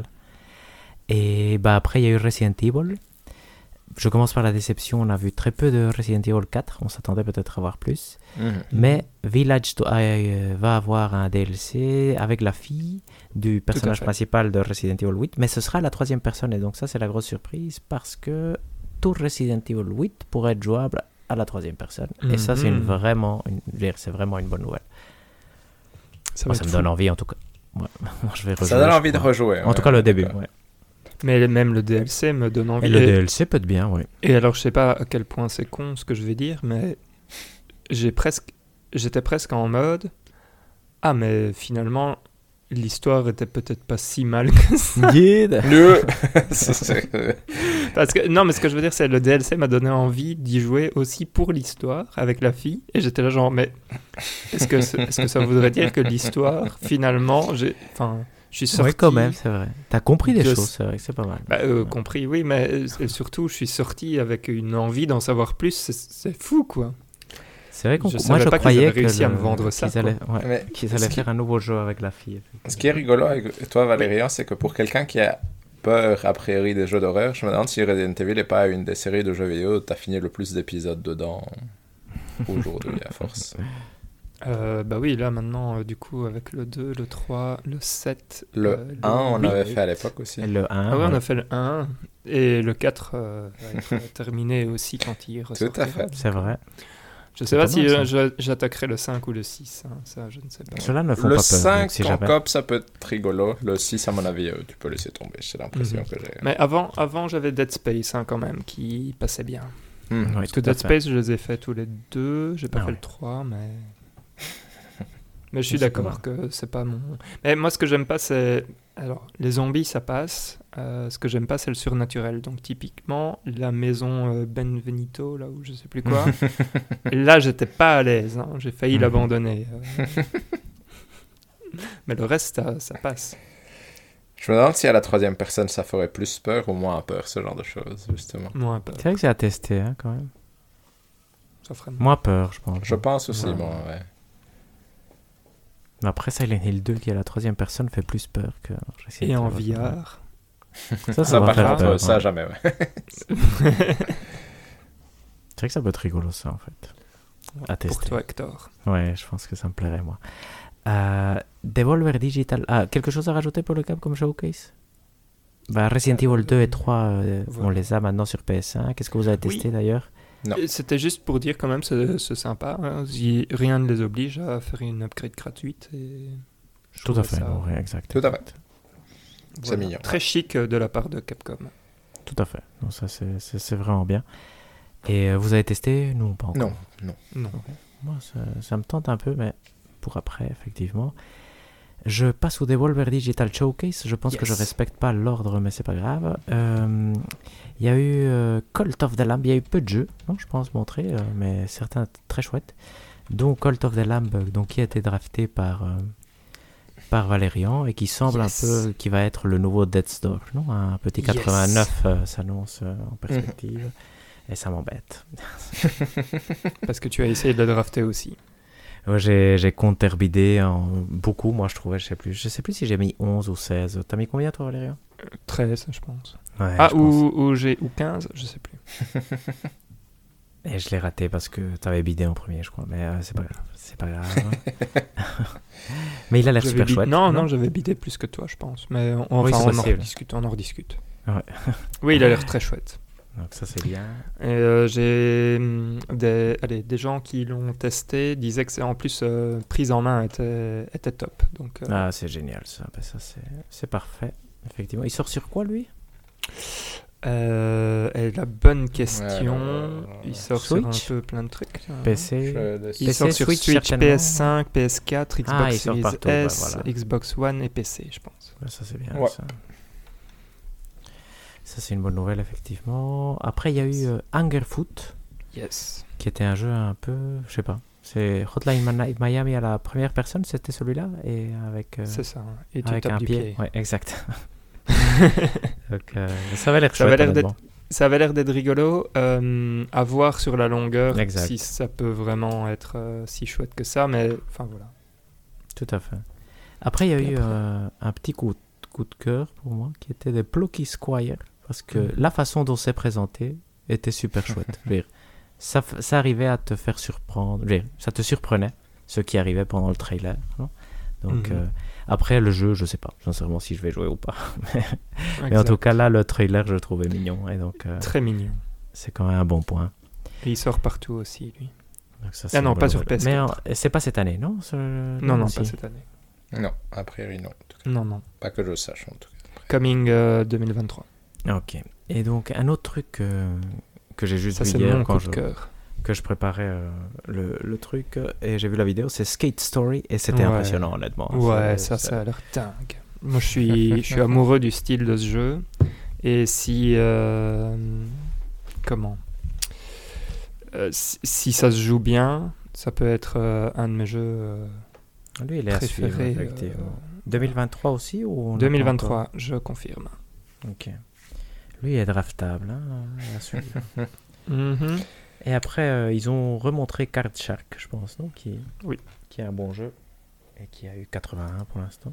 Et bah après, il y a eu Resident Evil. Je commence par la déception. On a vu très peu de Resident Evil quatre. On s'attendait peut-être à voir plus. Mhm. Mais Village to- euh, va avoir un D L C avec la fille du personnage fait. principal de Resident Evil huit. Mais ce sera la troisième personne. Et donc ça, c'est la grosse surprise parce que tout Resident Evil huit pourrait être jouable à la troisième personne. Et ça, c'est une Mhm. vraiment, une, je veux dire, c'est vraiment une bonne nouvelle. Ça, Moi, va ça être me fou. donne envie, en tout cas. Moi, moi, je vais rejouer, Ça donne je envie de crois. rejouer. En ouais, tout cas, le début. d'accord. Ouais. Mais même le D L C me donne envie. Et le D L C peut être bien, oui. Et alors, je sais pas à quel point c'est con ce que je vais dire, mais j'ai presque, j'étais presque en mode, ah mais finalement l'histoire était peut-être pas si mal que ça. Guide. Le... Ça, c'est- Parce que non, mais ce que je veux dire, c'est le D L C m'a donné envie d'y jouer aussi pour l'histoire avec la fille, et j'étais là genre, mais est-ce que c'est- est-ce que ça voudrait dire que l'histoire finalement, j'ai, enfin, je suis sorti. Oui, quand même, c'est vrai. T'as compris des de- choses, c'est vrai que c'est pas mal. Bah, euh, compris, oui, mais euh, surtout, je suis sorti avec une envie d'en savoir plus. C'est, c'est fou, quoi. C'est vrai qu'on je moi savais je pas qu'ils croyais avaient que réussi à le- me vendre ça, qu'ils quoi. allaient, ouais, Mais qu'ils ce allaient qui- faire un nouveau jeu avec la fille. Ce qui est rigolo avec toi, Valérian, c'est que pour quelqu'un qui a peur, a priori, des jeux d'horreur, je me demande si Resident Evil n'est pas une des séries de jeux vidéo où tu as fini le plus d'épisodes dedans aujourd'hui, à force. Euh, bah oui, là maintenant, euh, du coup, avec le deux, le trois, le sept. Le euh, un, on huit. avait fait à l'époque aussi. Et le un, Ah ouais, on ouais, a fait le un. Et le quatre euh, va être euh, terminé aussi quand il ressortira. fait. c'est vrai. Je sais C'est pas pas si mal, euh, ça. je- j'attaquerai le cinq ou le six. hein, ça, je ne sais pas. Ceux-là ne font Le pas peur. cinq donc si en jamais. cop, ça peut être rigolo. Le six, à mon avis, euh, tu peux laisser tomber. J'ai l'impression Mhm. que j'ai. Mais avant, avant j'avais Dead Space hein, quand même, qui passait bien. Hmm. Oui, Parce que tout à Dead fait. Space, je les ai fait tous les deux. J'ai pas Ah fait ouais. le trois, mais. Mais je suis C'est pas d'accord que c'est pas mon. Mais moi, ce que j'aime pas, c'est. Alors, les zombies, ça passe. Euh, ce que j'aime pas, c'est le surnaturel. Donc, typiquement, la maison euh, Benvenuto, là où je sais plus quoi. Là, j'étais pas à l'aise. hein. J'ai failli Mhm. l'abandonner. euh. Mais le reste, ça, ça passe. Je me demande si à la troisième personne, ça ferait plus peur ou moins peur, ce genre de choses, justement. Moins peur. C'est vrai que c'est à tester, hein, quand même. Ça ferait Moins peur, je pense. Je pense aussi, Ouais. moi, ouais. Mais après, Silent Hill deux, qui est la troisième personne, fait plus peur que Resident Et en Evil. V R. Ça, ça, Ça, va par faire contre, peur. ça, ouais. jamais, ouais. C'est vrai que ça peut être rigolo, ça, en fait. À Pour tester. toi, Hector. Ouais, je pense que ça me plairait, moi. Euh, Devolver Digital. Ah, quelque chose à rajouter pour le Cap comme showcase? Bah, Resident Evil deux et trois, euh, voilà. on les a maintenant sur P S un. Qu'est-ce que vous avez Oui. testé d'ailleurs? Non. Et C'était juste pour dire quand même, c'est c'est sympa. hein. Si rien ne les oblige à faire une upgrade gratuite. Et je Tout à trouvais fait, ça, ouais, exact. Tout à fait. C'est voilà, mignon. Très chic euh, de la part de Capcom. Tout à fait. Donc, ça, c'est- c'est c'est vraiment bien. Et euh, vous avez testé? Non, pas encore. Non, non. Non. Moi, ça, ça me tente un peu, mais pour après, effectivement. Je passe au Devolver Digital Showcase. Je pense que je Yes. respecte pas l'ordre, mais c'est pas grave. Euh, Il y a eu euh, Cult of the Lamb. Il y a eu peu de jeux, non, je pense, montrés, euh, mais certains très chouettes. Dont Cult of the Lamb, euh, donc, qui a été drafté par, euh, par Valérian et qui semble Yes. un peu qui va être le nouveau Death's Door. Non, un petit Yes. quatre-vingt-neuf euh, s'annonce euh, en perspective. Et ça m'embête. Parce que tu as essayé de le drafter aussi. Ouais, j'ai, j'ai counterbidé en beaucoup, moi je trouvais, je sais plus. Je sais plus si j'ai mis onze ou seize. T'as mis combien toi, Valérian? treize, je pense. Ouais, ah, je pense. ou, ou, j'ai, ou quinze, je sais plus. Et je l'ai raté parce que t'avais bidé en premier, je crois. Mais euh, c'est pas grave, c'est pas grave. Mais il a l'air J'avais super bid- chouette. Non, non, j'avais bidé plus que toi, je pense. Mais on, Oui, enfin, c'est on en possible. rediscute, on en rediscute. Ouais. Oui, il a l'air très chouette. Donc ça c'est bien. Et euh, j'ai hum, des, allez, des gens qui l'ont testé disaient que c'est en plus euh, prise en main était, était top. Donc, euh, Ah c'est génial ça, ben, ça c'est, c'est parfait. Effectivement. Il sort sur quoi lui? euh, et la bonne question, Ouais, alors, il sort Switch? sur un peu plein de trucs. Hein. P C. Je- Il P C, sort sur Switch, Switch, certainement. P S cinq, P S quatre, Xbox Ah, il sort Series partout, bah, S, voilà. Xbox One et P C, je pense. Ben, ça c'est bien Ouais. ça. Ça c'est une bonne nouvelle effectivement. Après il y a eu euh, Hungerfoot Yes. qui était un jeu un peu, je sais pas. C'est Hotline Mana- Miami à la première personne, c'était celui-là et avec. euh, C'est ça. hein. Et tu avec tapes un du pied. pied. Ouais, exact. Donc, euh, ça avait l'air Ça avait chouette. l'air honnêtement. Ça avait l'air d'être rigolo. euh, à voir sur la longueur Exact. si ça peut vraiment être euh, si chouette que ça. Mais enfin voilà. Tout à fait. Après, il y a Et eu après euh, un petit coup, coup de cœur pour moi qui était des Plucky Squire parce que Mhm. la façon dont c'est présenté était super chouette. Je veux dire, ça, f- ça arrivait à te faire surprendre. Je veux dire, ça te surprenait ce qui arrivait pendant le trailer. Non Donc, Mhm. euh, après, le jeu, je sais pas sincèrement si je vais jouer ou pas. Mais en Exact. tout cas, là, le trailer, je le trouvais mignon. Et donc, euh, Très mignon. c'est quand même un bon point. Et il sort partout aussi, lui. Donc ça, Ah c'est non, une pas bonne sur nouvelle. P S Mais quatre. euh, c'est pas cette année, non ce- Non, non, aussi. pas cette année. Non, a priori non. En tout cas. Non, non. Pas que je sache en tout cas. Coming euh, deux mille vingt-trois. Ok. Et donc, un autre truc euh, que j'ai juste Ça, vu c'est hier mon quand coup je, de cœur. que je préparais euh, le, le truc euh, et j'ai vu la vidéo, c'est Skate Story et c'était Ouais. impressionnant, honnêtement. Ouais, C'est- ça, c'est- ça a l'air dingue. Moi, je suis, je suis amoureux du style de ce jeu. Et si... euh, comment Euh, si, si ça se joue bien, ça peut être euh, un de mes jeux euh, Lui, il est à suivre, préférés. effectivement. euh, deux mille vingt-trois aussi ou on n'a deux mille pas vingt-trois, je confirme. encore Ok. Lui, il est draftable, hein, à suivre. Mhm. Et après, euh, ils ont remontré Card Shark, je pense, non qui, Oui. qui est un bon jeu et qui a eu quatre-vingt-un pour l'instant.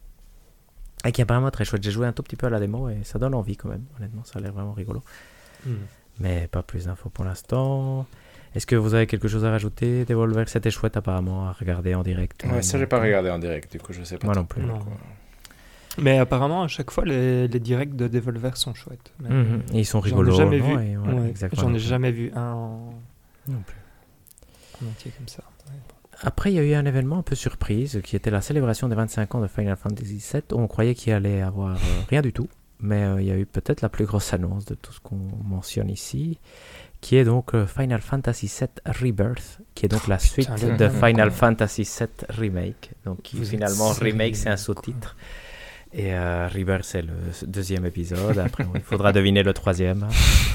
Et qui est vraiment très chouette. J'ai joué un tout petit peu à la démo et ça donne envie quand même. Honnêtement, ça a l'air vraiment rigolo. Mhm. Mais pas plus d'infos pour l'instant. Est-ce que vous avez quelque chose à rajouter? Devolver, c'était chouette apparemment à regarder en direct. Ouais, ça j'ai pas regardé en direct, du coup je sais pas. Moi trop non plus. Non. quoi. Mais apparemment, à chaque fois, les, les directs de Devolver sont chouettes. Mais Mhm. Et ils sont J'en ai rigolos. jamais non vu. Et ouais, Ouais, exactement, J'en ai non plus. jamais vu un en, Non plus. en entier comme ça. Ouais, bon. Après, il y a eu un événement un peu surprise qui était la célébration des vingt-cinq ans de Final Fantasy sept. On croyait qu'il allait avoir euh, rien du tout, mais euh, il y a eu peut-être la plus grosse annonce de tout ce qu'on mentionne ici, qui est donc euh, Final Fantasy sept Rebirth, qui est donc la suite putain, le de nom, Final quoi. Fantasy sept Remake. Donc qui, Vous êtes finalement, sérieux, Remake, c'est un quoi. sous-titre. Et euh, Rebirth, c'est le deuxième épisode. Après, il faudra deviner le troisième.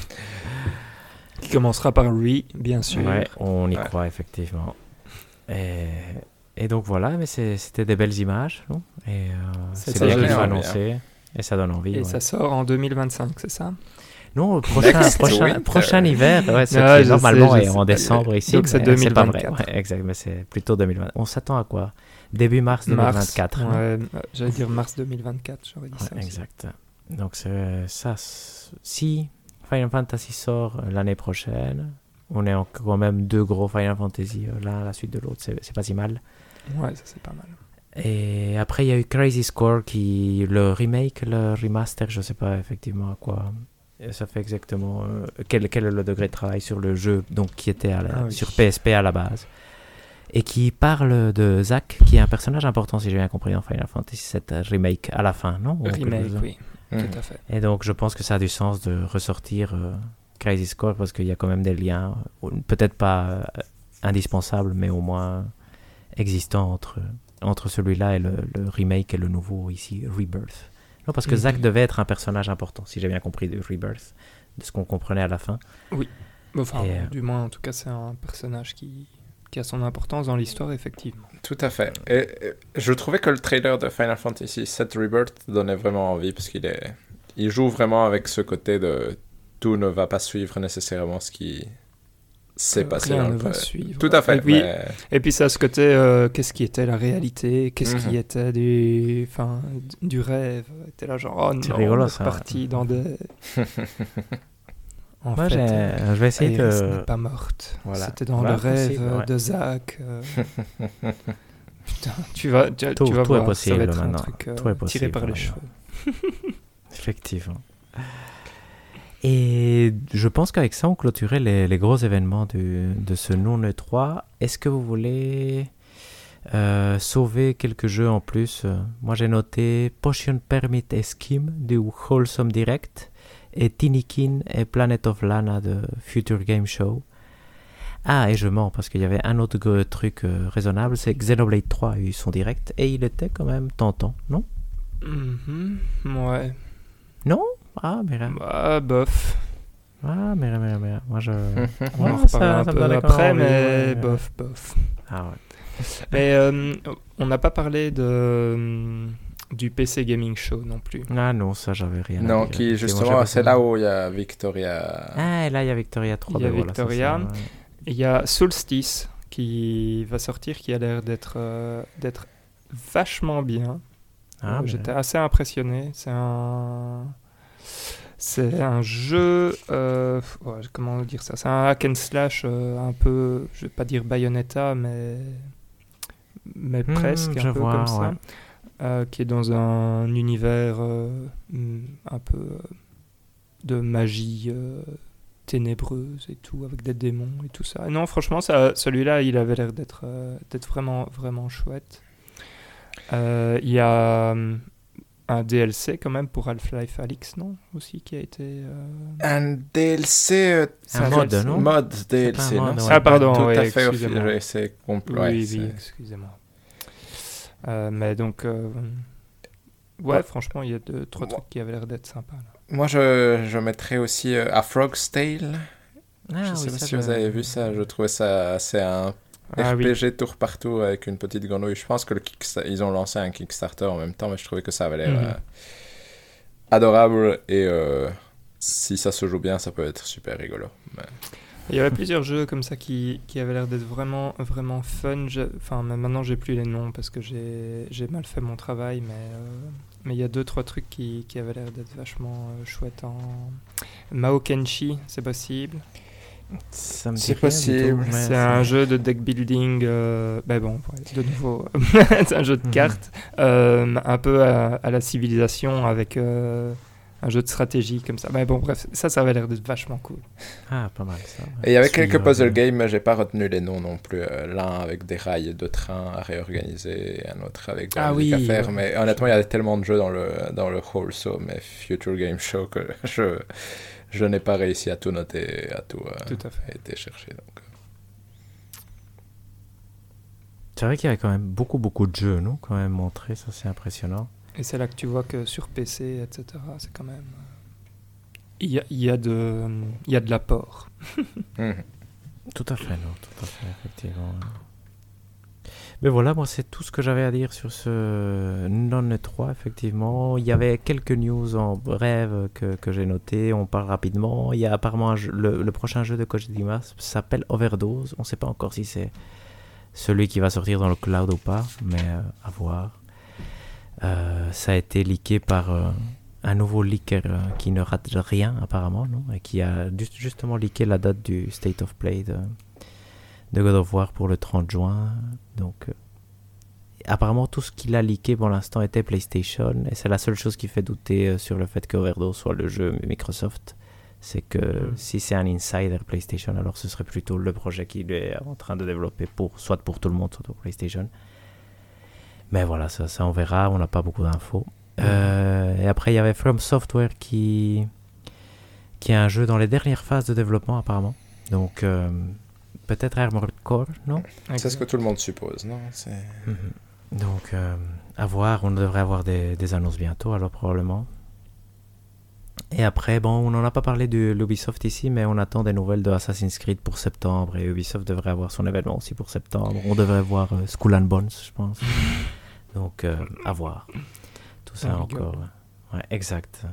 Qui commencera par Re, bien sûr. Ouais, on y Ouais. croit effectivement. Et, et donc voilà, mais c'est- c'était des belles images, non? Et euh, C'est c'est ça, bien j'ai qu'ils soient envie, annoncés. Et ça donne envie. Et ouais. ça sort en deux mille vingt-cinq, c'est ça? Non, le prochain, Next prochain, winter. prochain hiver, ouais, ce Ah, qui je normalement sais, je est sais. en décembre ici. Donc c'est mais deux mille pas vrai. vingt-quatre. Ouais, exact, mais c'est plutôt deux mille vingt. On s'attend à quoi? Début mars deux mille vingt-quatre. Mars, hein. ouais, euh, j'allais dire mars deux mille vingt-quatre, j'aurais dit Ouais, ça aussi. exact. Donc c'est ça. c'est- Si Final Fantasy sort euh, l'année prochaine, on est en quand même deux gros Final Fantasy euh, l'un à la suite de l'autre. C'est c'est pas si mal. Ouais, ça c'est pas mal. Et après, il y a eu Crazy Score, qui le remake, le remaster, je sais pas effectivement à quoi. Et ça fait exactement euh, quel, quel est le degré de travail sur le jeu, donc qui était à la- Ah oui. sur P S P à la base. Et qui parle de Zack, qui est un personnage important, si j'ai bien compris, dans Final Fantasy sept Remake à la fin, non? Ou quelque Remake, chose. oui, Mhm. tout à fait. Et donc, je pense que ça a du sens de ressortir euh, Crazy Score parce qu'il y a quand même des liens, euh, peut-être pas euh, indispensables, mais au moins existants entre, entre celui-là et le, le remake et le nouveau ici, Rebirth. Non, parce que Mhm. Zack devait être un personnage important, si j'ai bien compris, de Rebirth, de ce qu'on comprenait à la fin. Enfin, Et, euh, du moins, en tout cas, c'est un personnage qui, qui a son importance dans l'histoire, effectivement. Tout à fait. Et, et je trouvais que le trailer de Final Fantasy sept Rebirth donnait vraiment envie parce qu'il est, il joue vraiment avec ce côté de tout ne va pas suivre nécessairement ce qui s'est Euh, passé rien dans ne le va pa- suivre. Tout à fait. Et puis, mais- et puis ça a ce côté, euh, qu'est-ce qui était la réalité, qu'est-ce qui Mhm. était du, enfin, du rêve. T'es là genre, oh C'est non, rigolo, on est ça. reparti dans des... En Moi, fait, j'ai- euh, je vais essayer Iris de... n'est pas morte. Voilà. C'était dans Bah, le rêve possible, euh, ouais. de Zach. euh. Putain, tu vas, tu, Tout- tu vas tout est voir, possible ça va être maintenant. un truc euh, Tout est tiré possible par les maintenant. cheveux. Effectivement. Et je pense qu'avec ça, on clôturait les, les gros événements du, de ce non E trois. Est-ce que vous voulez euh, sauver quelques jeux en plus? Moi, j'ai noté Potion Permit et Scheme du Wholesome Direct et Tinikin et Planet of Lana de Future Game Show. Ah, et je mens parce qu'il y avait un autre gros truc euh, raisonnable, c'est Xenoblade trois a eu son direct et il était quand même tentant, non? Mm-hmm. Ouais. Non? Ah, mais là. Bah, bof. Ah, mais là, mais là, mais là. Moi, je. On en Ouais, reparlera ça- un ça me peu donnait quand après, même envie, mais ouais. bof, bof. Ah, ouais. Mais euh, on n'a pas parlé de, du P C Gaming Show non plus. Ah non, ça, j'avais rien à Non, dire. qui Moi, justement, j'avais c'est pas- là où il y a Victoria. Ah, et là, il y a Victoria trois. Il y a ben voilà, c'est Victoria. ça, ouais. Il y a Solstice qui va sortir, qui a l'air d'être euh, d'être vachement bien. Ah, Euh, mais- J'étais assez impressionné. C'est un, c'est un jeu. euh, ouais, comment dire ça? C'est un hack and slash euh, un peu. Je vais pas dire Bayonetta, mais mais Hmm, presque je un peu vois, comme ça. ouais. Euh, qui est dans un univers euh, hmm, un peu euh, de magie euh, ténébreuse et tout, avec des démons et tout ça. Et non, franchement, ça, celui-là, il avait l'air d'être euh, d'être vraiment, vraiment chouette. Euh, Il y a hum, un D L C quand même pour Half-Life Alyx, non? Aussi, qui a été... euh, Un D L C. euh, c'est Un mode, non? Mode D L C'est C, pas un non? mode, C'est ouais. pas Ah, pardon, tout ouais, à fait excusez-moi. officiel, c'est complet. Oui, ouais, oui, c'est- excusez-moi. Euh, mais donc... euh, ouais, Ouais. franchement, il y a deux, trois Ouais. trucs qui avaient l'air d'être sympas, là. Moi, je, je mettrais aussi euh, à Frog's Tale. Ah, je oui, sais pas ça, si vous je- avez vu ça. Je trouvais ça. C'est un Ah R P oui. G tour par tour avec une petite grenouille. Je pense que le Kicksta- ils ont lancé un Kickstarter en même temps, mais je trouvais que ça avait l'air Mhm. euh, adorable. Et euh, si ça se joue bien, ça peut être super rigolo. Mais- Il y avait plusieurs jeux comme ça qui, qui avaient l'air d'être vraiment, vraiment fun. Je- Enfin, mais maintenant, j'ai plus les noms parce que j'ai j'ai mal fait mon travail, mais euh, mais il y a deux, trois trucs qui, qui avaient l'air d'être vachement euh, chouettes en Mao Kenshi, c'est possible. Ça me dit C'est rien du possible. tout, mais C'est un jeu de deck building, euh, ben bon, ouais, de nouveau, c'est un jeu de Mhm. cartes, euh, un peu à, à la civilisation avec euh, un jeu de stratégie comme ça. Mais bon, bref, ça, ça avait l'air d'être vachement cool. Ah, pas mal ça. ouais. Et il y avait Celui-là, quelques puzzle ouais. games, mais j'ai pas retenu les noms non plus. Euh, L'un avec des rails de train à réorganiser, et un autre avec de la Ah musique oui, à faire. ouais. Mais honnêtement, il y a tellement de jeux dans le, dans le Wholesome et Future Game Show que je, je n'ai pas réussi à tout noter, à tout, euh, Tout à fait. été chercher. Donc. C'est vrai qu'il y avait quand même beaucoup, beaucoup de jeux, non? Quand même montrés, ça c'est impressionnant. Et c'est là que tu vois que sur P C, et cetera, c'est quand même... euh, Il y a, il y a de, il y a de l'apport. Mhm. Tout à fait, non, tout à fait, effectivement. Mais voilà, moi, c'est tout ce que j'avais à dire sur ce non E trois, effectivement. Il y avait quelques news en bref que, que j'ai notées. On parle rapidement. Il y a apparemment un jeu- le, le prochain jeu de Kojima s'appelle Overdose. On ne sait pas encore si c'est celui qui va sortir dans le cloud ou pas, mais euh, à voir. Euh, ça a été leaké par euh, un nouveau leaker euh, qui ne rate rien, apparemment, non? Et qui a ju- justement leaké la date du State of Play de, de God of War pour le trente juin. Donc, euh, apparemment, tout ce qu'il a leaké pour l'instant était PlayStation, et c'est la seule chose qui fait douter euh, sur le fait que Overdose soit le jeu Microsoft. C'est que Mm. si c'est un insider PlayStation, alors ce serait plutôt le projet qu'il est en train de développer pour, soit pour tout le monde, soit pour PlayStation. Mais voilà, ça, ça on verra, on n'a pas beaucoup d'infos. Euh, et après, il y avait From Software qui, qui a un jeu dans les dernières phases de développement, apparemment. Donc, euh, peut-être Armored Core, non? C'est ce que tout le monde suppose, non? C'est... Mhm. Donc, euh, à voir, on devrait avoir des, des annonces bientôt, alors probablement. Et après, bon, on n'en a pas parlé de l'Ubisoft ici, mais on attend des nouvelles de Assassin's Creed pour septembre, et Ubisoft devrait avoir son événement aussi pour septembre. On devrait voir euh, Skull and Bones, je pense. Donc, euh, à voir. Tout ça On encore. Ouais, ouais, exact.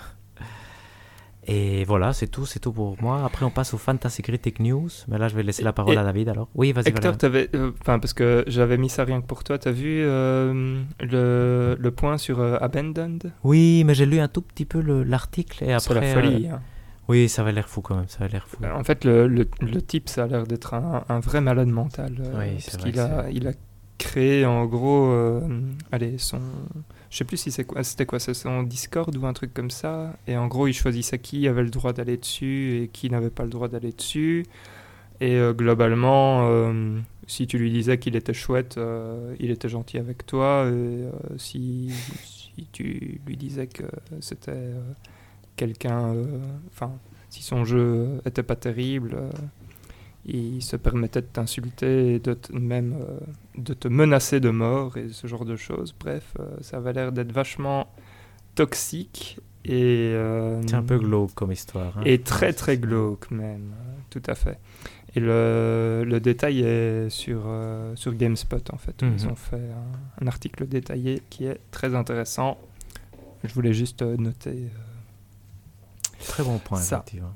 Et voilà, c'est tout, c'est tout pour moi. Après, on passe aux Fantasy Critic News. Mais là, je vais laisser la parole Et- à David alors. Oui, vas-y, Hector, Valérie. t'avais, euh, enfin parce que j'avais mis ça rien que pour toi, t'as vu euh, le, le point sur euh, Abandoned? Oui, mais j'ai lu un tout petit peu le- l'article et C'est après. la folie. euh, hein. Oui, ça avait l'air fou quand même, ça avait l'air fou. En fait, le, le, le type, ça a l'air d'être un, un vrai malade mental. euh, Oui, c'est parce vrai qu'il que a, c'est- il a créé en gros, euh, allez, son, je sais plus si c'est quoi, c'était quoi, c'est son Discord ou un truc comme ça. Et en gros, il choisissait qui avait le droit d'aller dessus et qui n'avait pas le droit d'aller dessus. Et euh, globalement, euh, si tu lui disais qu'il était chouette, euh, il était gentil avec toi. Et euh, si, si tu lui disais que c'était euh, quelqu'un, enfin, euh, si son jeu était pas terrible, euh, il se permettait de t'insulter et de te, même euh, de te menacer de mort et ce genre de choses. Bref, euh, ça avait l'air d'être vachement toxique. Et, euh, c'est un peu glauque comme histoire. Hein. Et très très glauque même, euh, tout à fait. Et le, le détail est sur, euh, sur GameSpot en fait. Mm-hmm. Ils ont fait un, un article détaillé qui est très intéressant. Je voulais juste euh, noter. Euh, très bon point, ça. Effectivement.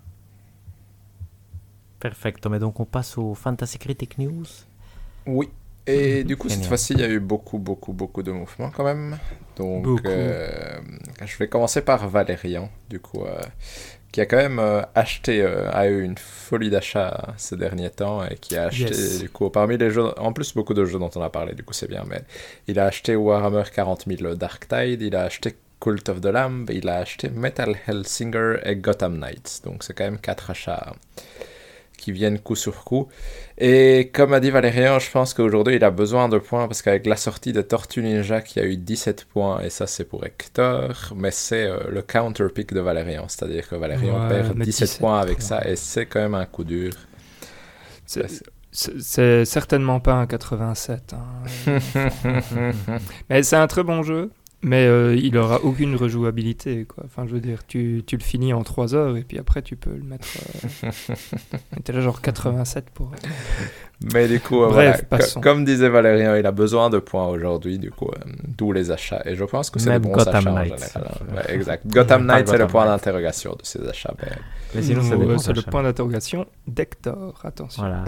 Perfecto. Mais donc on passe au Fantasy Critic News. Oui. Et mmh, du coup, génial. Cette fois-ci, il y a eu beaucoup, beaucoup, beaucoup de mouvements quand même. Donc, euh, je vais commencer par Valérian, du coup, euh, qui a quand même euh, acheté, euh, a eu une folie d'achat ces derniers temps et qui a acheté, yes. du coup, parmi les jeux, en plus, beaucoup de jeux dont on a parlé, du coup, c'est bien, mais il a acheté Warhammer quarante mille Darktide, il a acheté Cult of the Lamb, il a acheté Metal Hellsinger et Gotham Knights. Donc, c'est quand même quatre achats qui viennent coup sur coup. Et comme a dit Valérian, je pense qu'aujourd'hui il a besoin de points parce qu'avec la sortie de Tortue Ninja qui a eu dix-sept points, et ça c'est pour Hector, mais c'est euh, le counter-pick de Valérian, c'est-à-dire que Valérian ouais, perd dix-sept points avec ça et c'est quand même un coup dur. C'est, c'est, c'est certainement pas un quatre-vingt-sept. Hein. Mais c'est un très bon jeu. Mais euh, il aura aucune rejouabilité, quoi. Enfin, je veux dire, tu, tu le finis en trois heures et puis après tu peux le mettre. Euh... T'es là genre quatre-vingt-sept pour. Mais du coup, Bref, voilà, co- comme disait Valérian, il a besoin de points aujourd'hui, du coup, euh, d'où les achats. Et je pense que c'est Même le bon Gotham achat Knight, en général. Ouais, exact. Gotham Knight, c'est le point d'interrogation de ces achats. Mais, mais sinon, c'est, euh, c'est le point d'interrogation d'Hector. Attention. Voilà.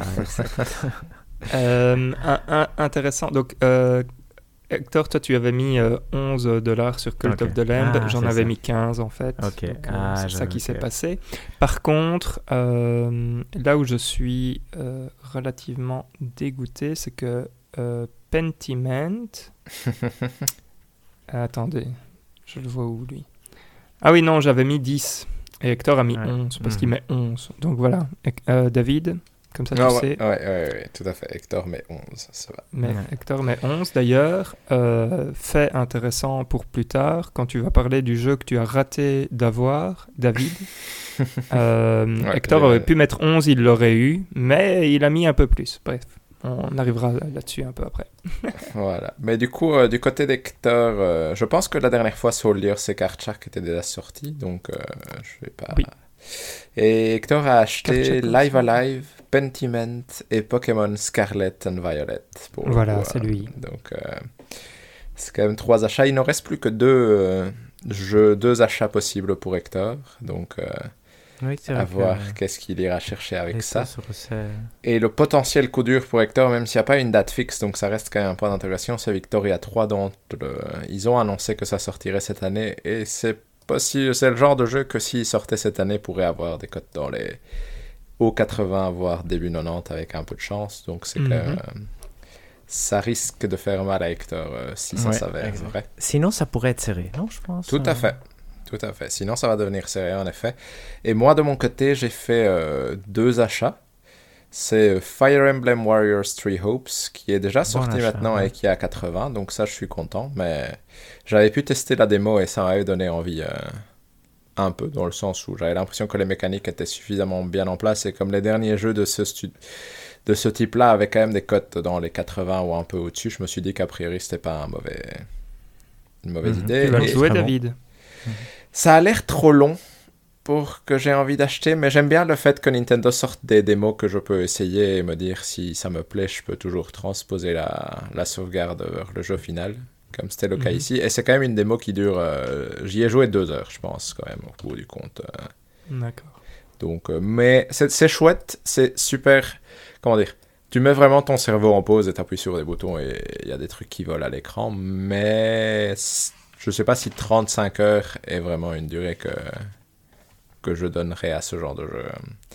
euh, un, un, intéressant. Donc. Euh, Hector, toi tu avais mis euh, onze dollars sur Cult okay. of the Lamb, ah, j'en avais ça. mis quinze en fait, okay. donc, euh, ah, c'est ça qui okay. s'est passé. Par contre, euh, là où je suis euh, relativement dégoûté, c'est que euh, Pentiment... Attendez, je le vois où lui ? Ah oui non, j'avais mis dix, et Hector a mis ouais. onze, parce mmh. qu'il met onze. Donc voilà, euh, David... Comme ça, tu ah, sais. Ouais, ouais, ouais, ouais, tout à fait. Hector met onze, ça va. Mais ouais. Hector met onze, d'ailleurs. Euh, fait intéressant pour plus tard, quand tu vas parler du jeu que tu as raté d'avoir, David. euh, ouais, Hector aurait pu mettre onze, il l'aurait eu, mais il a mis un peu plus. Bref, on arrivera là-dessus un peu après. Voilà. Mais du coup, euh, du côté d'Hector, euh, je pense que la dernière fois, Soldier, c'est Karchak qui était déjà sorti, donc euh, je vais pas... Oui. Et Hector a acheté Live Alive, Pentiment et Pokémon Scarlet and Violet. Pour voilà, coup, c'est euh, lui. Donc, euh, c'est quand même trois achats. Il ne reste plus que deux, euh, jeux, deux achats possibles pour Hector. Donc, euh, oui, c'est à voir que... qu'est-ce qu'il ira chercher avec ça. ça et le potentiel coup dur pour Hector, même s'il n'y a pas une date fixe, donc ça reste quand même un point d'interrogation, c'est Victoria trois dont le... ils ont annoncé que ça sortirait cette année. Et c'est possible, c'est le genre de jeu que s'il sortait cette année, pourrait avoir des cotes dans les hauts quatre-vingts, voire début quatre-vingt-dix avec un peu de chance. Donc c'est mm-hmm. que euh, ça risque de faire mal à Hector euh, si ça ouais, s'avère vrai. Sinon, ça pourrait être serré, non, je pense. Tout à fait. Tout à fait. Sinon, ça va devenir serré, en effet. Et moi, de mon côté, j'ai fait euh, deux achats. C'est Fire Emblem Warriors Three Hopes, qui est déjà sorti bon achat, maintenant ouais. et qui est à quatre-vingts. Donc ça, je suis content. Mais j'avais pu tester la démo et ça m'avait donné envie euh, un peu, dans le sens où j'avais l'impression que les mécaniques étaient suffisamment bien en place. Et comme les derniers jeux de ce, stu- de ce type-là avaient quand même des cotes dans les quatre-vingts ou un peu au-dessus, je me suis dit qu'a priori, c'était pas un mauvais... une mauvaise mmh. idée. Tu vas le jouer, David mmh. Ça a l'air trop long pour que j'ai envie d'acheter, mais j'aime bien le fait que Nintendo sorte des démos que je peux essayer et me dire si ça me plaît, je peux toujours transposer la, la sauvegarde vers le jeu final, comme c'était le mm-hmm. cas ici. Et c'est quand même une démo qui dure... Euh, j'y ai joué deux heures, je pense, quand même, au bout du compte. Euh. D'accord. Donc, euh, mais c'est, c'est chouette, c'est super... Comment dire ? Tu mets vraiment ton cerveau en pause et t'appuies sur des boutons et il y a des trucs qui volent à l'écran, mais je sais pas si trente-cinq heures est vraiment une durée que... que je donnerais à ce genre de jeu.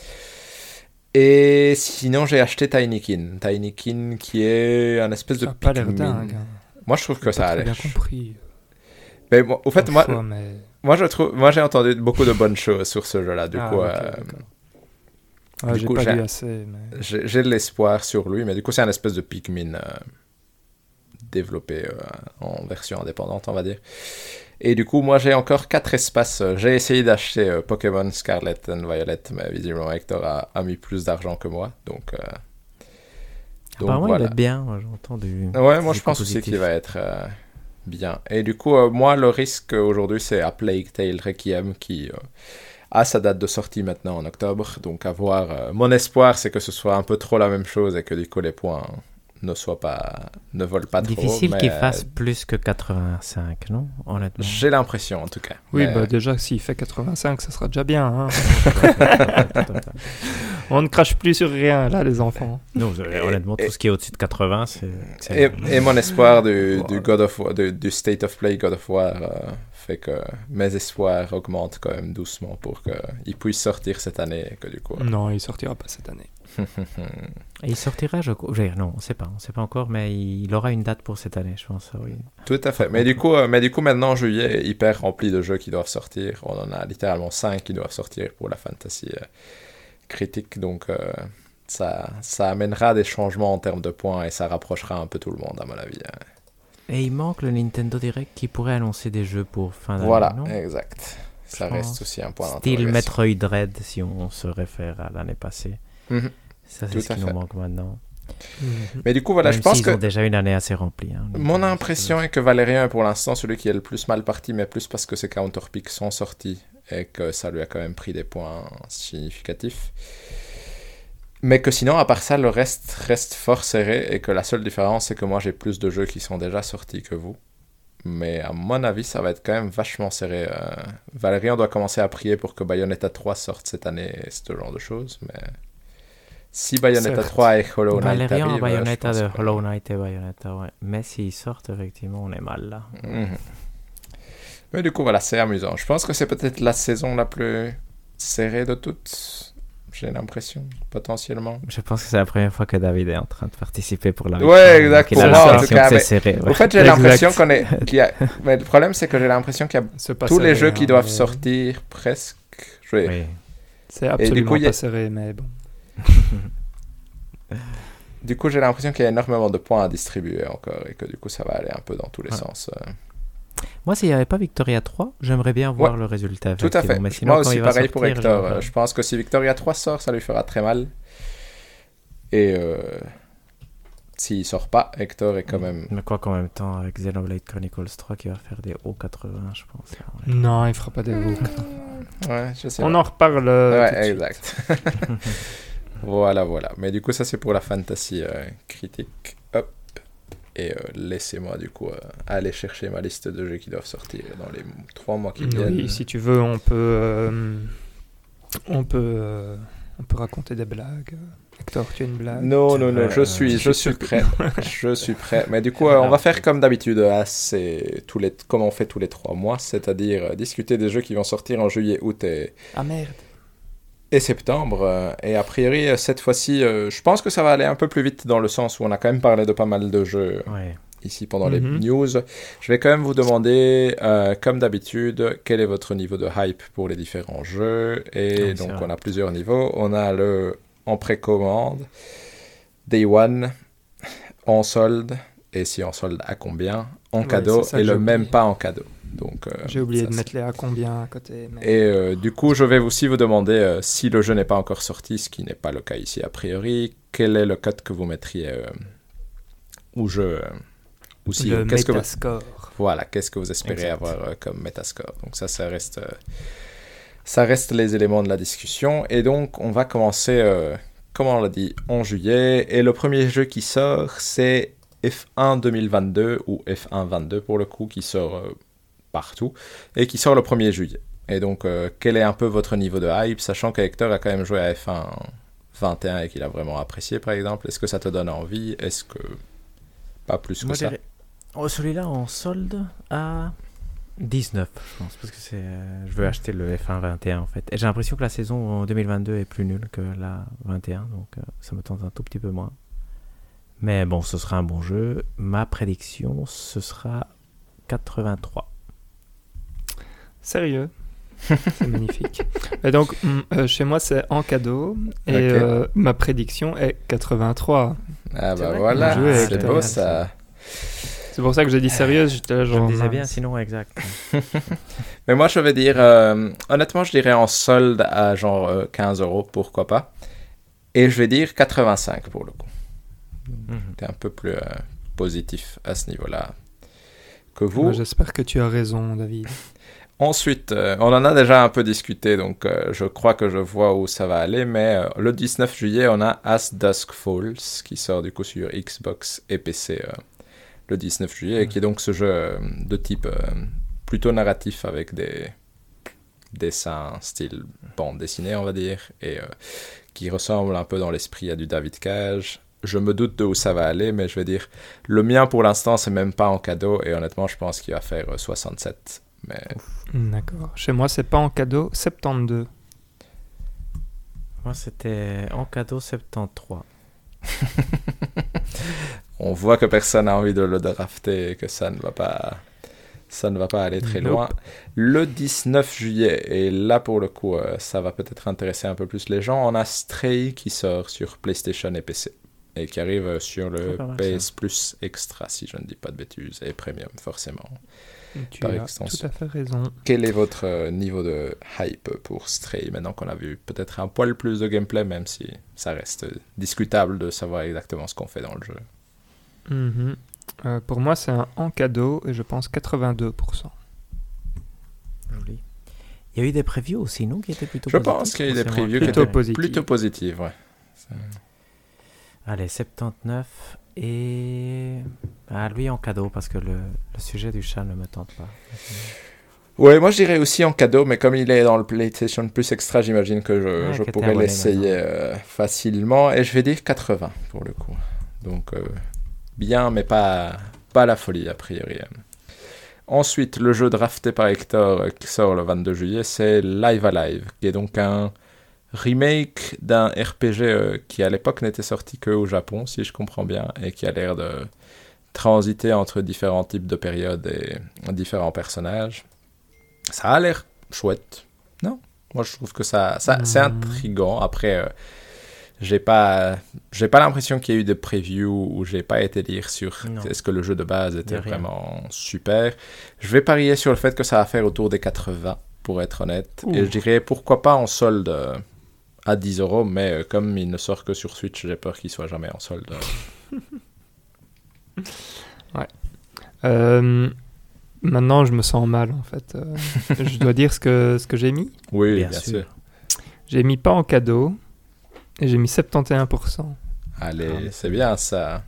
Et sinon, j'ai acheté Tinykin. Tinykin qui est un espèce ça de Pikmin. Ça a pas l'air dingue. Moi, je trouve que ça a l'air... bien compris. Mais moi, au fait, moi, fois, mais... moi, je trouve, moi, j'ai entendu beaucoup de bonnes choses sur ce jeu-là. Du ah, coup, okay, euh, ah, du j'ai coup, pas j'ai, lu assez. Mais... j'ai, j'ai de l'espoir sur lui, mais du coup, c'est un espèce de Pikmin euh, développé euh, en version indépendante, on va dire. Et du coup, moi, j'ai encore quatre espaces. J'ai essayé d'acheter euh, Pokémon Scarlet and Violet, mais visiblement, Hector a, a mis plus d'argent que moi, donc. Euh, donc apparemment, voilà. Il va être bien. J'entends du. Ouais, moi, je pense aussi qu'il va être. Euh, Bien. Et du coup, euh, moi, le risque aujourd'hui, c'est à Plague Tale Requiem qui euh, a sa date de sortie maintenant en octobre. Donc, à voir. Euh, mon espoir, c'est que ce soit un peu trop la même chose et que du coup, les points ne soient pas, ne volent pas trop. Difficile mais, qu'il fasse plus que quatre-vingt-cinq, non? Honnêtement. J'ai l'impression, en tout cas. Oui, mais... bah déjà, s'il fait quatre-vingt-cinq, ça sera déjà bien. Hein. On ne crache plus sur rien, là, les enfants. Non, et, honnêtement, et, tout ce qui est au-dessus de quatre-vingts, c'est... c'est et, et mon espoir du, du, God of War, du, du State of Play God of War euh, fait que mes espoirs augmentent quand même doucement pour qu'il puisse sortir cette année. Et que, du coup, non, il ne sortira pas cette année. Et il sortira, je crois. Non, on ne sait pas, on ne sait pas encore, mais il aura une date pour cette année, je pense. Oui. Tout à fait. Mais du coup, euh, mais du coup, maintenant, juillet est hyper rempli de jeux qui doivent sortir. On en a littéralement cinq qui doivent sortir pour la fantasy euh, critique. Donc, euh, ça, ça amènera des changements en termes de points et ça rapprochera un peu tout le monde, à mon avis. Hein. Et il manque le Nintendo Direct qui pourrait annoncer des jeux pour fin d'année. Voilà, non exact. Ça je reste aussi un point d'interrogation. Style Metroid Dread, si on se réfère à l'année passée. Mm-hmm. Ça, c'est Tout ce qui fait. Nous manque maintenant. Mm-hmm. Mais du coup, voilà, Même je pense que... Ils ont déjà une année assez remplie. Hein, mon impression est que Valérien est pour l'instant celui qui est le plus mal parti, mais plus parce que ses counterpicks sont sortis et que ça lui a quand même pris des points significatifs. Mais que sinon, à part ça, le reste reste fort serré et que la seule différence, c'est que moi, j'ai plus de jeux qui sont déjà sortis que vous. Mais à mon avis, ça va être quand même vachement serré. Euh... Valérien doit commencer à prier pour que Bayonetta trois sorte cette année et ce genre de choses, mais... Si Bayonetta Certes. trois et Hollow Knight Valérian, arrivent... Bayonetta de que... Hollow Knight et Bayonetta, ouais. Mais s'ils sortent, effectivement, on est mal, là. Mm-hmm. Mais du coup, voilà, c'est amusant. Je pense que c'est peut-être la saison la plus serrée de toutes. J'ai l'impression, potentiellement. Je pense que c'est la première fois que David est en train de participer pour la... Ouais, exact, pour moi, en tout cas. Mais... Serré, ouais. En fait, j'ai exact. l'impression qu'on est... qu'il y a... Mais le problème, c'est que j'ai l'impression qu'il y a tous serré, les jeux hein, qui doivent mais... sortir, presque. Je vais... Oui. C'est absolument coup, pas a... serré, mais bon. Du coup, j'ai l'impression qu'il y a énormément de points à distribuer encore et que du coup, ça va aller un peu dans tous les ouais. sens. Euh... Moi, s'il n'y avait pas Victoria trois, j'aimerais bien voir ouais. le résultat. Tout à fait. Mais sinon, moi aussi, pareil sortir, pour Hector. Genre... Je pense que si Victoria trois sort, ça lui fera très mal. Et euh... s'il ne sort pas, Hector est quand même... Mais quoi qu'en même temps, avec Xenoblade Chronicles trois qui va faire des hauts quatre-vingts, je pense. Ouais. Non, il ne fera pas des hauts quatre-vingts. Ouais, je sais On pas. en reparle. Ouais, exact. Voilà, voilà. Mais du coup, ça, c'est pour la fantasy euh, critique. Hop. Et euh, laissez-moi, du coup, euh, aller chercher ma liste de jeux qui doivent sortir dans les trois mois qui oui, viennent. Oui, si tu veux, on peut... Euh, on peut... Euh, on peut raconter des blagues. Hector, tu as une blague? Non, non, non, je suis, je suis prêt. Je suis prêt. Mais du coup, euh, on va faire comme d'habitude, assez, tous les, comme on fait tous les trois mois, c'est-à-dire euh, discuter des jeux qui vont sortir en juillet, août et... Ah merde. Et septembre. Et a priori, cette fois-ci, euh, je pense que ça va aller un peu plus vite dans le sens où on a quand même parlé de pas mal de jeux ouais. ici pendant mm-hmm. les news. Je vais quand même vous demander, euh, comme d'habitude, quel est votre niveau de hype pour les différents jeux. Et oui, donc, on a plusieurs niveaux. On a le en précommande, Day One, en solde, et si en solde, à combien, en ouais, cadeau, et le même oublié. Pas en cadeau. Donc, euh, j'ai oublié ça, de mettre les à combien à côté. Mais... Et euh, du coup, je vais aussi vous demander, euh, si le jeu n'est pas encore sorti, ce qui n'est pas le cas ici a priori, quel est le code que vous mettriez euh, ou je... Euh, ou si, le qu'est-ce Metascore. Que vous, voilà, qu'est-ce que vous espérez exact. avoir euh, comme Metascore. Donc ça, ça reste, euh, ça reste les éléments de la discussion. Et donc, on va commencer, euh, comme on l'a dit, en juillet. Et le premier jeu qui sort, c'est F un deux mille vingt-deux, ou F un vingt-deux pour le coup, qui sort... Euh, partout, et qui sort le premier juillet. Et donc, euh, quel est un peu votre niveau de hype, sachant qu'Hector a quand même joué à F un vingt et un et qu'il a vraiment apprécié, par exemple. Est-ce que ça te donne envie? Est-ce que... Pas plus que Moi, ça. Oh, celui-là en solde à dix-neuf, je pense, parce que c'est... je veux acheter le F un vingt et un, en fait. Et j'ai l'impression que la saison en deux mille vingt-deux est plus nulle que la vingt et un, donc euh, ça me tente un tout petit peu moins. Mais bon, ce sera un bon jeu. Ma prédiction, ce sera quatre-vingt-trois. Sérieux? C'est magnifique. Et donc, mm, euh, chez moi, c'est en cadeau. Et Ok. euh, ma prédiction est quatre-vingt-trois. Ah C'est bah vrai voilà, Bien joué, c'est Hector. beau ça. C'est pour ça que j'ai dit sérieuse. J'étais là, Je genre, me disais bien, mince. sinon exact. Mais moi, je vais dire, euh, honnêtement, je dirais en solde à genre euh, quinze euros, pourquoi pas. Et je vais dire quatre-vingt-cinq pour le coup. Mhm. T'es un peu plus euh, positif à ce niveau-là que vous. Moi, j'espère que tu as raison, David. Ensuite, euh, on en a déjà un peu discuté, donc euh, je crois que je vois où ça va aller, mais euh, le dix-neuf juillet, on a As Dusk Falls, qui sort du coup sur Xbox et P C euh, le dix-neuf juillet, et qui est donc ce jeu euh, de type euh, plutôt narratif avec des dessins style bande dessinée, on va dire, et euh, qui ressemble un peu dans l'esprit à du David Cage. Je me doute de où ça va aller, mais je vais dire, le mien pour l'instant, c'est même pas en cadeau, et honnêtement, je pense qu'il va faire euh, soixante-sept. Mais D'accord. Chez moi, c'est pas en cadeau, soixante-douze. Moi, c'était en cadeau soixante-treize. on voit que personne n'a envie de le drafter et que ça ne va pas, ça ne va pas aller très Nope. loin. Le dix-neuf juillet, et là pour le coup, euh, ça va peut-être intéresser un peu plus les gens, on a Stray qui sort sur PlayStation et P C et qui arrive euh, sur le C'est pas mal, P S ça. Plus Extra, si je ne dis pas de bêtises, et Premium forcément. Tu Par as extension. tout à fait raison. Quel est votre euh, niveau de hype pour Stray, maintenant qu'on a vu peut-être un poil plus de gameplay, même si ça reste euh, discutable de savoir exactement ce qu'on fait dans le jeu. Mhm. Euh, pour moi, c'est un en cadeau et je pense quatre-vingt-deux pour cent. Joli. Il y a eu des previews aussi, non, qui étaient plutôt Je positifs, pense qu'il y a eu des ou c'est moi previews qui- qui Plutôt étaient positif. plutôt positives, ouais. Allez, soixante-dix-neuf et... Ah, lui en cadeau, parce que le, le sujet du chat ne me tente pas. Ouais, moi je dirais aussi en cadeau, mais comme il est dans le PlayStation Plus Extra, j'imagine que je, Ouais, je que t'es pourrais abonné l'essayer maintenant. euh, facilement. Et je vais dire quatre-vingts pour le coup. Donc euh, bien, mais pas, pas la folie a priori. Ensuite, le jeu drafté par Hector euh, qui sort le vingt-deux juillet, c'est Live Alive, qui est donc un remake d'un R P G euh, qui à l'époque n'était sorti qu'au Japon, si je comprends bien, et qui a l'air de transiter entre différents types de périodes et différents personnages. Ça a l'air chouette, non? Moi, je trouve que ça, ça c'est Mhm. intriguant. Après, euh, j'ai pas, j'ai pas l'impression qu'il y ait eu de preview où j'ai pas été lire sur Non. est-ce que le jeu de base était Y a rien. vraiment super. Je vais parier sur le fait que ça va faire autour des quatre-vingts, pour être honnête. Ouh. Et je dirais pourquoi pas en solde euh, à dix euros, mais euh, comme il ne sort que sur Switch, j'ai peur qu'il soit jamais en solde. Euh, maintenant, je me sens mal, en fait. Euh, je dois dire ce que, ce que j'ai mis. Oui, Bien bien, sûr. sûr. J'ai mis pas en cadeau et j'ai mis soixante et onze pour cent. Allez, Ah, mais c'est bien ça.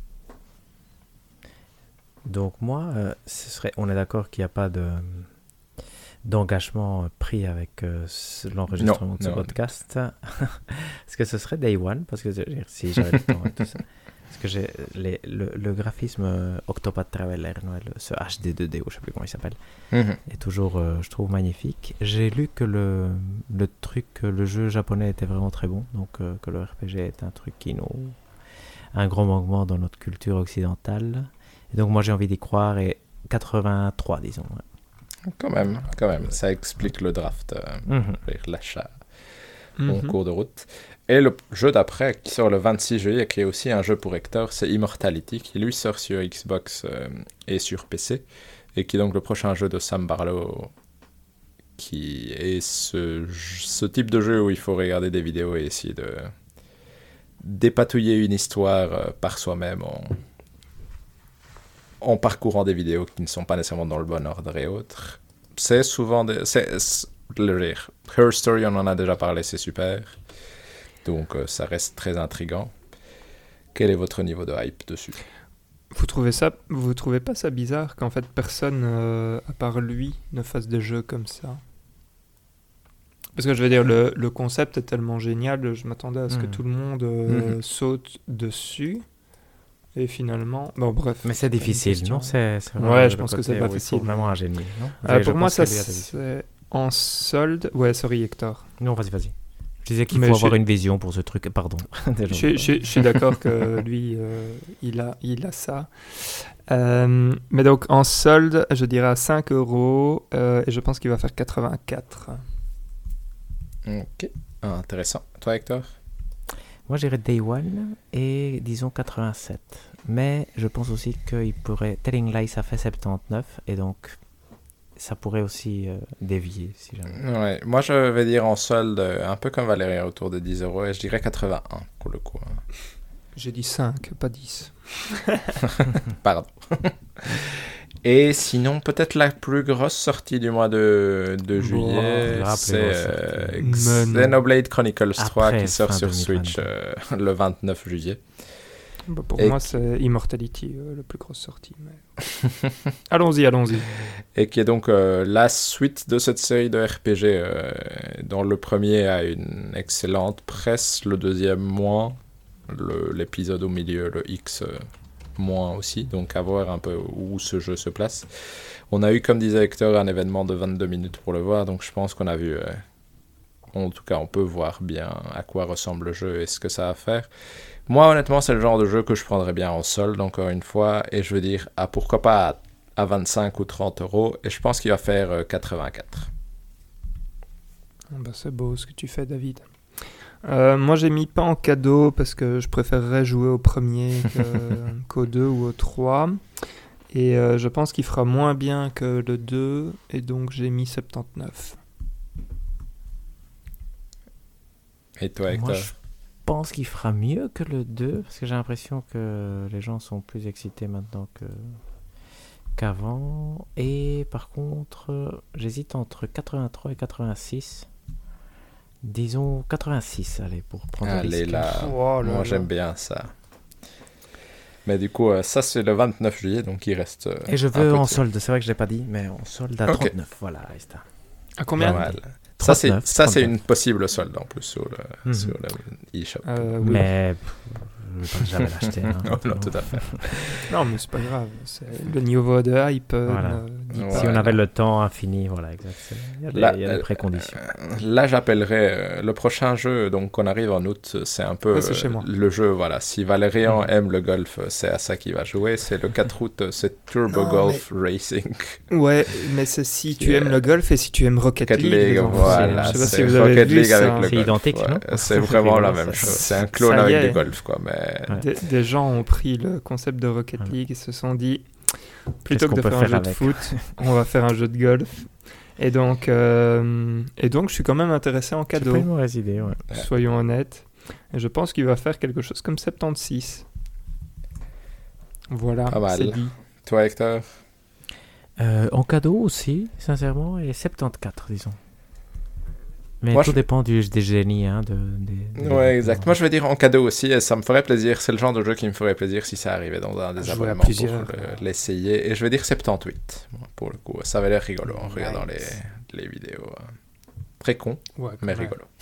Donc moi, euh, ce serait, on est d'accord qu'il n'y a pas de d'engagement pris avec euh, ce- l'enregistrement Non, de ce non. podcast. Est-ce que ce serait Day One? Parce que je veux dire, si j'avais le temps et tout ça. Parce que j'ai les, le, le graphisme euh, Octopath Traveler, non, le- ce H D deux D, ou je sais plus comment il s'appelle, Mhm. est toujours, euh, je trouve, magnifique. J'ai lu que le, le truc, que le jeu japonais était vraiment très bon, donc euh, que le R P G est un truc qui nous... un gros manquement dans notre culture occidentale. Et donc moi j'ai envie d'y croire, et quatre-vingt-trois, disons. ouais. Quand même, quand même. Ça explique le draft, euh, Mhm. avec l'achat en Mhm. cours de route. Et le jeu d'après, qui sort le vingt-six juillet, qui est aussi un jeu pour Hector, c'est Immortality, qui lui sort sur Xbox euh, et sur P C, et qui est donc le prochain jeu de Sam Barlow, qui est ce, ce type de jeu où il faut regarder des vidéos et essayer de dépatouiller une histoire euh, par soi-même en, en parcourant des vidéos qui ne sont pas nécessairement dans le bon ordre et autres. C'est souvent des... C'est, c'est- le rire. Her Story, on en a déjà parlé, c'est super. Donc euh, ça reste très intriguant. Quel est votre niveau de hype dessus? Vous trouvez ça, vous trouvez pas ça bizarre qu'en fait personne euh, à part lui ne fasse des jeux comme ça? Parce que je veux dire, le, le concept est tellement génial, je m'attendais à ce que Mhm. tout le monde euh, Mhm. saute dessus. Et finalement, bon bref. Mais c'est une difficile, question. non? C'est, c'est Ouais, vraiment je le pense que côté c'est pas où il faut facile. vraiment un génie, non? Euh, Je pour moi, pense ça que lui a des difficultés. c'est en solde. Ouais, sorry Hector. Non, vas-y, vas-y. Je disais qu'il Mais faut je- avoir une vision pour ce truc. Pardon. Déjà. Je, je- je suis d'accord que lui, euh, il, a, il a ça. Euh, mais donc en solde, je dirais à cinq euros euh, et je pense qu'il va faire quatre-vingt-quatre. Ok, ah, intéressant. Toi, Hector? Moi, j'irais Day One et disons quatre-vingt-sept. Mais je pense aussi qu'il pourrait. Telling Lies, ça fait soixante-dix-neuf et donc ça pourrait aussi euh, dévier si jamais. Ouais, moi je vais dire en solde, un peu comme Valérie, autour de dix euros, et je dirais quatre-vingt-un pour le coup. hein. J'ai dit cinq, pas dix. Pardon. Et sinon, peut-être la plus grosse sortie du mois de, de juillet, la plus c'est grosse euh, sortie. Mais non. Xenoblade Chronicles trois Après qui sort fin sur deux mille Switch vingt-deux. euh, le vingt-neuf juillet. Bah, pour Et moi, qui- c'est Immortality, euh, la plus grosse sortie. Mais... allons-y, allons-y. Et qui est donc euh, la suite de cette série de R P G, euh, dont le premier a une excellente presse, le deuxième moins, le- l'épisode au milieu, le X, euh, moins aussi, donc à voir un peu où ce jeu se place. On a eu, comme disait Hector, un événement de vingt-deux minutes pour le voir, donc je pense qu'on a vu, euh, en tout cas on peut voir bien à quoi ressemble le jeu et ce que ça va faire. Moi honnêtement c'est le genre de jeu que je prendrais bien en solde encore une fois, et je veux dire, ah, pourquoi pas à, à vingt-cinq ou trente euros, et je pense qu'il va faire euh, quatre-vingt-quatre. Ah bah, c'est beau ce que tu fais, David. Euh, moi, j'ai mis pas en cadeau parce que je préférerais jouer au premier que- qu'au deux ou au trois. Et euh, je pense qu'il fera moins bien que le deux. Et donc, j'ai mis soixante-dix-neuf. Et toi Hector? Moi, je pense qu'il fera mieux que le deux parce que j'ai l'impression que les gens sont plus excités maintenant que qu'avant. Et par contre, euh, j'hésite entre quatre-vingt-trois et quatre-vingt-six. Disons quatre-vingt-six, allez, pour prendre le Allez risque. là, Oh là moi là. j'aime bien ça. Mais du coup, euh, ça c'est le vingt-neuf juillet, donc il reste euh, Et je un veux peu en de- solde, c'est vrai que je l'ai pas dit, mais en solde à Ok. trente-neuf, voilà, là, c'est ça. À combien Pas mal. Ça c'est trente-neuf, ça c'est trente-neuf. une possible solde en plus sur le Mhm. sur le eShop. Euh, oui. Mais pff, je vais pas jamais l'acheter. hein. Non, non, tout à fait. Non, mais c'est pas grave. C'est le niveau de hype. euh, Voilà. ne dit Ouais. pas. Si on avait le temps infini, voilà, exact. c'est- Il y a des, Là, il y a des euh, préconditions. Euh, Là, j'appellerais euh, le prochain jeu, donc on arrive en août, c'est un peu Ouais, c'est euh, chez moi. le jeu, voilà. Si Valérian Mhm. aime le golf, euh, c'est à ça qu'il va jouer. C'est le quatre août, euh, c'est Turbo Non, Golf Racing. Ouais, mais c'est si tu Yeah. aimes le golf et si tu aimes Rocket, Rocket League. League, les enfants. voilà. Je sais pas c'est si vous avez Rocket vu League ça. avec le C'est golf. identique, ouais. non C'est vraiment la rigolo, même ça. chose. C'est un clone Ça y avec est. du golf, quoi. Mais Ouais. Des, des gens ont pris le concept de Rocket Voilà. League et se sont dit, plutôt qu'on que de peut faire un faire jeu de avec foot, on va faire un jeu de golf. Et donc, euh, et donc je suis quand même intéressé en C'est cadeau, pas une mauvaise idée, ouais. Ouais. soyons honnêtes. Et je pense qu'il va faire quelque chose comme soixante-seize. Voilà, Pas mal. c'est dit. toi, Hector? Euh, en cadeau aussi, sincèrement, et soixante-quatorze, disons. Mais Moi, tout je- dépend du, des génies, hein, de, des, des- Ouais, exact. Moi, je vais dire en cadeau aussi, et ça me ferait plaisir. C'est le genre de jeu qui me ferait plaisir si ça arrivait dans un des Jouer à abonnements plusieurs. pour le- l'essayer. Et je vais dire soixante-dix-huit, moi, pour le coup. Ça avait l'air rigolo en Nice. regardant les, les vidéos. euh. Très con, Ouais, quand mais même. rigolo.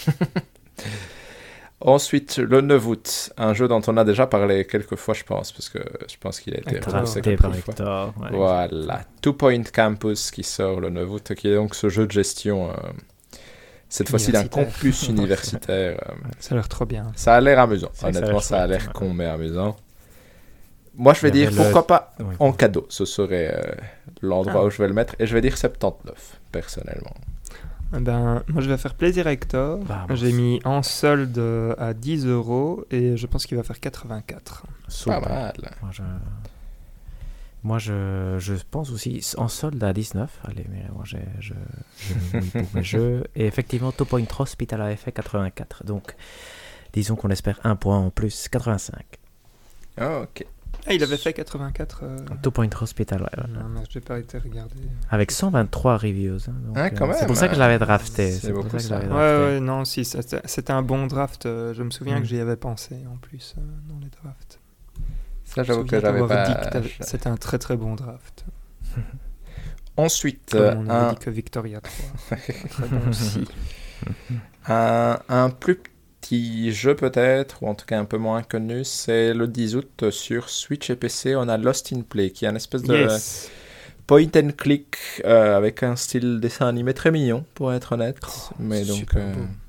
Ensuite, le neuf août, un jeu dont on a déjà parlé quelques fois, je pense, parce que je pense qu'il a été Hector. relancé Drafté quelques par fois. Hector. ouais. Voilà, Two Point Campus qui sort le neuf août, qui est donc ce jeu de gestion, euh, cette fois-ci d'un Universitaire. campus universitaire. euh, Ça a l'air trop bien. ça a l'air amusant, Ça, ça a l'air honnêtement, ça a l'air chouette, con mais amusant. Moi, je vais Il y dire, avait le- pourquoi pas Ouais. en cadeau, ce serait euh, l'endroit Ah. où je vais le mettre, et je vais dire soixante-dix-neuf, personnellement. Eh Ben, moi, je vais faire plaisir à Hector. Vamos. J'ai mis en solde euh, à dix euros et je pense qu'il va faire quatre-vingt-quatre. Pas Super. mal. Moi, je... Moi, je, je pense aussi en solde à dix-neuf. Allez, mais moi, j'ai, je, je me mouille pour mes jeux. Et effectivement, Two Point Hospital avait fait quatre-vingt-quatre. Donc, disons qu'on espère un point en plus, quatre-vingt-cinq. Ah, ok. Ah, il avait fait quatre-vingt-quatre. euh, Two Point Hospital, ouais. ouais. Non, mais je n'ai pas été regarder. Avec cent vingt-trois reviews. hein, donc, Ah, quand euh, c'est même, pour ça que je hein. l'avais drafté. C'est C'est pour beaucoup, ça que je ça. l'avais Ouais, drafté. ouais, non, si, ça- ça- c'était un bon draft. euh, Je me souviens Mm. que j'y avais pensé en plus euh, dans les drafts. Ça, Je j'avoue me que souviens j'avais t'avoir pas... dit que t'avais- c'était un très très bon draft. Ensuite, Comme euh, on avait un, dit que Victoria trois. Très bon aussi. un, un plus petit jeu peut-être, ou en tout cas un peu moins connu, c'est le dix août sur Switch et P C, on a Lost in Play, qui est un espèce de Yes. point and click euh, avec un style dessin animé très mignon, pour être honnête. Oh, mais c'est donc, super euh, beau.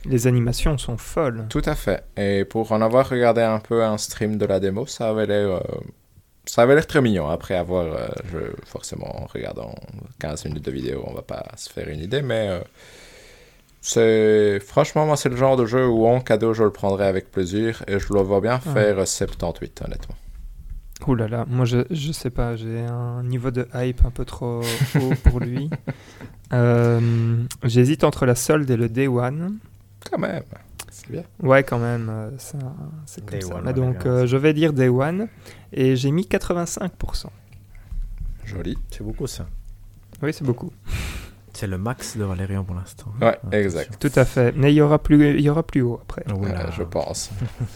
Les animations sont folles. Tout à fait. Et pour en avoir regardé un peu un stream de la démo, ça avait l'air, euh, ça avait l'air très mignon. Après avoir, euh, je, forcément, en regardant quinze minutes de vidéo, on va pas se faire une idée, mais euh, c'est, franchement, moi, c'est le genre de jeu où en cadeau, je le prendrais avec plaisir et je le vois bien faire ouais. soixante-dix-huit, honnêtement. Ouh là là, moi je, je sais pas, j'ai un niveau de hype un peu trop haut pour lui. Euh, j'hésite entre la solde et le Day One. Quand même, c'est bien. Ouais, quand même, euh, ça, c'est comme Day ça. One, Mais ouais, donc bien, euh, je vais dire Day One et j'ai mis quatre-vingt-cinq pour cent. Joli. C'est beaucoup ça. Oui, c'est beaucoup. C'est le max de Valérian pour l'instant. Ouais, Attention. exact. Tout à fait. Mais il y aura plus, il y aura plus haut après. Oh là. Euh, je pense.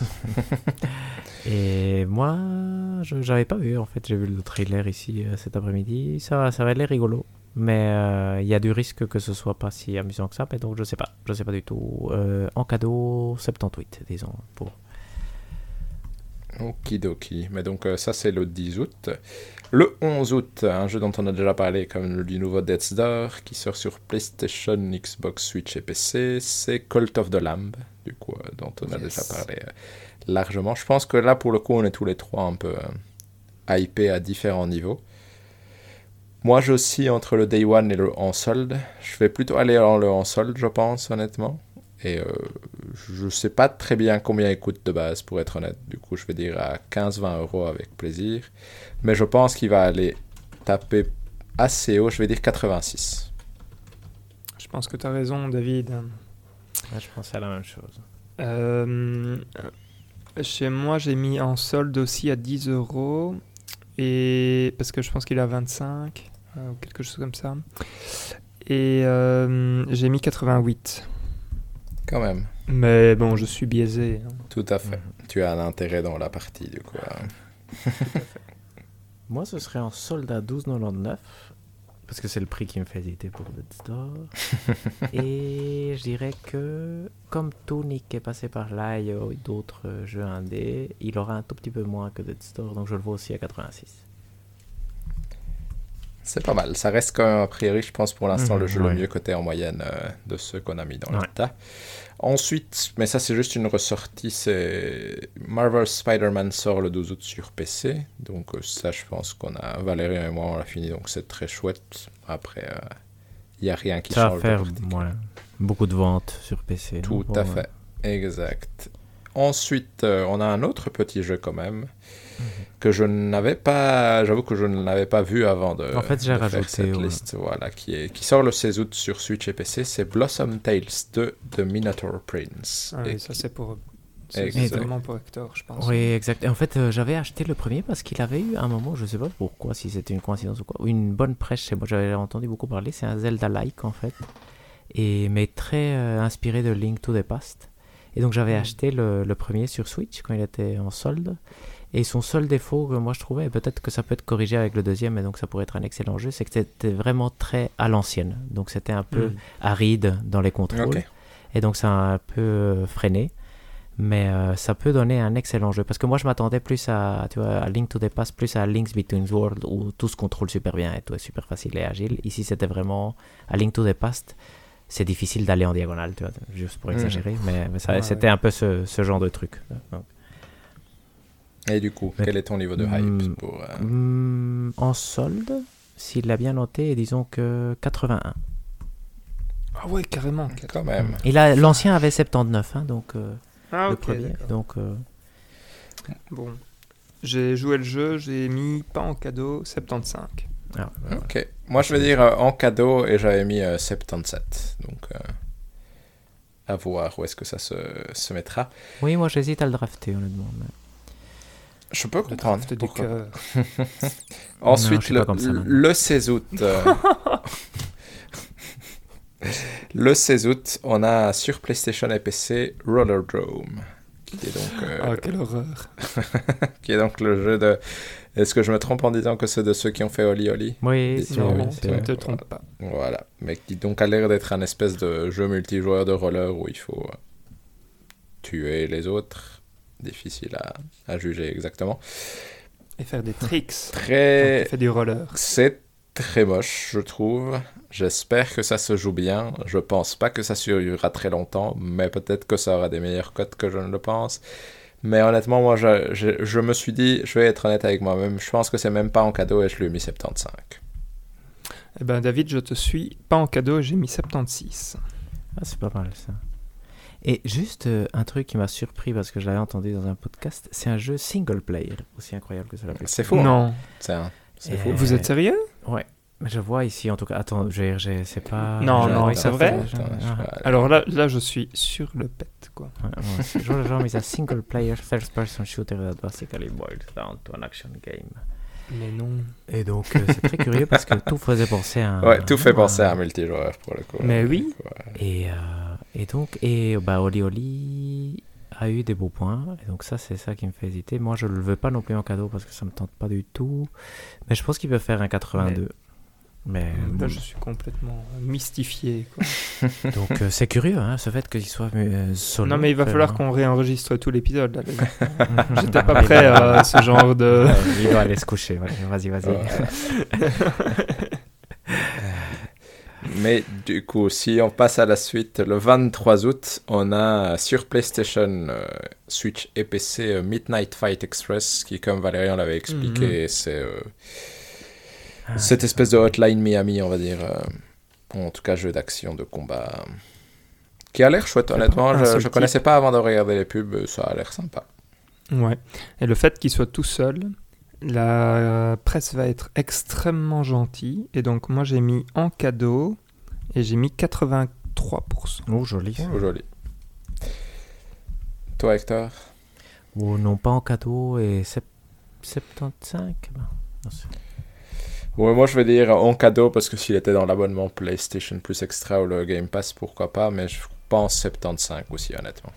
Et moi, je n'avais pas vu en fait. J'ai vu le trailer ici euh, cet après-midi. Ça, ça avait l'air rigolo. Mais il euh, y a du risque que ce soit pas si amusant que ça. Mais donc je sais pas. Je sais pas du tout. Euh, en cadeau, soixante-dix-huit, disons. Pour... Okidoki. Mais donc euh, ça c'est le dix août. Le onze août, un jeu dont on a déjà parlé comme du nouveau Death's Door qui sort sur PlayStation, Xbox, Switch et P C, c'est Cult of the Lamb, du coup, euh, dont on a yes. déjà parlé euh, largement. Je pense que là, pour le coup, on est tous les trois un peu euh, hypés à différents niveaux. Moi, j'oscille entre le Day One et le en solde. Je vais plutôt aller dans le en solde, je pense, honnêtement. Et euh, je sais pas très bien combien il coûte de base, pour être honnête. Du coup, je vais dire à quinze à vingt euros avec plaisir. Mais je pense qu'il va aller taper assez haut. Je vais dire quatre-vingt-six. Je pense que tu as raison, David. Ouais, je pensais à la même chose. Euh, chez moi, j'ai mis en solde aussi à dix euros. Et parce que je pense qu'il est à vingt-cinq, euh, ou quelque chose comme ça. Et euh, j'ai mis quatre-vingt-huit. Quand même. Mais bon, je suis biaisé. Hein. Tout à fait. Mmh. Tu as un intérêt dans la partie, du coup. Hein. Tout à fait. Moi, ce serait en solde à douze euros quatre-vingt-dix-neuf, parce que c'est le prix qui me fait hésiter pour Death's Door. Et je dirais que, comme Tunic est passé par là, il y a d'autres jeux indés, il aura un tout petit peu moins que Death's Door, donc je le vois aussi à quatre-vingt-six. C'est pas mal. Ça reste quand même, a priori, je pense, pour l'instant, mmh, le jeu ouais. le mieux coté en moyenne euh, de ceux qu'on a mis dans ouais. le tas. Ensuite, mais ça, c'est juste une ressortie, c'est Marvel Spider-Man sort le douze août sur P C. Donc euh, ça, je pense qu'on a... Valérie et moi, on l'a fini, donc c'est très chouette. Après, il euh, n'y a rien qui ça change. Ça va faire ouais, beaucoup de ventes sur P C. Tout non, à bon, fait. Ouais. Exact. Ensuite, euh, on a un autre petit jeu quand même. Que je n'avais pas, j'avoue que je ne l'avais pas vu avant de, en fait, j'ai de rajouté, faire cette ouais. liste, voilà, qui, est, qui sort le seize août sur Switch et P C, c'est Blossom Tales deux de Minotaur Prince. Ah oui, et ça qui... c'est pour, c'est vraiment pour Hector, je pense. Oui, exact. Et en fait, euh, j'avais acheté le premier parce qu'il avait eu un moment, je sais pas pourquoi, si c'était une coïncidence ou quoi, une bonne presse chez moi, j'avais entendu beaucoup parler, c'est un Zelda-like en fait, et, mais très euh, inspiré de Link to the Past. Et donc j'avais mmh. acheté le, le premier sur Switch quand il était en solde. Et son seul défaut que moi je trouvais, et peut-être que ça peut être corrigé avec le deuxième, et donc ça pourrait être un excellent jeu, c'est que c'était vraiment très à l'ancienne. Donc c'était un peu mmh. aride dans les contrôles. Okay. Et donc ça a un peu euh, freiné. Mais euh, ça peut donner un excellent jeu. Parce que moi je m'attendais plus à, tu vois, à Link to the Past, plus à Link's Between Worlds, où tout se contrôle super bien et tout est super facile et agile. Ici c'était vraiment à Link to the Past. C'est difficile d'aller en diagonale, tu vois, juste pour exagérer. Mmh. Mais, mais ça, ouais, c'était ouais. un peu ce, ce genre de truc. Donc. Et du coup, mais, quel est ton niveau de hype mm, pour, euh... mm, en solde, s'il l'a bien noté, disons que quatre-vingt-un. Ah ouais, carrément. Quand même. Il a, l'ancien avait soixante-dix-neuf, hein, donc euh, ah, le okay, premier. Donc, euh... bon, j'ai joué le jeu, j'ai mis pas en cadeau soixante-quinze. Ah, voilà. Ok. Moi, je vais dire euh, en cadeau et j'avais mis euh, soixante-dix-sept. Donc, euh, à voir où est-ce que ça se, se mettra. Oui, moi j'hésite à le drafter, honnêtement. Mais... Je peux comprendre. Du cœur. Ensuite, non, le, le seize août. Euh, le seize août, on a sur PlayStation et P C Rollerdrome. Qui est donc. Euh, oh, quelle horreur! Qui est donc le jeu de. Est-ce que je me trompe en disant que c'est de ceux qui ont fait Oli Oli? Oui, non, tu ne te trompes pas. Voilà. Mais qui donc a l'air d'être un espèce de jeu multijoueur de roller où il faut euh, tuer les autres. Difficile à, à juger exactement. Et faire des tricks. Très... Quand tu fais du roller. C'est très moche, je trouve. J'espère que ça se joue bien. Je pense pas que ça survivra très longtemps, mais peut-être que ça aura des meilleures cotes que je ne le pense. Mais honnêtement, moi, je, je, je me suis dit, je vais être honnête avec moi-même, je pense que c'est même pas en cadeau et je lui ai mis soixante-quinze. Eh ben David, je te suis, pas en cadeau, j'ai mis soixante-seize. Ah, c'est pas mal ça. Et juste euh, un truc qui m'a surpris parce que je l'avais entendu dans un podcast, c'est un jeu single player, aussi incroyable que cela peut être. C'est fou. Non. Hein. C'est, un, c'est Et fou. Vous êtes sérieux? Ouais. Mais je vois ici en tout cas. Attends, je, je c'est pas. Non, je, non, ouais, c'est vrai? je, Attends, je, je ah, vais- Alors là, là, je suis sur le pet, quoi. ouais, moi aussi. Je genre mais un single player first person shooter that basically boils down to an action game. Mais non. Et donc euh, c'est très curieux parce que tout faisait penser à un. Ouais, tout fait à- penser à un multijoueur pour le coup. Mais oui. Ouais. Et, euh, et donc, et bah, Oli Oli a eu des beaux points. Et donc, ça, c'est ça qui me fait hésiter. Moi, je ne le veux pas non plus en cadeau parce que ça ne me tente pas du tout. Mais je pense qu'il peut faire un quatre-vingt-deux. Mais, Là, bon. je suis complètement mystifié, quoi. Donc, euh, c'est curieux, hein, ce fait qu'il soit euh, solo. Non, mais il va fait, falloir hein. qu'on réenregistre tout l'épisode, là. les- J'étais pas prêt à ce genre de... Ouais, il doit aller se coucher. Ouais. Vas-y, vas-y. Ouais. Mais du coup, si on passe à la suite, le vingt-trois août, on a sur PlayStation, euh, Switch et P C euh, Midnight Fight Express, qui, comme Valérian l'avait expliqué, Mhm. c'est euh, Ah, cette espèce de Hotline Miami, on va dire. euh, en tout cas, jeu d'action, de combat, euh, qui a l'air chouette, honnêtement. un Je, seul je connaissais pas avant de regarder les pubs, ça a l'air sympa. Ouais. Et le fait qu'il soit tout seul, la presse va être extrêmement gentille. Et donc, moi, j'ai mis en cadeau et j'ai mis quatre-vingt-trois pour cent. Oh, joli. Oh, joli. Toi, Hector? Ou non, pas en cadeau et sept- soixante-quinze. Ben, non, c'est- Ouais, moi je vais dire en cadeau parce que s'il était dans l'abonnement PlayStation Plus Extra ou le Game Pass, pourquoi pas, mais je pense soixante-quinze aussi, honnêtement.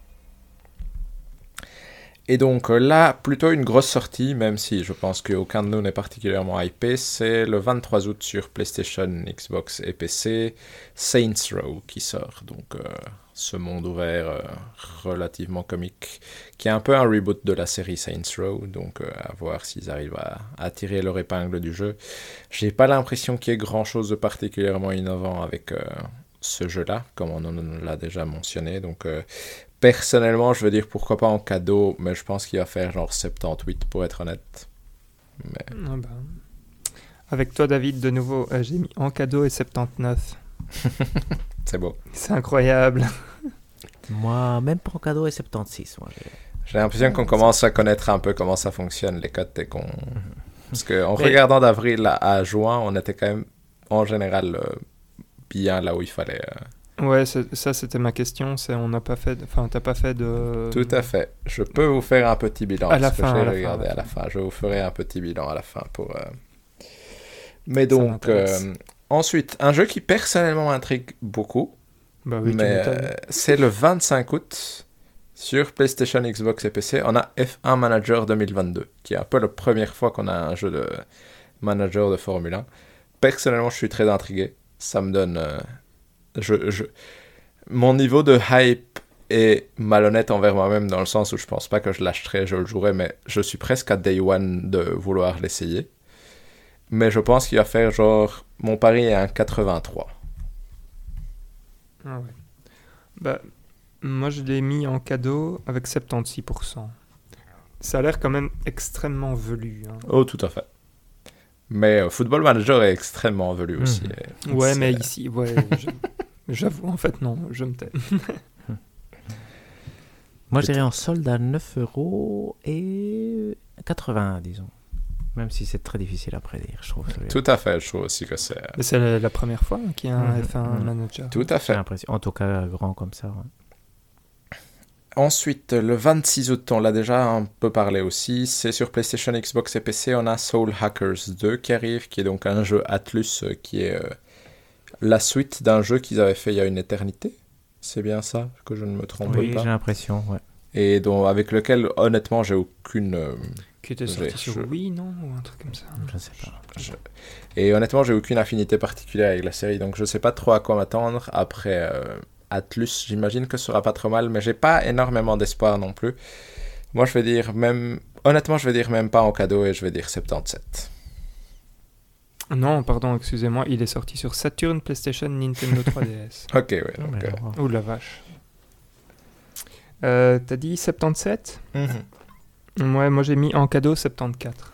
Et donc euh, là, plutôt une grosse sortie, même si je pense qu'aucun de nous n'est particulièrement hypé, c'est le vingt-trois août sur PlayStation, Xbox et P C, Saints Row qui sort. Donc euh, ce monde ouvert euh, relativement comique, qui est un peu un reboot de la série Saints Row, donc euh, à voir s'ils arrivent à, à tirer leur épingle du jeu. J'ai pas l'impression qu'il y ait grand chose de particulièrement innovant avec euh, ce jeu-là, comme on en l'a déjà mentionné, donc... Euh, Personnellement, je veux dire pourquoi pas en cadeau, mais je pense qu'il va faire genre soixante-dix-huit pour être honnête. Mais... Ah ben. Avec toi, David, de nouveau, euh, j'ai mis en cadeau et soixante-dix-neuf. C'est beau. C'est incroyable. Moi, même pas en cadeau et soixante-seize. Moi, j'ai... J'ai l'impression qu'on commence à connaître un peu comment ça fonctionne, les cotes, et qu'on... Parce qu'en Mais- regardant d'avril à, à juin, on était quand même, en général, euh, bien là où il fallait. euh. Ouais, c'est- ça, c'était ma question. C'est on n'a pas fait... de- Enfin, t'as pas fait de... Tout à fait. Je peux vous faire un petit bilan. À la parce que fin, je à l'ai la fin, regardé à la à la fin. fin. Je vous ferai un petit bilan à la fin pour... euh, Mais Ça donc, m'intéresse. euh, ensuite, un jeu qui personnellement m'intrigue beaucoup, Bah oui, tu mais m'étonnes. euh, c'est le vingt-cinq août sur PlayStation, Xbox et P C. On a F un Manager deux mille vingt-deux, qui est un peu la première fois qu'on a un jeu de manager de Formule un. Personnellement, je suis très intrigué. Ça me donne... euh, je, je... Mon niveau de hype est malhonnête envers moi-même dans le sens où je pense pas que je l'achèterai, je le jouerai, mais je suis presque à day one de vouloir l'essayer. Mais je pense qu'il va faire genre... Mon pari est un quatre-vingt-trois. Ah ouais. Bah, moi, je l'ai mis en cadeau avec soixante-seize pour cent. Ça a l'air quand même extrêmement velu. Hein. Oh, tout à fait. Mais euh, Football Manager est extrêmement velu Mhm. aussi. Et Ouais, c'est- mais ici, ouais, je- j'avoue, en fait, non, je me tais. Moi, j'irais en solde à neuf euros et quatre-vingts, disons. Même si c'est très difficile à prédire, je trouve. celui-là. Tout à fait, je trouve aussi que c'est... euh, Mais c'est la, la première fois qu'il y a un Mhm, F un mhm. manager. Tout à J'ai fait. l'impression. En tout cas, grand comme ça. Ouais. Ensuite, le vingt-six août, on l'a déjà un peu parlé aussi, c'est sur PlayStation, Xbox et P C, on a Soul Hackers deux qui arrive, qui est donc un jeu Atlus euh, qui est euh, la suite d'un jeu qu'ils avaient fait il y a une éternité. C'est bien ça, que je ne me trompe Oui, pas. j'ai l'impression, ouais. Et dont, avec lequel, honnêtement, j'ai aucune... euh, Qui était J'ai- sorti sur je- Wii, non? Ou un truc comme ça. Je sais pas. je- Et honnêtement, j'ai aucune affinité particulière avec la série, donc je sais pas trop à quoi m'attendre. Après, euh, Atlus, j'imagine que ce sera pas trop mal, mais j'ai pas énormément d'espoir non plus. Moi, je vais dire même... Honnêtement, je vais dire même pas en cadeau et je vais dire soixante-dix-sept. Non, pardon, excusez-moi, il est sorti sur Saturn, PlayStation, Nintendo trois D S. Ok, ouais. Non, Donc, mais euh, alors, Oh la vache. Euh, T'as dit soixante-dix-sept? mhm. Ouais, moi j'ai mis en cadeau soixante-quatorze.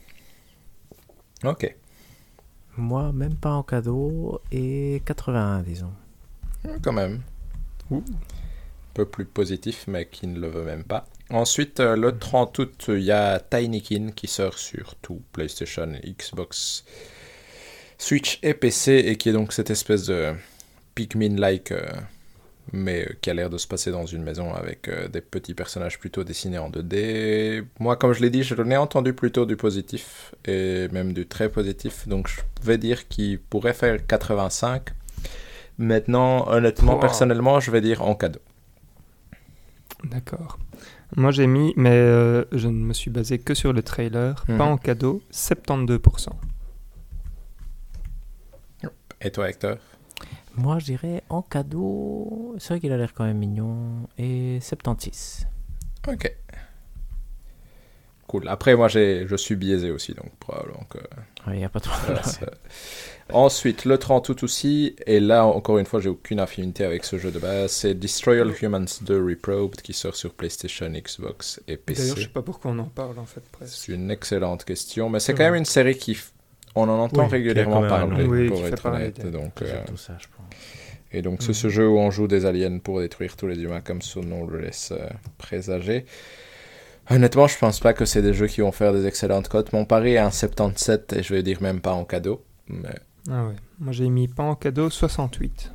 Ok. moi, même pas en cadeau, et quatre-vingt-un, disons. Quand même. Ouh. Un peu plus positif, mais qui ne le veut même pas. Ensuite, euh, le trente août, il y a Tinykin qui sort sur tout, PlayStation, Xbox, Switch et P C, et qui est donc cette espèce de Pikmin-like, euh, mais euh, qui a l'air de se passer dans une maison avec euh, des petits personnages plutôt dessinés en deux D. Moi, comme je l'ai dit, je n'ai entendu plutôt du positif, et même du très positif, donc je vais dire qu'il pourrait faire quatre-vingt-cinq. Maintenant, honnêtement, Wow. personnellement, je vais dire en cadeau. D'accord. Moi j'ai mis, mais euh, je ne me suis basé que sur le trailer, Mhm. pas en cadeau, soixante-douze pour cent. Et toi, Hector? Moi, je dirais en cadeau, c'est vrai qu'il a l'air quand même mignon, et soixante-seize. Ok. Cool. Après, moi, j'ai, je suis biaisé aussi, donc probablement que... Il n'y a pas de voilà, problème. ça- Ensuite, le trente août aussi, et là, encore une fois, j'ai aucune affinité avec ce jeu de base, c'est Destroy All Humans deux Reprobed qui sort sur PlayStation, Xbox et P D'ailleurs, je C. sais pas pourquoi on en parle en fait presque. C'est une excellente question, mais c'est Ouais. quand même une série qui... f- On en entend Oui, qui a régulièrement quand même un parler, nom. Oui, pour qui fait être parler honnête. d'elle. Donc, C'est euh, surtout ça, je pense. Et donc, c'est Mhm. ce jeu où on joue des aliens pour détruire tous les humains, comme son nom le laisse euh, présager. Honnêtement, je pense pas que c'est des jeux qui vont faire des excellentes cotes. Mon pari est un soixante-dix-sept, et je vais dire même pas en cadeau. Mais... Ah ouais. Moi j'ai mis pas en cadeau soixante-huit.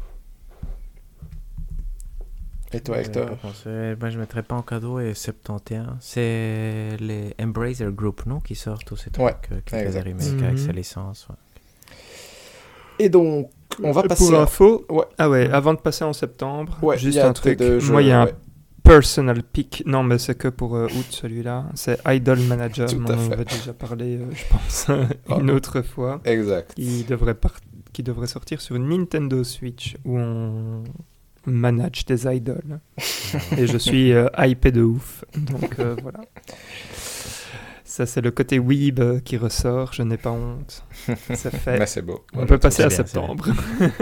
Et toi, Euh, Hector? je pensais- moi, je mettrais pas en cadeau et soixante et onze. C'est les Embracer Group, non? Qui sortent tous ces trucs, Ouais, euh, qui fait des exact. remakes avec Mhm. ses licences. Ouais. Et donc, on va Et passer... Pour à- info, Ouais. ah ouais, avant de passer en septembre, Ouais, juste il y a un truc. deux jeux, Moi il y a un ouais. personal pick. Non, mais c'est que pour euh, août celui-là. C'est Idol Manager. Tout on à en fait. avait déjà parlé, euh, je pense, une autre fois. Exact. Qui devrait, par- qui devrait sortir sur Nintendo Switch où on manage des idoles. Et je suis euh, hypé de ouf. Donc euh, voilà. Ça, c'est le côté weeb euh, qui ressort. Je n'ai pas honte. Ça fait. Mais c'est beau. On Moi, peut je passer à c'est bien, c'est bien. septembre.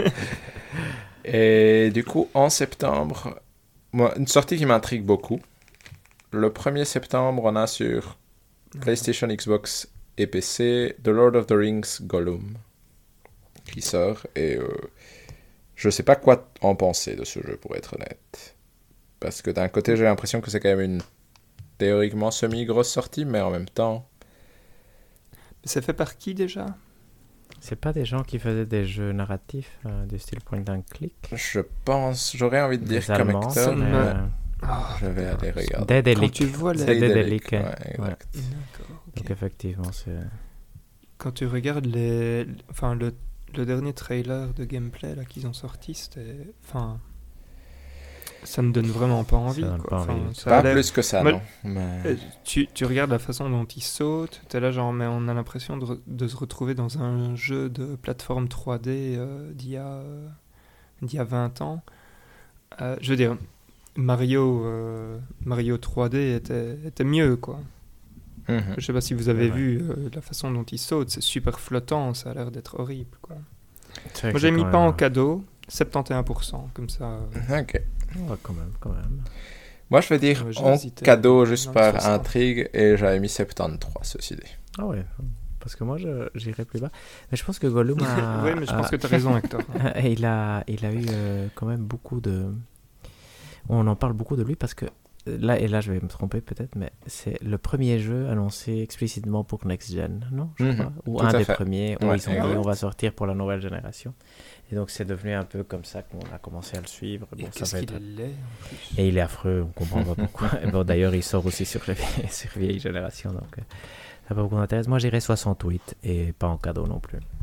Et du coup, en septembre, moi, une sortie qui m'intrigue beaucoup. Le premier septembre, on a sur PlayStation, Xbox et P C The Lord of the Rings Gollum qui sort. Et euh, je sais pas quoi en penser de ce jeu, pour être honnête. Parce que d'un côté, j'ai l'impression que c'est quand même une théoriquement semi-grosse sortie, mais en même temps... C'est fait par qui déjà? C'est pas des gens qui faisaient des jeux narratifs euh, du style point and click? Je pense, j'aurais envie de dire Des comme Allemands, Hector, mais- mais euh, Ah, je vais aller regarder. Daedalic. Quand tu vois les- C'est Daedalic, Daedalic, ouais, hein. exact. Ouais. D'accord, ok. Donc effectivement, c'est... Quand tu regardes les, enfin le, le dernier trailer de gameplay là qu'ils ont sorti, c'était, enfin, ça me donne vraiment pas envie. donne quoi. pas Enfin, envie. ça a Pas l'air- plus que ça, Moi- non. Mais... Euh, Tu, tu regardes la façon dont ils sautent, t'es là genre, mais on a l'impression de, re- de se retrouver dans un jeu de plateforme trois D euh, d'il y a, euh, d'il y a vingt ans. Euh, je veux dire, Mario, euh, Mario trois D était, était mieux, quoi. Mhm. Je sais pas si vous avez Ouais. vu euh, la façon dont il saute, c'est super flottant, ça a l'air d'être horrible, quoi. c'est vrai Moi que j'ai c'est mis quand pas même- en cadeau, soixante et onze pour cent, comme ça. euh, Ok. Ouais, quand même, quand même. Moi, je vais dire Ouais, j'ai en hésité. cadeau juste Dans les par soixante. intrigue, et j'avais mis soixante-treize, ceci dit. Ah ouais, parce que moi, je, j'irais plus bas. Mais je pense que Gollum a... oui, mais je a- pense que tu as raison, Hector. Et il a, il a eu euh, quand même beaucoup de... On en parle beaucoup de lui parce que, euh, là, et là je vais me tromper peut-être, mais c'est le premier jeu annoncé explicitement pour Next Gen, non? Je Mhm, crois. Ou tout un à des fait. premiers où Ouais, ils ont dit exact. on va sortir pour la nouvelle génération. Et donc c'est devenu un peu comme ça qu'on a commencé à le suivre. Et Bon, ça qu'est-ce va qu'il être... est laid, en plus. Et il est affreux, on comprend pas pourquoi. Et bon, d'ailleurs, il sort aussi sur, les vieilles- sur vieille génération, donc euh, ça n'a pas beaucoup d'intérêt. Moi, j'irais soixante-huit et pas en cadeau non plus.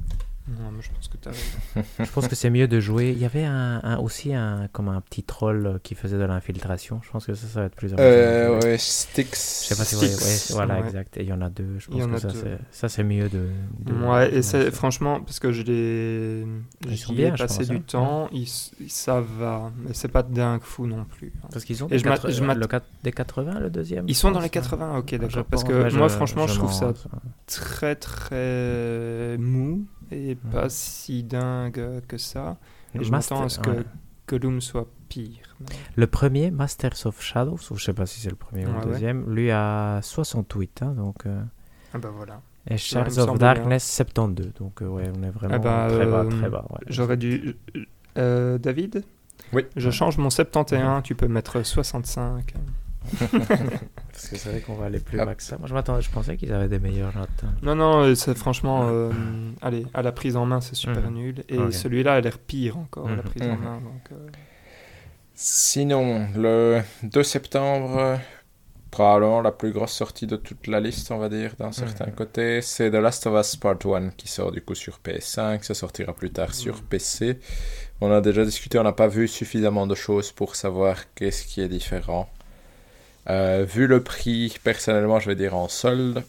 Non, mais je pense que tu as raison. Je pense que c'est mieux de jouer. Il y avait un, un- aussi un, comme un petit troll qui faisait de l'infiltration. Je pense que ça, ça va être plus amusant. Euh, ouais, Styx. Je sais pas si vous voyez. Styx, Ouais, voilà, ouais. exact. Et il y en a deux. Je Il y pense en que a ça, deux. c'est, ça, c'est mieux de. de Ouais, et de c'est lancer. franchement, parce que je l'ai. Ils sont J'y bien, ai je passé pense, du hein. temps, ils, ça va, mais c'est pas dingue fou non plus. hein. Parce qu'ils ont Et des, je m'att- quatre- je m'att- le quatre- des quatre-vingts, le deuxième. Ils je sont dans pense, les hein. quatre-vingts, ok, Je d'accord. Parce pense, que ouais, moi, je- franchement, je, je trouve m'en- ça très très mou et pas si dingue que ça. Et je Master- m'attends à ce que ouais. Gollum soit pire. mais- Le premier, Masters of Shadows, ou je sais pas si c'est le premier ou Ouais, le ouais. deuxième, lui a soixante-huit, hein, donc. euh, Ah bah voilà. Et il Shards me of semble Darkness, soixante-douze. Donc, euh, ouais, on est vraiment Ah bah, très bas, euh, très bas. Ouais. J'aurais dû. Euh, David Oui. Je change mon soixante et onze, tu peux mettre soixante-cinq. Parce que c'est vrai qu'on va aller plus Ah. bas que ça. Moi, je m'attendais, je pensais qu'ils avaient des meilleures notes. hein. Non, non, c'est franchement. euh, allez, à la prise en main, c'est super Mhm. nul. Et Ok. celui-là a l'air pire encore, à la Mhm. prise en Mhm. main. Donc, euh, Sinon, le deux septembre, probablement la plus grosse sortie de toute la liste, on va dire, d'un certain Mhm. côté, c'est The Last of Us Part un qui sort du coup sur P S cinq, ça sortira plus tard sur Mhm. P C. On a déjà discuté, on n'a pas vu suffisamment de choses pour savoir qu'est-ce qui est différent. Euh, vu le prix, personnellement, je vais dire en solde.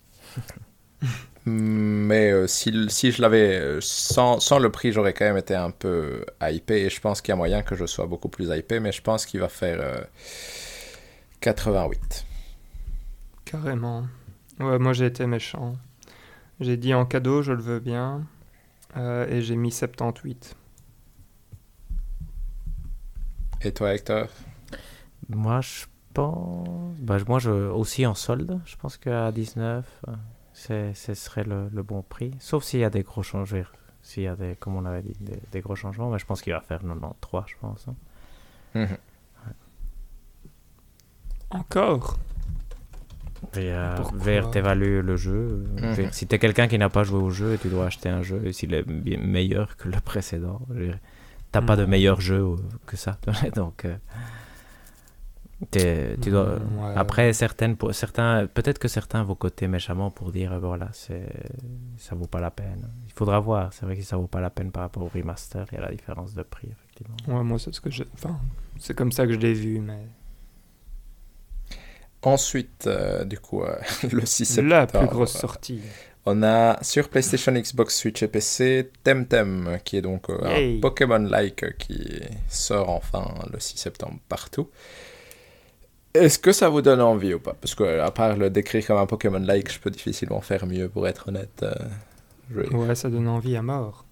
Mais euh, si, si je l'avais euh, sans, sans le prix, j'aurais quand même été un peu hypé. Et je pense qu'il y a moyen que je sois beaucoup plus hypé. Mais je pense qu'il va faire euh, quatre-vingt-huit. carrément. Ouais, moi j'ai été méchant. J'ai dit en cadeau, je le veux bien. euh, et j'ai mis soixante-dix-huit. Et toi, Hector? Moi, je pense. Bah, moi, je... aussi en solde. Je pense qu'à dix-neuf, euh, c'est... ce serait le... le bon prix. Sauf s'il y a des gros changements. S'il y a des, comme on avait dit, des, des gros changements. Mais je pense qu'il va faire quatre-vingt-treize, je pense. hein. Mhm. Encore Et euh, Pourquoi vers t'évaluer le jeu. Je veux Mhm. dire, si t'es quelqu'un qui n'a pas joué au jeu et tu dois acheter un jeu, et s'il est bien meilleur que le précédent, je veux dire, t'as pas de Mhm. meilleur jeu euh, que ça. Donc, euh, t'es- tu dois. Mhm, ouais. Après, certaines, pour- certains, peut-être que certains vont coter méchamment pour dire, euh, voilà, c'est, ça vaut pas la peine. Il faudra voir. C'est vrai que ça vaut pas la peine par rapport au remaster. Il y a la différence de prix, effectivement. Ouais, moi c'est ce que j'ai. Enfin, c'est comme ça que je l'ai vu, mais. Ensuite, euh, du coup, euh, le six septembre. La plus grosse sortie. On a sur PlayStation, Xbox, Switch et P C Temtem, qui est donc euh, Yay. un Pokémon-like euh, qui sort enfin le six septembre partout. Est-ce que ça vous donne envie ou pas? Parce que à part le décrire comme un Pokémon-like, je peux difficilement faire mieux pour être honnête. euh, je- Ouais, ça donne envie à mort.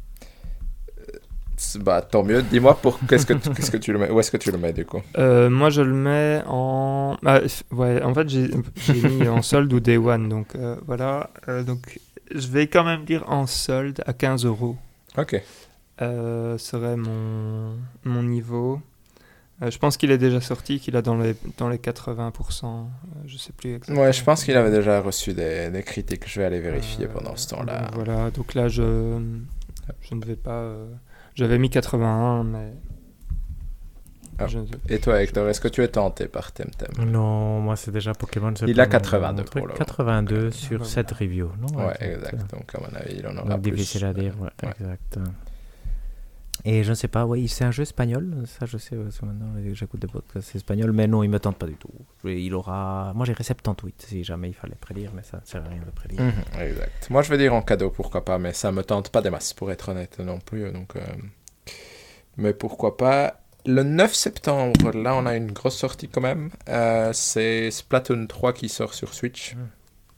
Bah tant mieux. Dis-moi pour qu'est-ce que tu- qu'est-ce que tu le mets? Où est-ce que tu le mets du coup? Euh, moi, je le mets en. Ah, f- ouais, en fait, j'ai j'ai mis en solde ou Day One. Donc, euh, voilà. Euh, donc, je vais quand même dire en solde à quinze euros. Ok. Euh, serait mon, mon niveau. Euh, je pense qu'il est déjà sorti, qu'il a dans les, dans les quatre-vingts pour cent. Euh, je sais plus exactement. Ouais, je pense qu'il avait déjà reçu des, des critiques. Je vais aller vérifier Euh, pendant ce temps-là. donc voilà, donc là, je, je ne vais pas. euh, J'avais mis quatre-vingt-un, mais. Ah. je- Et toi, Hector, est-ce que tu es tenté par Temtem? Non, moi, c'est déjà Pokémon. c'est Il pas a mon- quatre-vingt-deux mon truc. pour le moment. quatre-vingt-deux sur Ouais. sept reviews. Non, Ouais, exact. Donc, à mon avis, il en aura Donc, plus. difficile à dire, ouais, Ouais. exact. Et je ne sais pas, oui, c'est un jeu espagnol, ça je sais, parce que maintenant j'écoute des podcasts espagnols, mais non, il me tente pas du tout. Il aura, moi j'irais soixante-dix-huit si jamais il fallait prédire, mais ça ne sert à rien de prédire. Mhm, exact. Moi, je vais dire en cadeau, pourquoi pas, mais ça me tente pas des masses, pour être honnête non plus. Donc, euh, mais pourquoi pas. Le neuf septembre, là, on a une grosse sortie quand même. Euh, c'est Splatoon trois qui sort sur Switch. Mhm.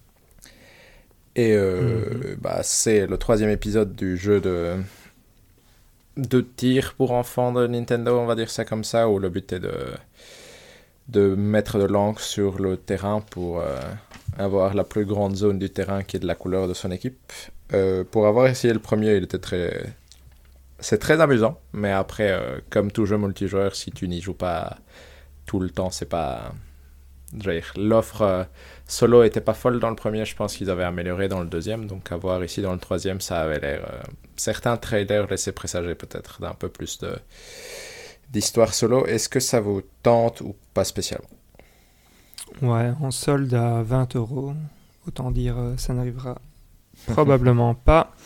Et euh, bah, c'est le troisième épisode du jeu de de tir pour enfants de Nintendo, on va dire ça comme ça, où le but est de de mettre de l'encre sur le terrain pour euh, avoir la plus grande zone du terrain qui est de la couleur de son équipe. Euh, pour avoir essayé le premier, il était très... C'est très amusant, mais après, euh, comme tout jeu multijoueur, si tu n'y joues pas tout le temps, c'est pas... Je veux dire, l'offre euh, solo était pas folle dans le premier, je pense qu'ils avaient amélioré dans le deuxième, donc à voir ici dans le troisième, ça avait l'air... Euh, certains trailers laissaient présager peut-être d'un peu plus de d'histoire solo. Est-ce que ça vous tente ou pas spécialement? Ouais, en solde à vingt euros. Autant dire, euh, ça n'arrivera probablement pas.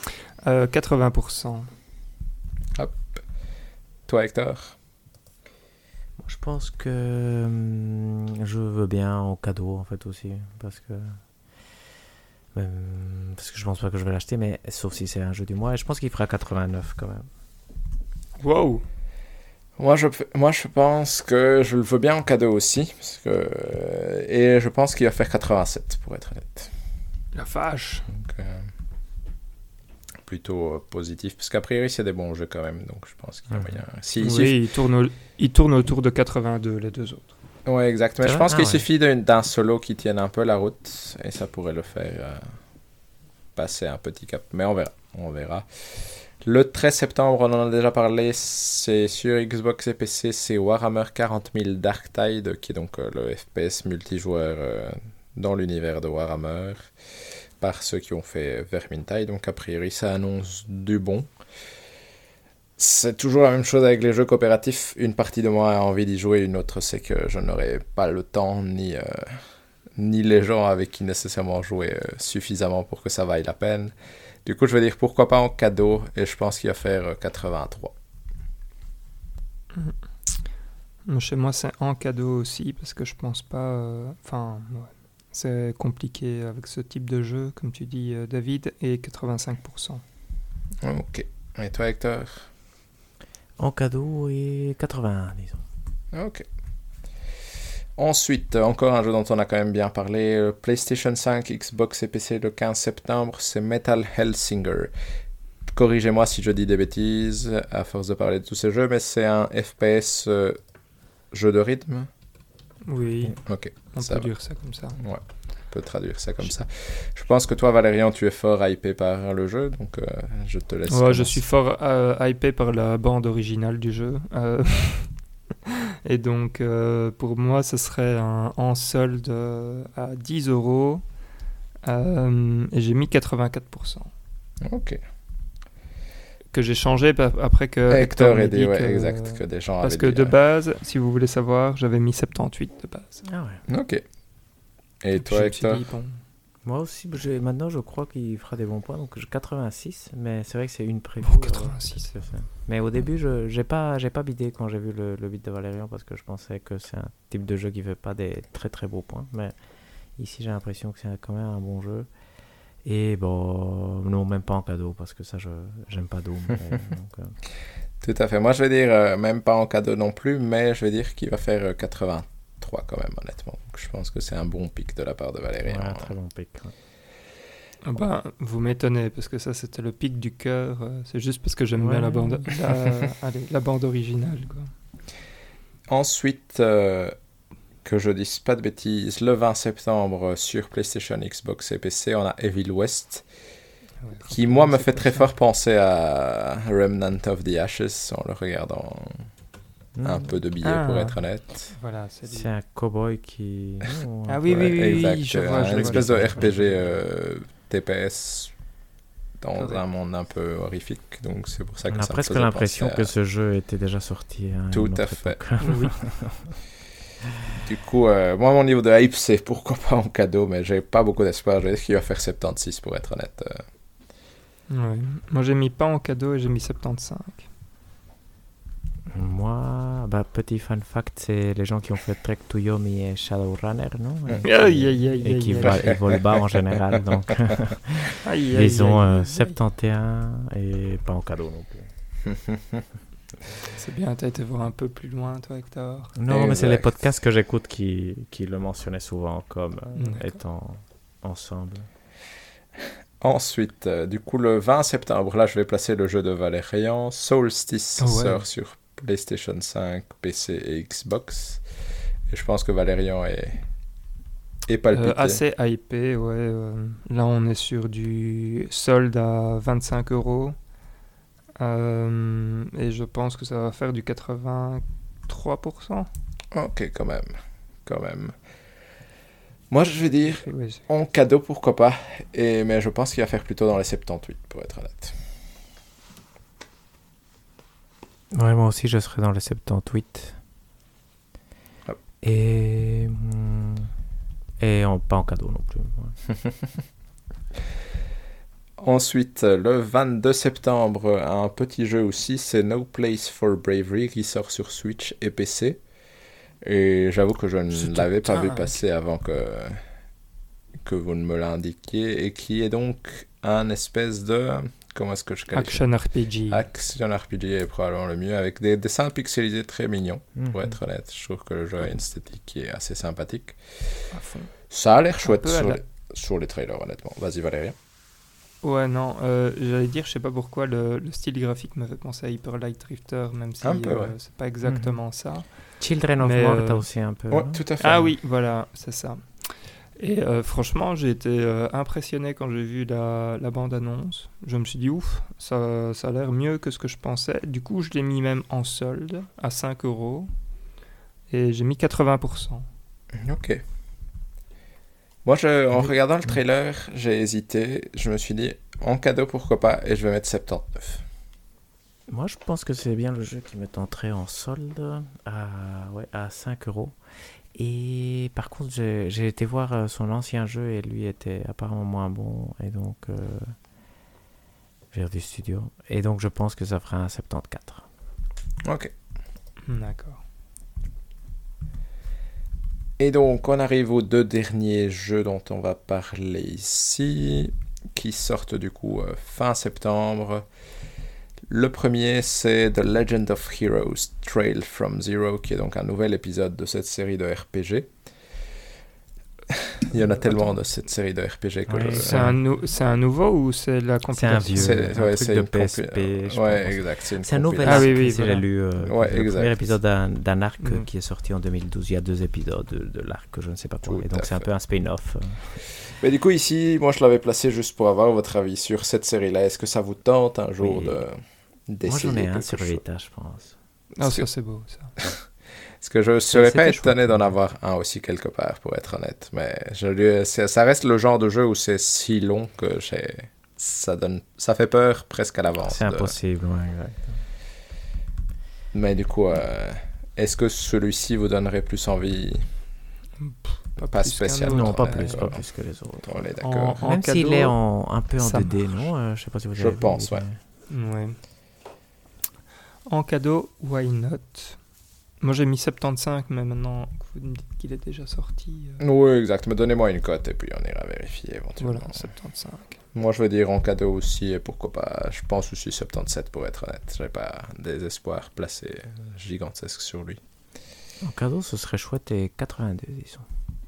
Euh, quatre-vingts pour cent. Hop. Toi, Hector? Je pense que hum, je veux bien en cadeau, en fait, aussi. Parce que... hum, parce que je pense pas que je vais l'acheter, mais sauf si c'est un jeu du mois. Et je pense qu'il fera quatre-vingt-neuf, quand même. Wow! Moi je, moi, je pense que je le veux bien en cadeau aussi. Parce que, et je pense qu'il va faire quatre-vingt-sept, pour être honnête. La vache! Donc, euh, plutôt euh, positif. Parce qu'a priori, c'est des bons jeux quand même. Donc, je pense qu'il y a moyen. Si, Oui, il suffit... ils tournent, au... ils tournent autour de quatre-vingt-deux, les deux autres. Ouais, exact. Mais C'est je vrai? pense Ah, qu'il ouais. suffit d'un, d'un solo qui tienne un peu la route. Et ça pourrait le faire euh, passer un petit cap. Mais on verra. On verra. Le treize septembre, on en a déjà parlé, c'est sur Xbox et P C, c'est Warhammer quarante mille Dark Tide, qui est donc euh, le F P S multijoueur euh, dans l'univers de Warhammer, par ceux qui ont fait Vermintide, donc a priori ça annonce du bon. C'est toujours la même chose avec les jeux coopératifs, une partie de moi a envie d'y jouer, une autre c'est que je n'aurai pas le temps, ni, euh, ni les gens avec qui nécessairement jouer euh, suffisamment pour que ça vaille la peine. Du coup, je vais dire pourquoi pas en cadeau, et je pense qu'il va faire euh, quatre-vingt-trois. Mmh. Chez moi, c'est en cadeau aussi, parce que je pense pas... Enfin, euh, ouais. C'est compliqué avec ce type de jeu, comme tu dis, euh, David, et quatre-vingt-cinq pour cent. Ok. Et toi, Hector? En cadeau et quatre-vingts, disons. Ok. Ensuite, encore un jeu dont on a quand même bien parlé, euh, PlayStation cinq, Xbox et P C le quinze septembre, c'est Metal Hellsinger. Corrigez-moi si je dis des bêtises, à force de parler de tous ces jeux, mais c'est un F P S euh, jeu de rythme. Oui, Ok, on ça peut va. dire ça comme ça. Ouais, on peut traduire ça comme ça. Je pense que toi, Valérian, tu es fort hypé par le jeu, donc euh, je te laisse Ouais, commencer. je suis fort euh, hypé par la bande originale du jeu. Euh, et donc, euh, pour moi, ce serait un en solde euh, à dix euros. Euh, et j'ai mis quatre-vingt-quatre pour cent. Ok. Que j'ai changé pa- après que Hector m'ait a dit, dit ouais, que- exact, que des gens Parce avaient que dit, de euh, base, si vous voulez savoir, j'avais mis soixante-dix-huit de base. Ah ouais. Ok. Et Puis toi, je me suis Hector? dit, bon, Moi aussi, j'ai- maintenant je crois qu'il fera des bons points, donc j'ai quatre-vingt-six, mais c'est vrai que c'est une preview. Oh, euh, quatre-vingt-six. parce que c'est- mais au début, je j'ai pas, j'ai pas bidé quand j'ai vu le, le bid de Valérian, parce que je pensais que c'est un type de jeu qui fait pas des très très beaux points, mais ici j'ai l'impression que c'est quand même un bon jeu. Et bon, non, même pas en cadeau, parce que ça, je j'aime pas Doom. mais, donc, euh, Tout à fait. Moi, je vais dire, euh, même pas en cadeau non plus, mais je vais dire qu'il va faire euh, quatre-vingt-trois quand même, honnêtement. Donc, je pense que c'est un bon pic de la part de Valérian. ouais, un très bon pick. ouais. Ah ben, vous m'étonnez, parce que ça, c'était le pic du cœur. euh, C'est juste parce que j'aime Ouais. bien la bande, la, allez, la bande originale, quoi. Ensuite, euh, que je dise pas de bêtises, le vingt septembre sur PlayStation, Xbox et P C, on a Evil West, Ouais, qui, moi, me c'est fait comme très ça. fort penser à Remnant of the Ashes, en le regardant un Hmm. peu de billets, Ah. pour être honnête. Voilà, c'est lui. C'est un cowboy qui. Oh, Ah un oui, peu- oui, oui, exact. oui, je vois, je Une vois. espèce de je vois. R P G euh, T P S dans Correct. un monde un peu horrifique, donc c'est pour ça que On a ça me presque faisait l'impression penser que à- ce jeu était déjà sorti. à une Tout autre à fait. époque. Oui. Du coup, euh, moi, mon niveau de hype, c'est pourquoi pas en cadeau, mais j'ai pas beaucoup d'espoir. Je vais dire qu'il va faire soixante-seize, pour être honnête. Euh, Ouais. Moi, j'ai mis pas en cadeau et j'ai mis soixante-quinze. Moi, bah, petit fun fact, c'est les gens qui ont fait Trek to Yomi et Shadowrunner, non? Et qui- Aïe, aïe, aïe, Et qui aïe, va- aïe. ils volent bas en général, donc Aïe, aïe, ils ont aïe, euh, aïe. soixante et un et pas en cadeau non plus. C'est bien, t'as été voir un peu plus loin, toi, Hector. Non, mais c'est les Exact. podcasts que j'écoute qui, qui le mentionnaient souvent comme euh, D'accord. étant ensemble. Ensuite, euh, du coup, le vingt septembre, là, je vais placer le jeu de Valérian. Solstice Ah ouais. sort sur PlayStation cinq, P C et Xbox. Et je pense que Valérian est, est palpité. Euh, assez hypé, ouais. euh, Là, on est sur du solde à vingt-cinq euros. Euh, et je pense que ça va faire du quatre-vingt-trois pour cent. Ok, quand même. Quand même. Moi, je vais dire Ouais, c'est- en cadeau, pourquoi pas. Et, mais je pense qu'il va faire plutôt dans les soixante-dix-huit, pour être honnête. Ouais, moi aussi, je serais dans les soixante-dix-huit. Hop. Et. hmm, Et en- pas en cadeau non plus. ouais. Ensuite, le vingt-deux septembre, un petit jeu aussi, c'est No Place for Bravery qui sort sur Switch et P C. Et j'avoue que je ne C'est l'avais pas vu dingue. passer avant que, que vous ne me l'indiquiez. Et qui est donc un espèce de... Comment est-ce que je qualifie ? Action R P G. Action R P G est probablement le mieux, avec des dessins pixelisés très mignons, Mhm. pour être honnête. Je trouve que le jeu a une esthétique qui est assez sympathique. À fond. Ça a l'air chouette peu à sur, la- les, sur les trailers, honnêtement. Vas-y, Valérien. Ouais, non, euh, j'allais dire, je sais pas pourquoi le, le style graphique me fait penser à Hyper Light Drifter, même si Un peu, euh, ouais. c'est pas exactement ça. Children of Mais, Morta euh, aussi un peu. Ouais, hein. tout à fait. Ah oui, voilà, c'est ça. Et euh, franchement, j'ai été euh, impressionné quand j'ai vu la, la bande-annonce. Je me suis dit, ouf, ça, ça a l'air mieux que ce que je pensais. Du coup, je l'ai mis même en solde, à cinq euros. Et j'ai mis quatre-vingts pour cent. Ok. Moi, je, en Oui. regardant le trailer, j'ai hésité. Je me suis dit, en cadeau, pourquoi pas, et je vais mettre soixante-dix-neuf. Moi, je pense que c'est bien le jeu qui me tenterait en solde à, ouais, à cinq euros. Et par contre, j'ai j'ai été voir euh, son ancien jeu et lui était apparemment moins bon. Et donc, euh, vers du studio. Et donc, je pense que ça fera un soixante-quatorze. Ok. D'accord. Et donc, on arrive aux deux derniers jeux dont on va parler ici, qui sortent du coup euh, fin septembre. Le premier, c'est The Legend of Heroes Trail from Zero, qui est donc un nouvel épisode de cette série de R P G. Il y en a tellement de cette série de R P G que Oui. je... C'est un, nou- c'est un nouveau ou c'est la C'est un compilation vieux, C'est- un ouais, truc c'est de une P S compi- P, je Ouais, pense. exact. C'est, une C'est un nouvel compilation. Ah arc, oui, oui, si voilà. j'ai lu. euh, Ouais, le exact. premier épisode d'un, d'un arc euh, Mm. qui est sorti en deux mille douze. Il y a deux épisodes de, de l'arc, je ne sais pas quoi. Tout Et donc, à c'est un fait. peu un spin-off. euh. Mais du coup, ici, moi, je l'avais placé juste pour avoir votre avis sur cette série-là. Est-ce que ça vous tente un jour Oui. de Moi, d'essayer j'en ai un quelque sur chose? Vita, je pense. Ah, C'est- ça c'est beau, ça. Parce que je ne serais pas c'était étonné chouette. d'en avoir un aussi quelque part, pour être honnête. Mais je lui- c'est- ça reste le genre de jeu où c'est si long que j'ai... ça, donne... ça fait peur presque à l'avance. C'est de- impossible, ouais, exact. Mais du coup, euh, est-ce que celui-ci vous donnerait plus envie? Pas, Pas plus qu'un spécialement. autre. Non, pas ouais, plus, pas d'accord. plus que les autres. On est En, d'accord. en Même cadeau, s'il est en, un peu en ça deux D, marche. non euh, Je sais pas si vous Je avez vu, pense, mais- ouais. Ouais. En cadeau, why not? Moi j'ai mis soixante-quinze, mais maintenant que vous me dites qu'il est déjà sorti. euh, Oui, exact. Mais donnez-moi une cote et puis on ira vérifier éventuellement. Voilà, soixante-quinze. Moi, je veux dire en cadeau aussi, et pourquoi pas. Je pense aussi soixante-dix-sept pour être honnête. J'ai pas des espoirs placés gigantesques sur lui. En cadeau, ce serait chouette et quatre-vingt-deux, disons.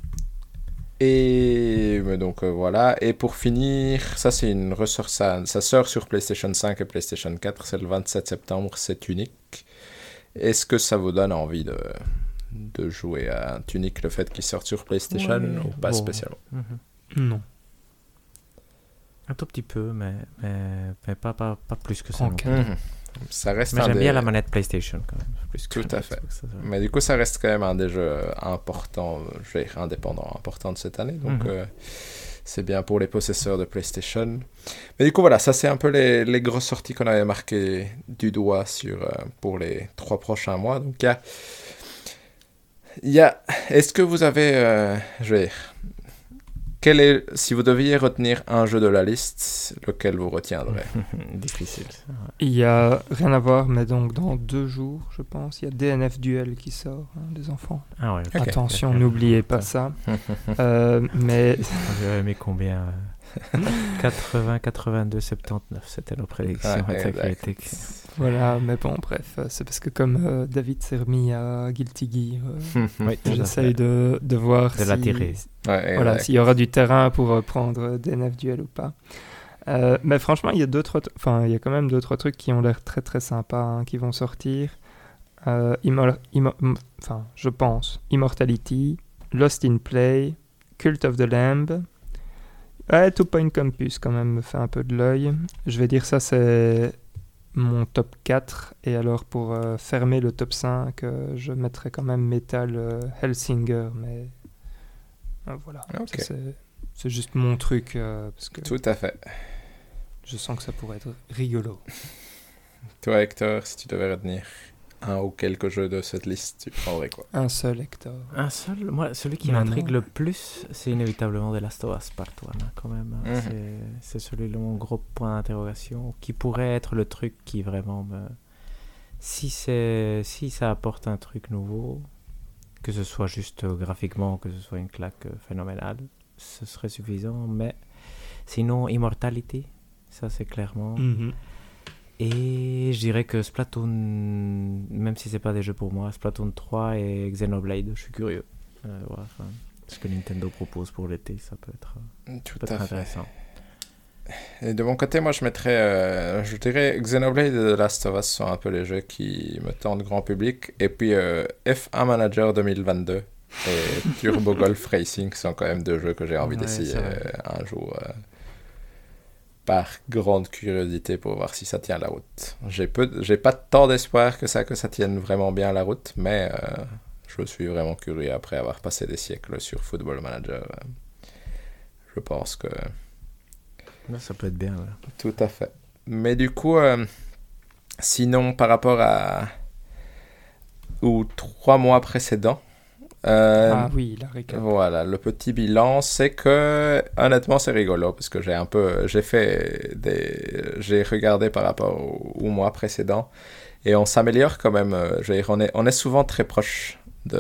Et mais donc euh, voilà. Et pour finir, ça c'est une ressort, ça, ça sort sur PlayStation cinq et PlayStation quatre. C'est le vingt-sept septembre. C'est unique. Est-ce que ça vous donne envie de de jouer à Tunic, le fait qu'il sorte sur PlayStation Ouais, ou pas bon. spécialement? Mhm. Non. Un tout petit peu, mais, mais, mais pas, pas, pas plus que ça. En non. cadeau. Mhm. Ça reste Mais un j'aime des... bien la manette PlayStation quand même. Plus que Tout la à fait. Xbox, ça, ça. Mais du coup, ça reste quand même un des jeux importants, je veux dire, indépendants, importants de cette année. Donc, Mhm. euh, c'est bien pour les possesseurs de PlayStation. Mais du coup, voilà, ça, c'est un peu les, les grosses sorties qu'on avait marquées du doigt sur, euh, pour les trois prochains mois. Donc, il y a... il y a... Est-ce que vous avez... euh, je veux dire... Quel est... Si vous deviez retenir un jeu de la liste, lequel vous retiendrez? Difficile. ça, ouais. Il y a rien à voir, mais donc dans deux jours, je pense, il y a D N F Duel qui sort, hein, les enfants. Ah ouais. Ok. Attention, D'accord. n'oubliez pas ça. Euh, mais J'avais mis combien euh, quatre-vingts, quatre-vingt-deux, soixante-dix-neuf. C'était nos prédictions. Ouais, attaque exact. critique. voilà, mais bon, bref, euh, c'est parce que comme euh, David s'est remis à Guilty Gear, euh, Oui, tout à j'essaye fait. de, de voir De si, l'attirer. Ouais, voilà, exact. s'il y aura du terrain pour euh, prendre D N F Duel ou pas. Euh, mais franchement, il y a deux, trois t- enfin, il y a quand même deux trois trucs qui ont l'air très très sympas, hein, qui vont sortir. Euh, Immor- Immor- m- enfin, je pense Immortality, Lost in Play, Cult of the Lamb. Ouais, Two Point Campus quand même me fait un peu de l'œil. Je vais dire ça, c'est mon top quatre. Et alors pour euh, fermer le top cinq, euh, je mettrai quand même Metal euh, Hellsinger. Mais euh, voilà, Ok. ça, c'est, c'est juste mon truc euh, parce que Tout à fait. je sens que ça pourrait être rigolo. Toi, Hector, si tu devais retenir un ou quelques jeux de cette liste, tu prendrais quoi? Un seul, Hector. Un seul, moi, celui qui Non, m'intrigue non. le plus, c'est inévitablement The Last of Us Part un, hein, quand même. Mhm. C'est, c'est celui là mon gros point d'interrogation, qui pourrait être le truc qui vraiment me... Si, c'est... si ça apporte un truc nouveau, que ce soit juste euh, graphiquement, que ce soit une claque euh, phénoménale, ce serait suffisant, mais sinon, Immortality, ça c'est clairement... Mhm. Et je dirais que Splatoon, même si c'est pas des jeux pour moi, Splatoon trois et Xenoblade, je suis curieux. Euh, voir, enfin, ce que Nintendo propose pour l'été, ça peut être, Tout peut être à fait. intéressant. Et de mon côté, moi, je mettrais, euh, je dirais Xenoblade et The Last of Us sont un peu les jeux qui me tentent grand public. Et puis euh, F un Manager deux mille vingt-deux et Turbo Golf Racing sont quand même deux jeux que j'ai envie Ouais, d'essayer c'est vrai. euh, un jour. euh, par grande curiosité pour voir si ça tient la route. J'ai, peu, j'ai pas tant d'espoir que ça, que ça tienne vraiment bien la route, mais euh, je suis vraiment curieux après avoir passé des siècles sur Football Manager. Euh, je pense que... Là, ça peut être bien. Ouais. Tout à fait. Mais du coup, euh, sinon, par rapport à... aux trois mois précédents, Euh, ah oui, la récap. Voilà, le petit bilan, c'est que honnêtement c'est rigolo parce que j'ai un peu, j'ai fait des, j'ai regardé par rapport au, au mois précédent et on s'améliore quand même. euh, Je veux dire, on est, on est souvent très proche de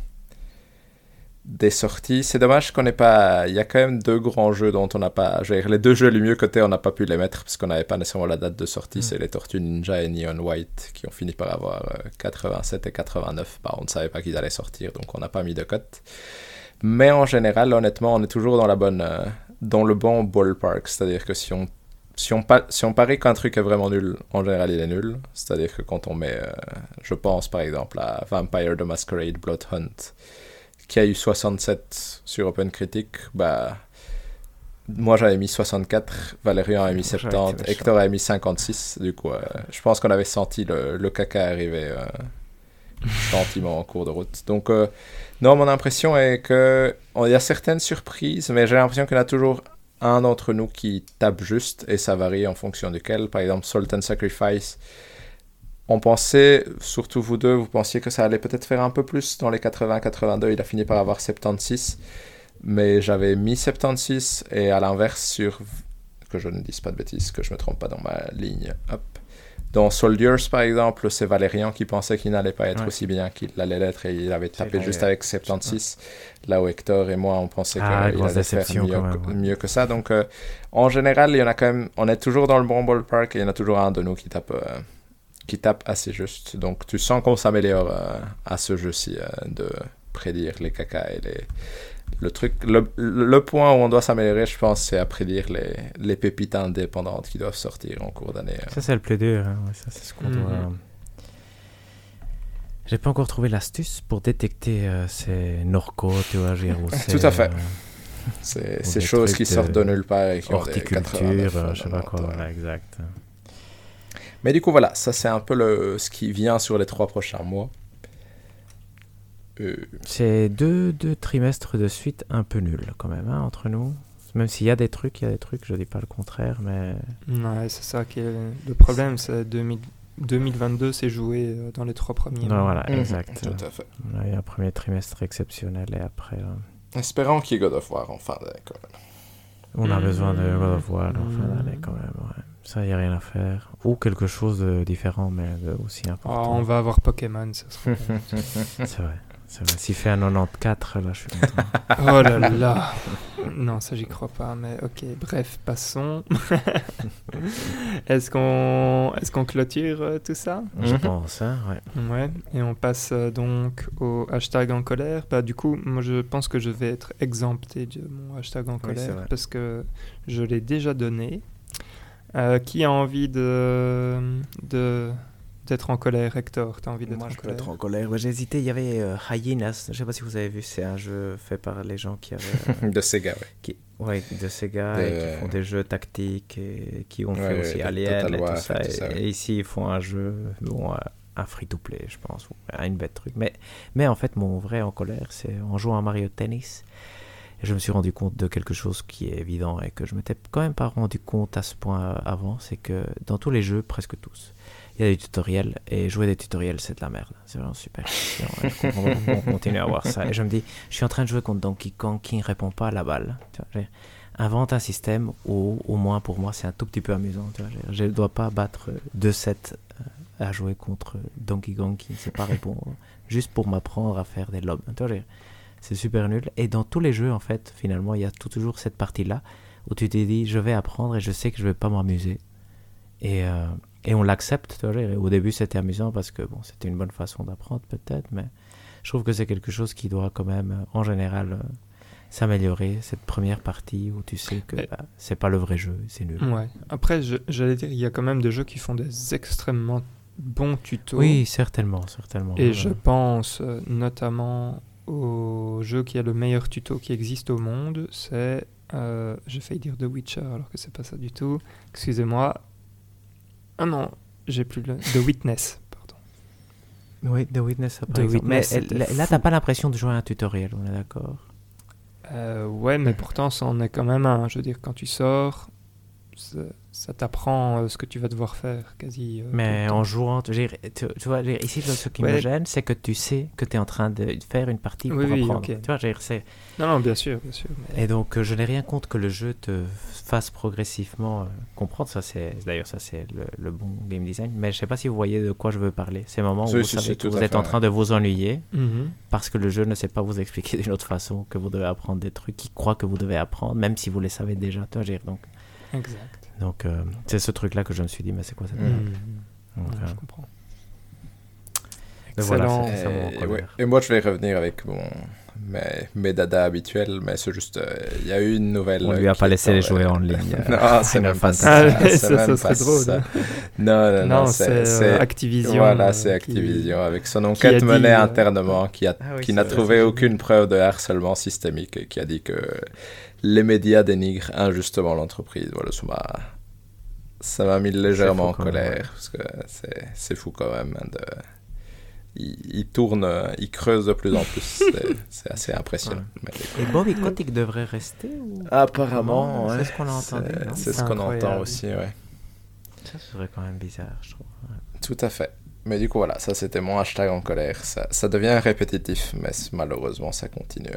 des sorties. C'est dommage qu'on n'ait pas. Il y a quand même deux grands jeux dont on n'a pas. Je veux dire, les deux jeux les mieux cotés, on n'a pas pu les mettre parce qu'on n'avait pas nécessairement la date de sortie. Mm. C'est les Tortues Ninja et Neon White qui ont fini par avoir euh, quatre-vingt-sept et quatre-vingt-neuf. Bah, on ne savait pas qu'ils allaient sortir, donc on n'a pas mis de cote. Mais en général, honnêtement, on est toujours dans la bonne, euh, dans le bon ballpark. C'est-à-dire que si on si on, pa- si on parie qu'un truc est vraiment nul, en général il est nul. C'est-à-dire que quand on met, euh, je pense par exemple à Vampire the Masquerade Blood Hunt, qui a eu soixante-sept sur OpenCritic, bah, moi j'avais mis soixante-quatre, Valérian a mis soixante-dix, Hector a mis cinquante-six, du coup, euh, je pense qu'on avait senti le, le caca arriver euh, gentiment en cours de route. Donc, euh, non, mon impression est que il y a certaines surprises, mais j'ai l'impression qu'il y en a toujours un d'entre nous qui tape juste, et ça varie en fonction duquel. Par exemple, Salt and Sacrifice, on pensait, surtout vous deux, vous pensiez que ça allait peut-être faire un peu plus dans les quatre-vingts quatre-vingt-deux, il a fini par avoir soixante-seize, mais j'avais mis soixante-seize, et à l'inverse, sur, que je ne dise pas de bêtises, que je me trompe pas dans ma ligne, hop. Dans Soldiers, par exemple, c'est Valérian qui pensait qu'il n'allait pas être ouais. aussi bien qu'il allait l'être, et il avait tapé juste avec soixante-seize, ouais. Là où Hector et moi, on pensait ah, qu'il allait faire mieux, même, ouais. mieux que ça. Donc, euh, en général, il y en a quand même, on est toujours dans le bon ballpark, et il y en a toujours un de nous qui tape... Euh, qui tape assez juste. Donc tu sens qu'on s'améliore euh, à ce jeu-ci euh, de prédire les caca et les... Le, truc, le, le point où on doit s'améliorer, je pense, c'est à prédire les, les pépites indépendantes qui doivent sortir en cours d'année. Ça, c'est le plus dur. Hein. Ouais, ça, c'est ce qu'on mm-hmm. doit... J'ai pas encore trouvé l'astuce pour détecter euh, ces Norcotes ou Agéros. Tout à fait. Euh, c'est ces choses qui sortent de nulle part et qui horticulture, euh, je sais pas quoi. Voilà, exact. Mais du coup, voilà, ça c'est un peu le, ce qui vient sur les trois prochains mois. Euh... C'est deux, deux trimestres de suite un peu nuls quand même, hein, entre nous. Même s'il y a des trucs, il y a des trucs, je dis pas le contraire, mais... Ouais, c'est ça qui est le problème, c'est deux mille, deux mille vingt-deux, c'est joué dans les trois premiers mois. Non, voilà, mmh, exact. Tout à fait. On a eu un premier trimestre exceptionnel et après... Euh... Espérons qu'il y ait God of War en fin d'année quand même. On a mmh. besoin de God of War en fin d'année quand même, ouais. Ça, il n'y a rien à faire. Ou quelque chose de différent, mais de aussi important. Oh, on va avoir Pokémon, ça sera C'est vrai. C'est vrai. S'il fait un quatre-vingt-quatorze, là, je suis content. Oh là là. Non, ça, j'y crois pas. Mais ok, bref, passons. Est-ce qu'on, est-ce qu'on clôture euh, tout ça ? Je pense, hein, ouais. Ouais, et on passe euh, donc au hashtag en colère. Bah, du coup, moi, je pense que je vais être exempté de mon hashtag en colère oui, parce que je l'ai déjà donné. Euh, qui a envie de, de, d'être en colère, Hector? T'as envie d'être Moi, en je colère? peux être en colère. Ouais, j'ai hésité. Il y avait euh, Hyenas. Je sais pas si vous avez vu. C'est un jeu fait par les gens qui avaient... Euh, de Sega, oui. Qui... Ouais, de Sega, de... et qui font des jeux tactiques et qui ont ouais, fait aussi ouais, Alien et tout ça. Tout et, ça ouais. et ici, ils font un jeu, bon, un free-to-play, je pense, un bête truc. Mais, mais en fait, mon vrai en colère, c'est en jouant à Mario Tennis. Et je me suis rendu compte de quelque chose qui est évident et que je m'étais quand même pas rendu compte à ce point avant, c'est que dans tous les jeux, presque tous, il y a des tutoriels, et jouer des tutoriels, c'est de la merde. C'est vraiment super. Je comprends pas pourquoi on continue à voir ça. Et je me dis, je suis en train de jouer contre Donkey Kong qui ne répond pas à la balle. Tu vois, invente un système où, au moins pour moi, c'est un tout petit peu amusant. Tu vois, je ne dois pas battre deux sept à jouer contre Donkey Kong qui ne sait pas répondre, juste pour m'apprendre à faire des lobes. Tu vois, c'est super nul. Et dans tous les jeux, en fait, finalement, il y a tout, toujours cette partie-là où tu t'es dit, je vais apprendre et je sais que je ne vais pas m'amuser. Et... Euh, Et on l'accepte, tu vois. Au début, c'était amusant parce que bon, c'était une bonne façon d'apprendre peut-être, mais je trouve que c'est quelque chose qui doit quand même, en général, euh, s'améliorer. Cette première partie où tu sais que bah, c'est pas le vrai jeu, c'est nul. Ouais. Après, je, j'allais dire, il y a quand même des jeux qui font des extrêmement bons tutos. Oui, certainement, certainement. Et ouais. je pense euh, notamment au jeu qui a le meilleur tuto qui existe au monde, c'est, euh, j'ai failli dire The Witcher alors que c'est pas ça du tout. Excusez-moi. Ah non, j'ai plus le... The Witness, pardon. Oui, The Witness, par The exemple. Witness, mais elle, là, fou. t'as pas l'impression de jouer à un tutoriel, on est d'accord? euh, Ouais, mais pourtant, ça en est quand même un. Je veux dire, quand tu sors, ça, ça t'apprend euh, ce que tu vas devoir faire, quasi. Euh, Mais en jouant, tu, tu, tu vois, ici, ce qui ouais. me gêne, c'est que tu sais que tu es en train de faire une partie oui, pour oui, apprendre. okay. Tu vois, c'est... Non, non, bien sûr, bien sûr. Mais... Et donc, euh, je n'ai rien contre que le jeu te fasse progressivement euh, comprendre. Ça, c'est d'ailleurs, ça c'est le, le bon game design. Mais je ne sais pas si vous voyez de quoi je veux parler. Ces moments si, où vous si, savez si, que vous à êtes fait, en train ouais. de vous ennuyer mm-hmm. parce que le jeu ne sait pas vous expliquer d'une autre façon, que vous devez apprendre des trucs qu'il croit que vous devez apprendre, même si vous les savez déjà. Tu vois, donc, exact. Donc, euh, c'est ce truc-là que je me suis dit, mais c'est quoi cette mmh. donc, ouais, euh, je comprends. Voilà, Excellent. c'est, c'est et, ouais. et moi, je vais revenir avec mon, mes, mes dadas habituels, mais c'est juste, il euh, y a eu une nouvelle... On lui a pas laissé les jouer euh, en ligne. non, c'est même pas ça. Ah, c'est ça, même ça pas serait drôle. ça. Non, non, non, non c'est, c'est, c'est euh, Activision. Voilà, c'est euh, Activision, qui... avec son enquête menée dit, internement, qui, a, ah oui, qui n'a vrai, trouvé aucune preuve de harcèlement systémique et qui a dit que les médias dénigrent injustement l'entreprise. Voilà, ça m'a... Ça m'a mis légèrement en colère, même, ouais. Parce que c'est, c'est fou quand même. Hein, de... il, il tourne, il creuse de plus en plus. C'est, c'est assez impressionnant. Ouais. Et Bobby Kotick devrait rester ou... Apparemment, ouais. C'est ce qu'on a entendu. C'est, c'est, c'est ce incroyable. qu'on entend aussi, ouais. Ça serait quand même bizarre, je trouve. Ouais. Tout à fait. Mais du coup, voilà, ça c'était mon hashtag en colère. Ça, ça devient répétitif, mais malheureusement, ça continue.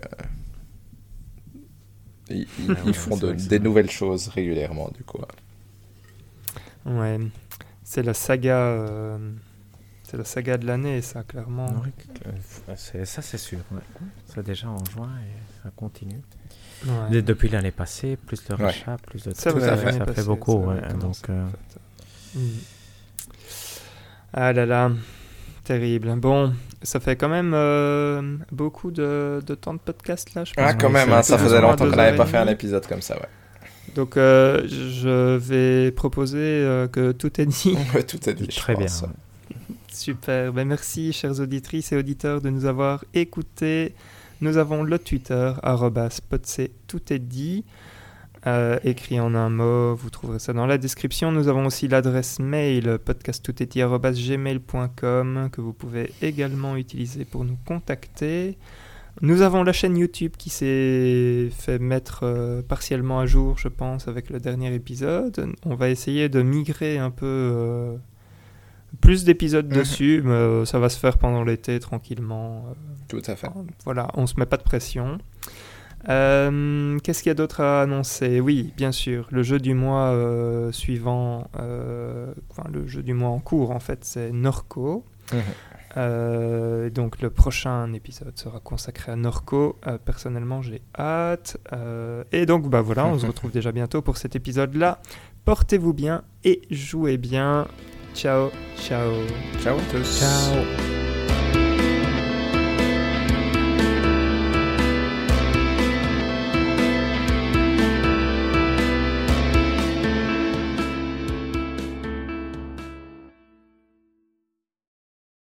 Ils, ils, ils font de, des nouvelles choses régulièrement, du coup. Ouais, c'est la saga, euh, c'est la saga de l'année, ça, clairement. Oui, c'est, ça, c'est sûr. Ouais. C'est déjà en juin et ça continue. Ouais. Depuis l'année passée, plus le rachat, ouais. plus de ça, tout, ça, fait, ça passée, fait beaucoup. ça ouais. Donc, euh... mm. Ah là là, terrible. Bon, ça fait quand même euh, beaucoup de, de temps de podcast là, je pense. Ah, quand même, hein, ça faisait longtemps qu'on n'avait pas fait un épisode comme ça, ouais. Donc, euh, je vais proposer euh, que tout est dit. Ouais, tout est dit, très bien. Pense. Super. Ben, merci, chers auditrices et auditeurs, de nous avoir écoutés. Nous avons le Twitter, arobase podc, tout est dit, euh, écrit en un mot. Vous trouverez ça dans la description. Nous avons aussi l'adresse mail, podcasttoutestdit arobase gmail point com, que vous pouvez également utiliser pour nous contacter. Nous avons la chaîne YouTube qui s'est fait mettre euh, partiellement à jour, je pense, avec le dernier épisode. On va essayer de migrer un peu euh, plus d'épisodes mmh. dessus, mais euh, ça va se faire pendant l'été tranquillement. Euh, Tout à fait. Voilà, on ne se met pas de pression. Euh, qu'est-ce qu'il y a d'autre à annoncer ? Oui, bien sûr, le jeu du mois euh, suivant, euh, enfin le jeu du mois en cours en fait, c'est Norco. Mmh. Euh, donc le prochain épisode sera consacré à Norco. Euh, personnellement, j'ai hâte. Euh, et donc, bah voilà, on se retrouve déjà bientôt pour cet épisode-là. Portez-vous bien et jouez bien. Ciao, ciao. Ciao à tous. Ciao.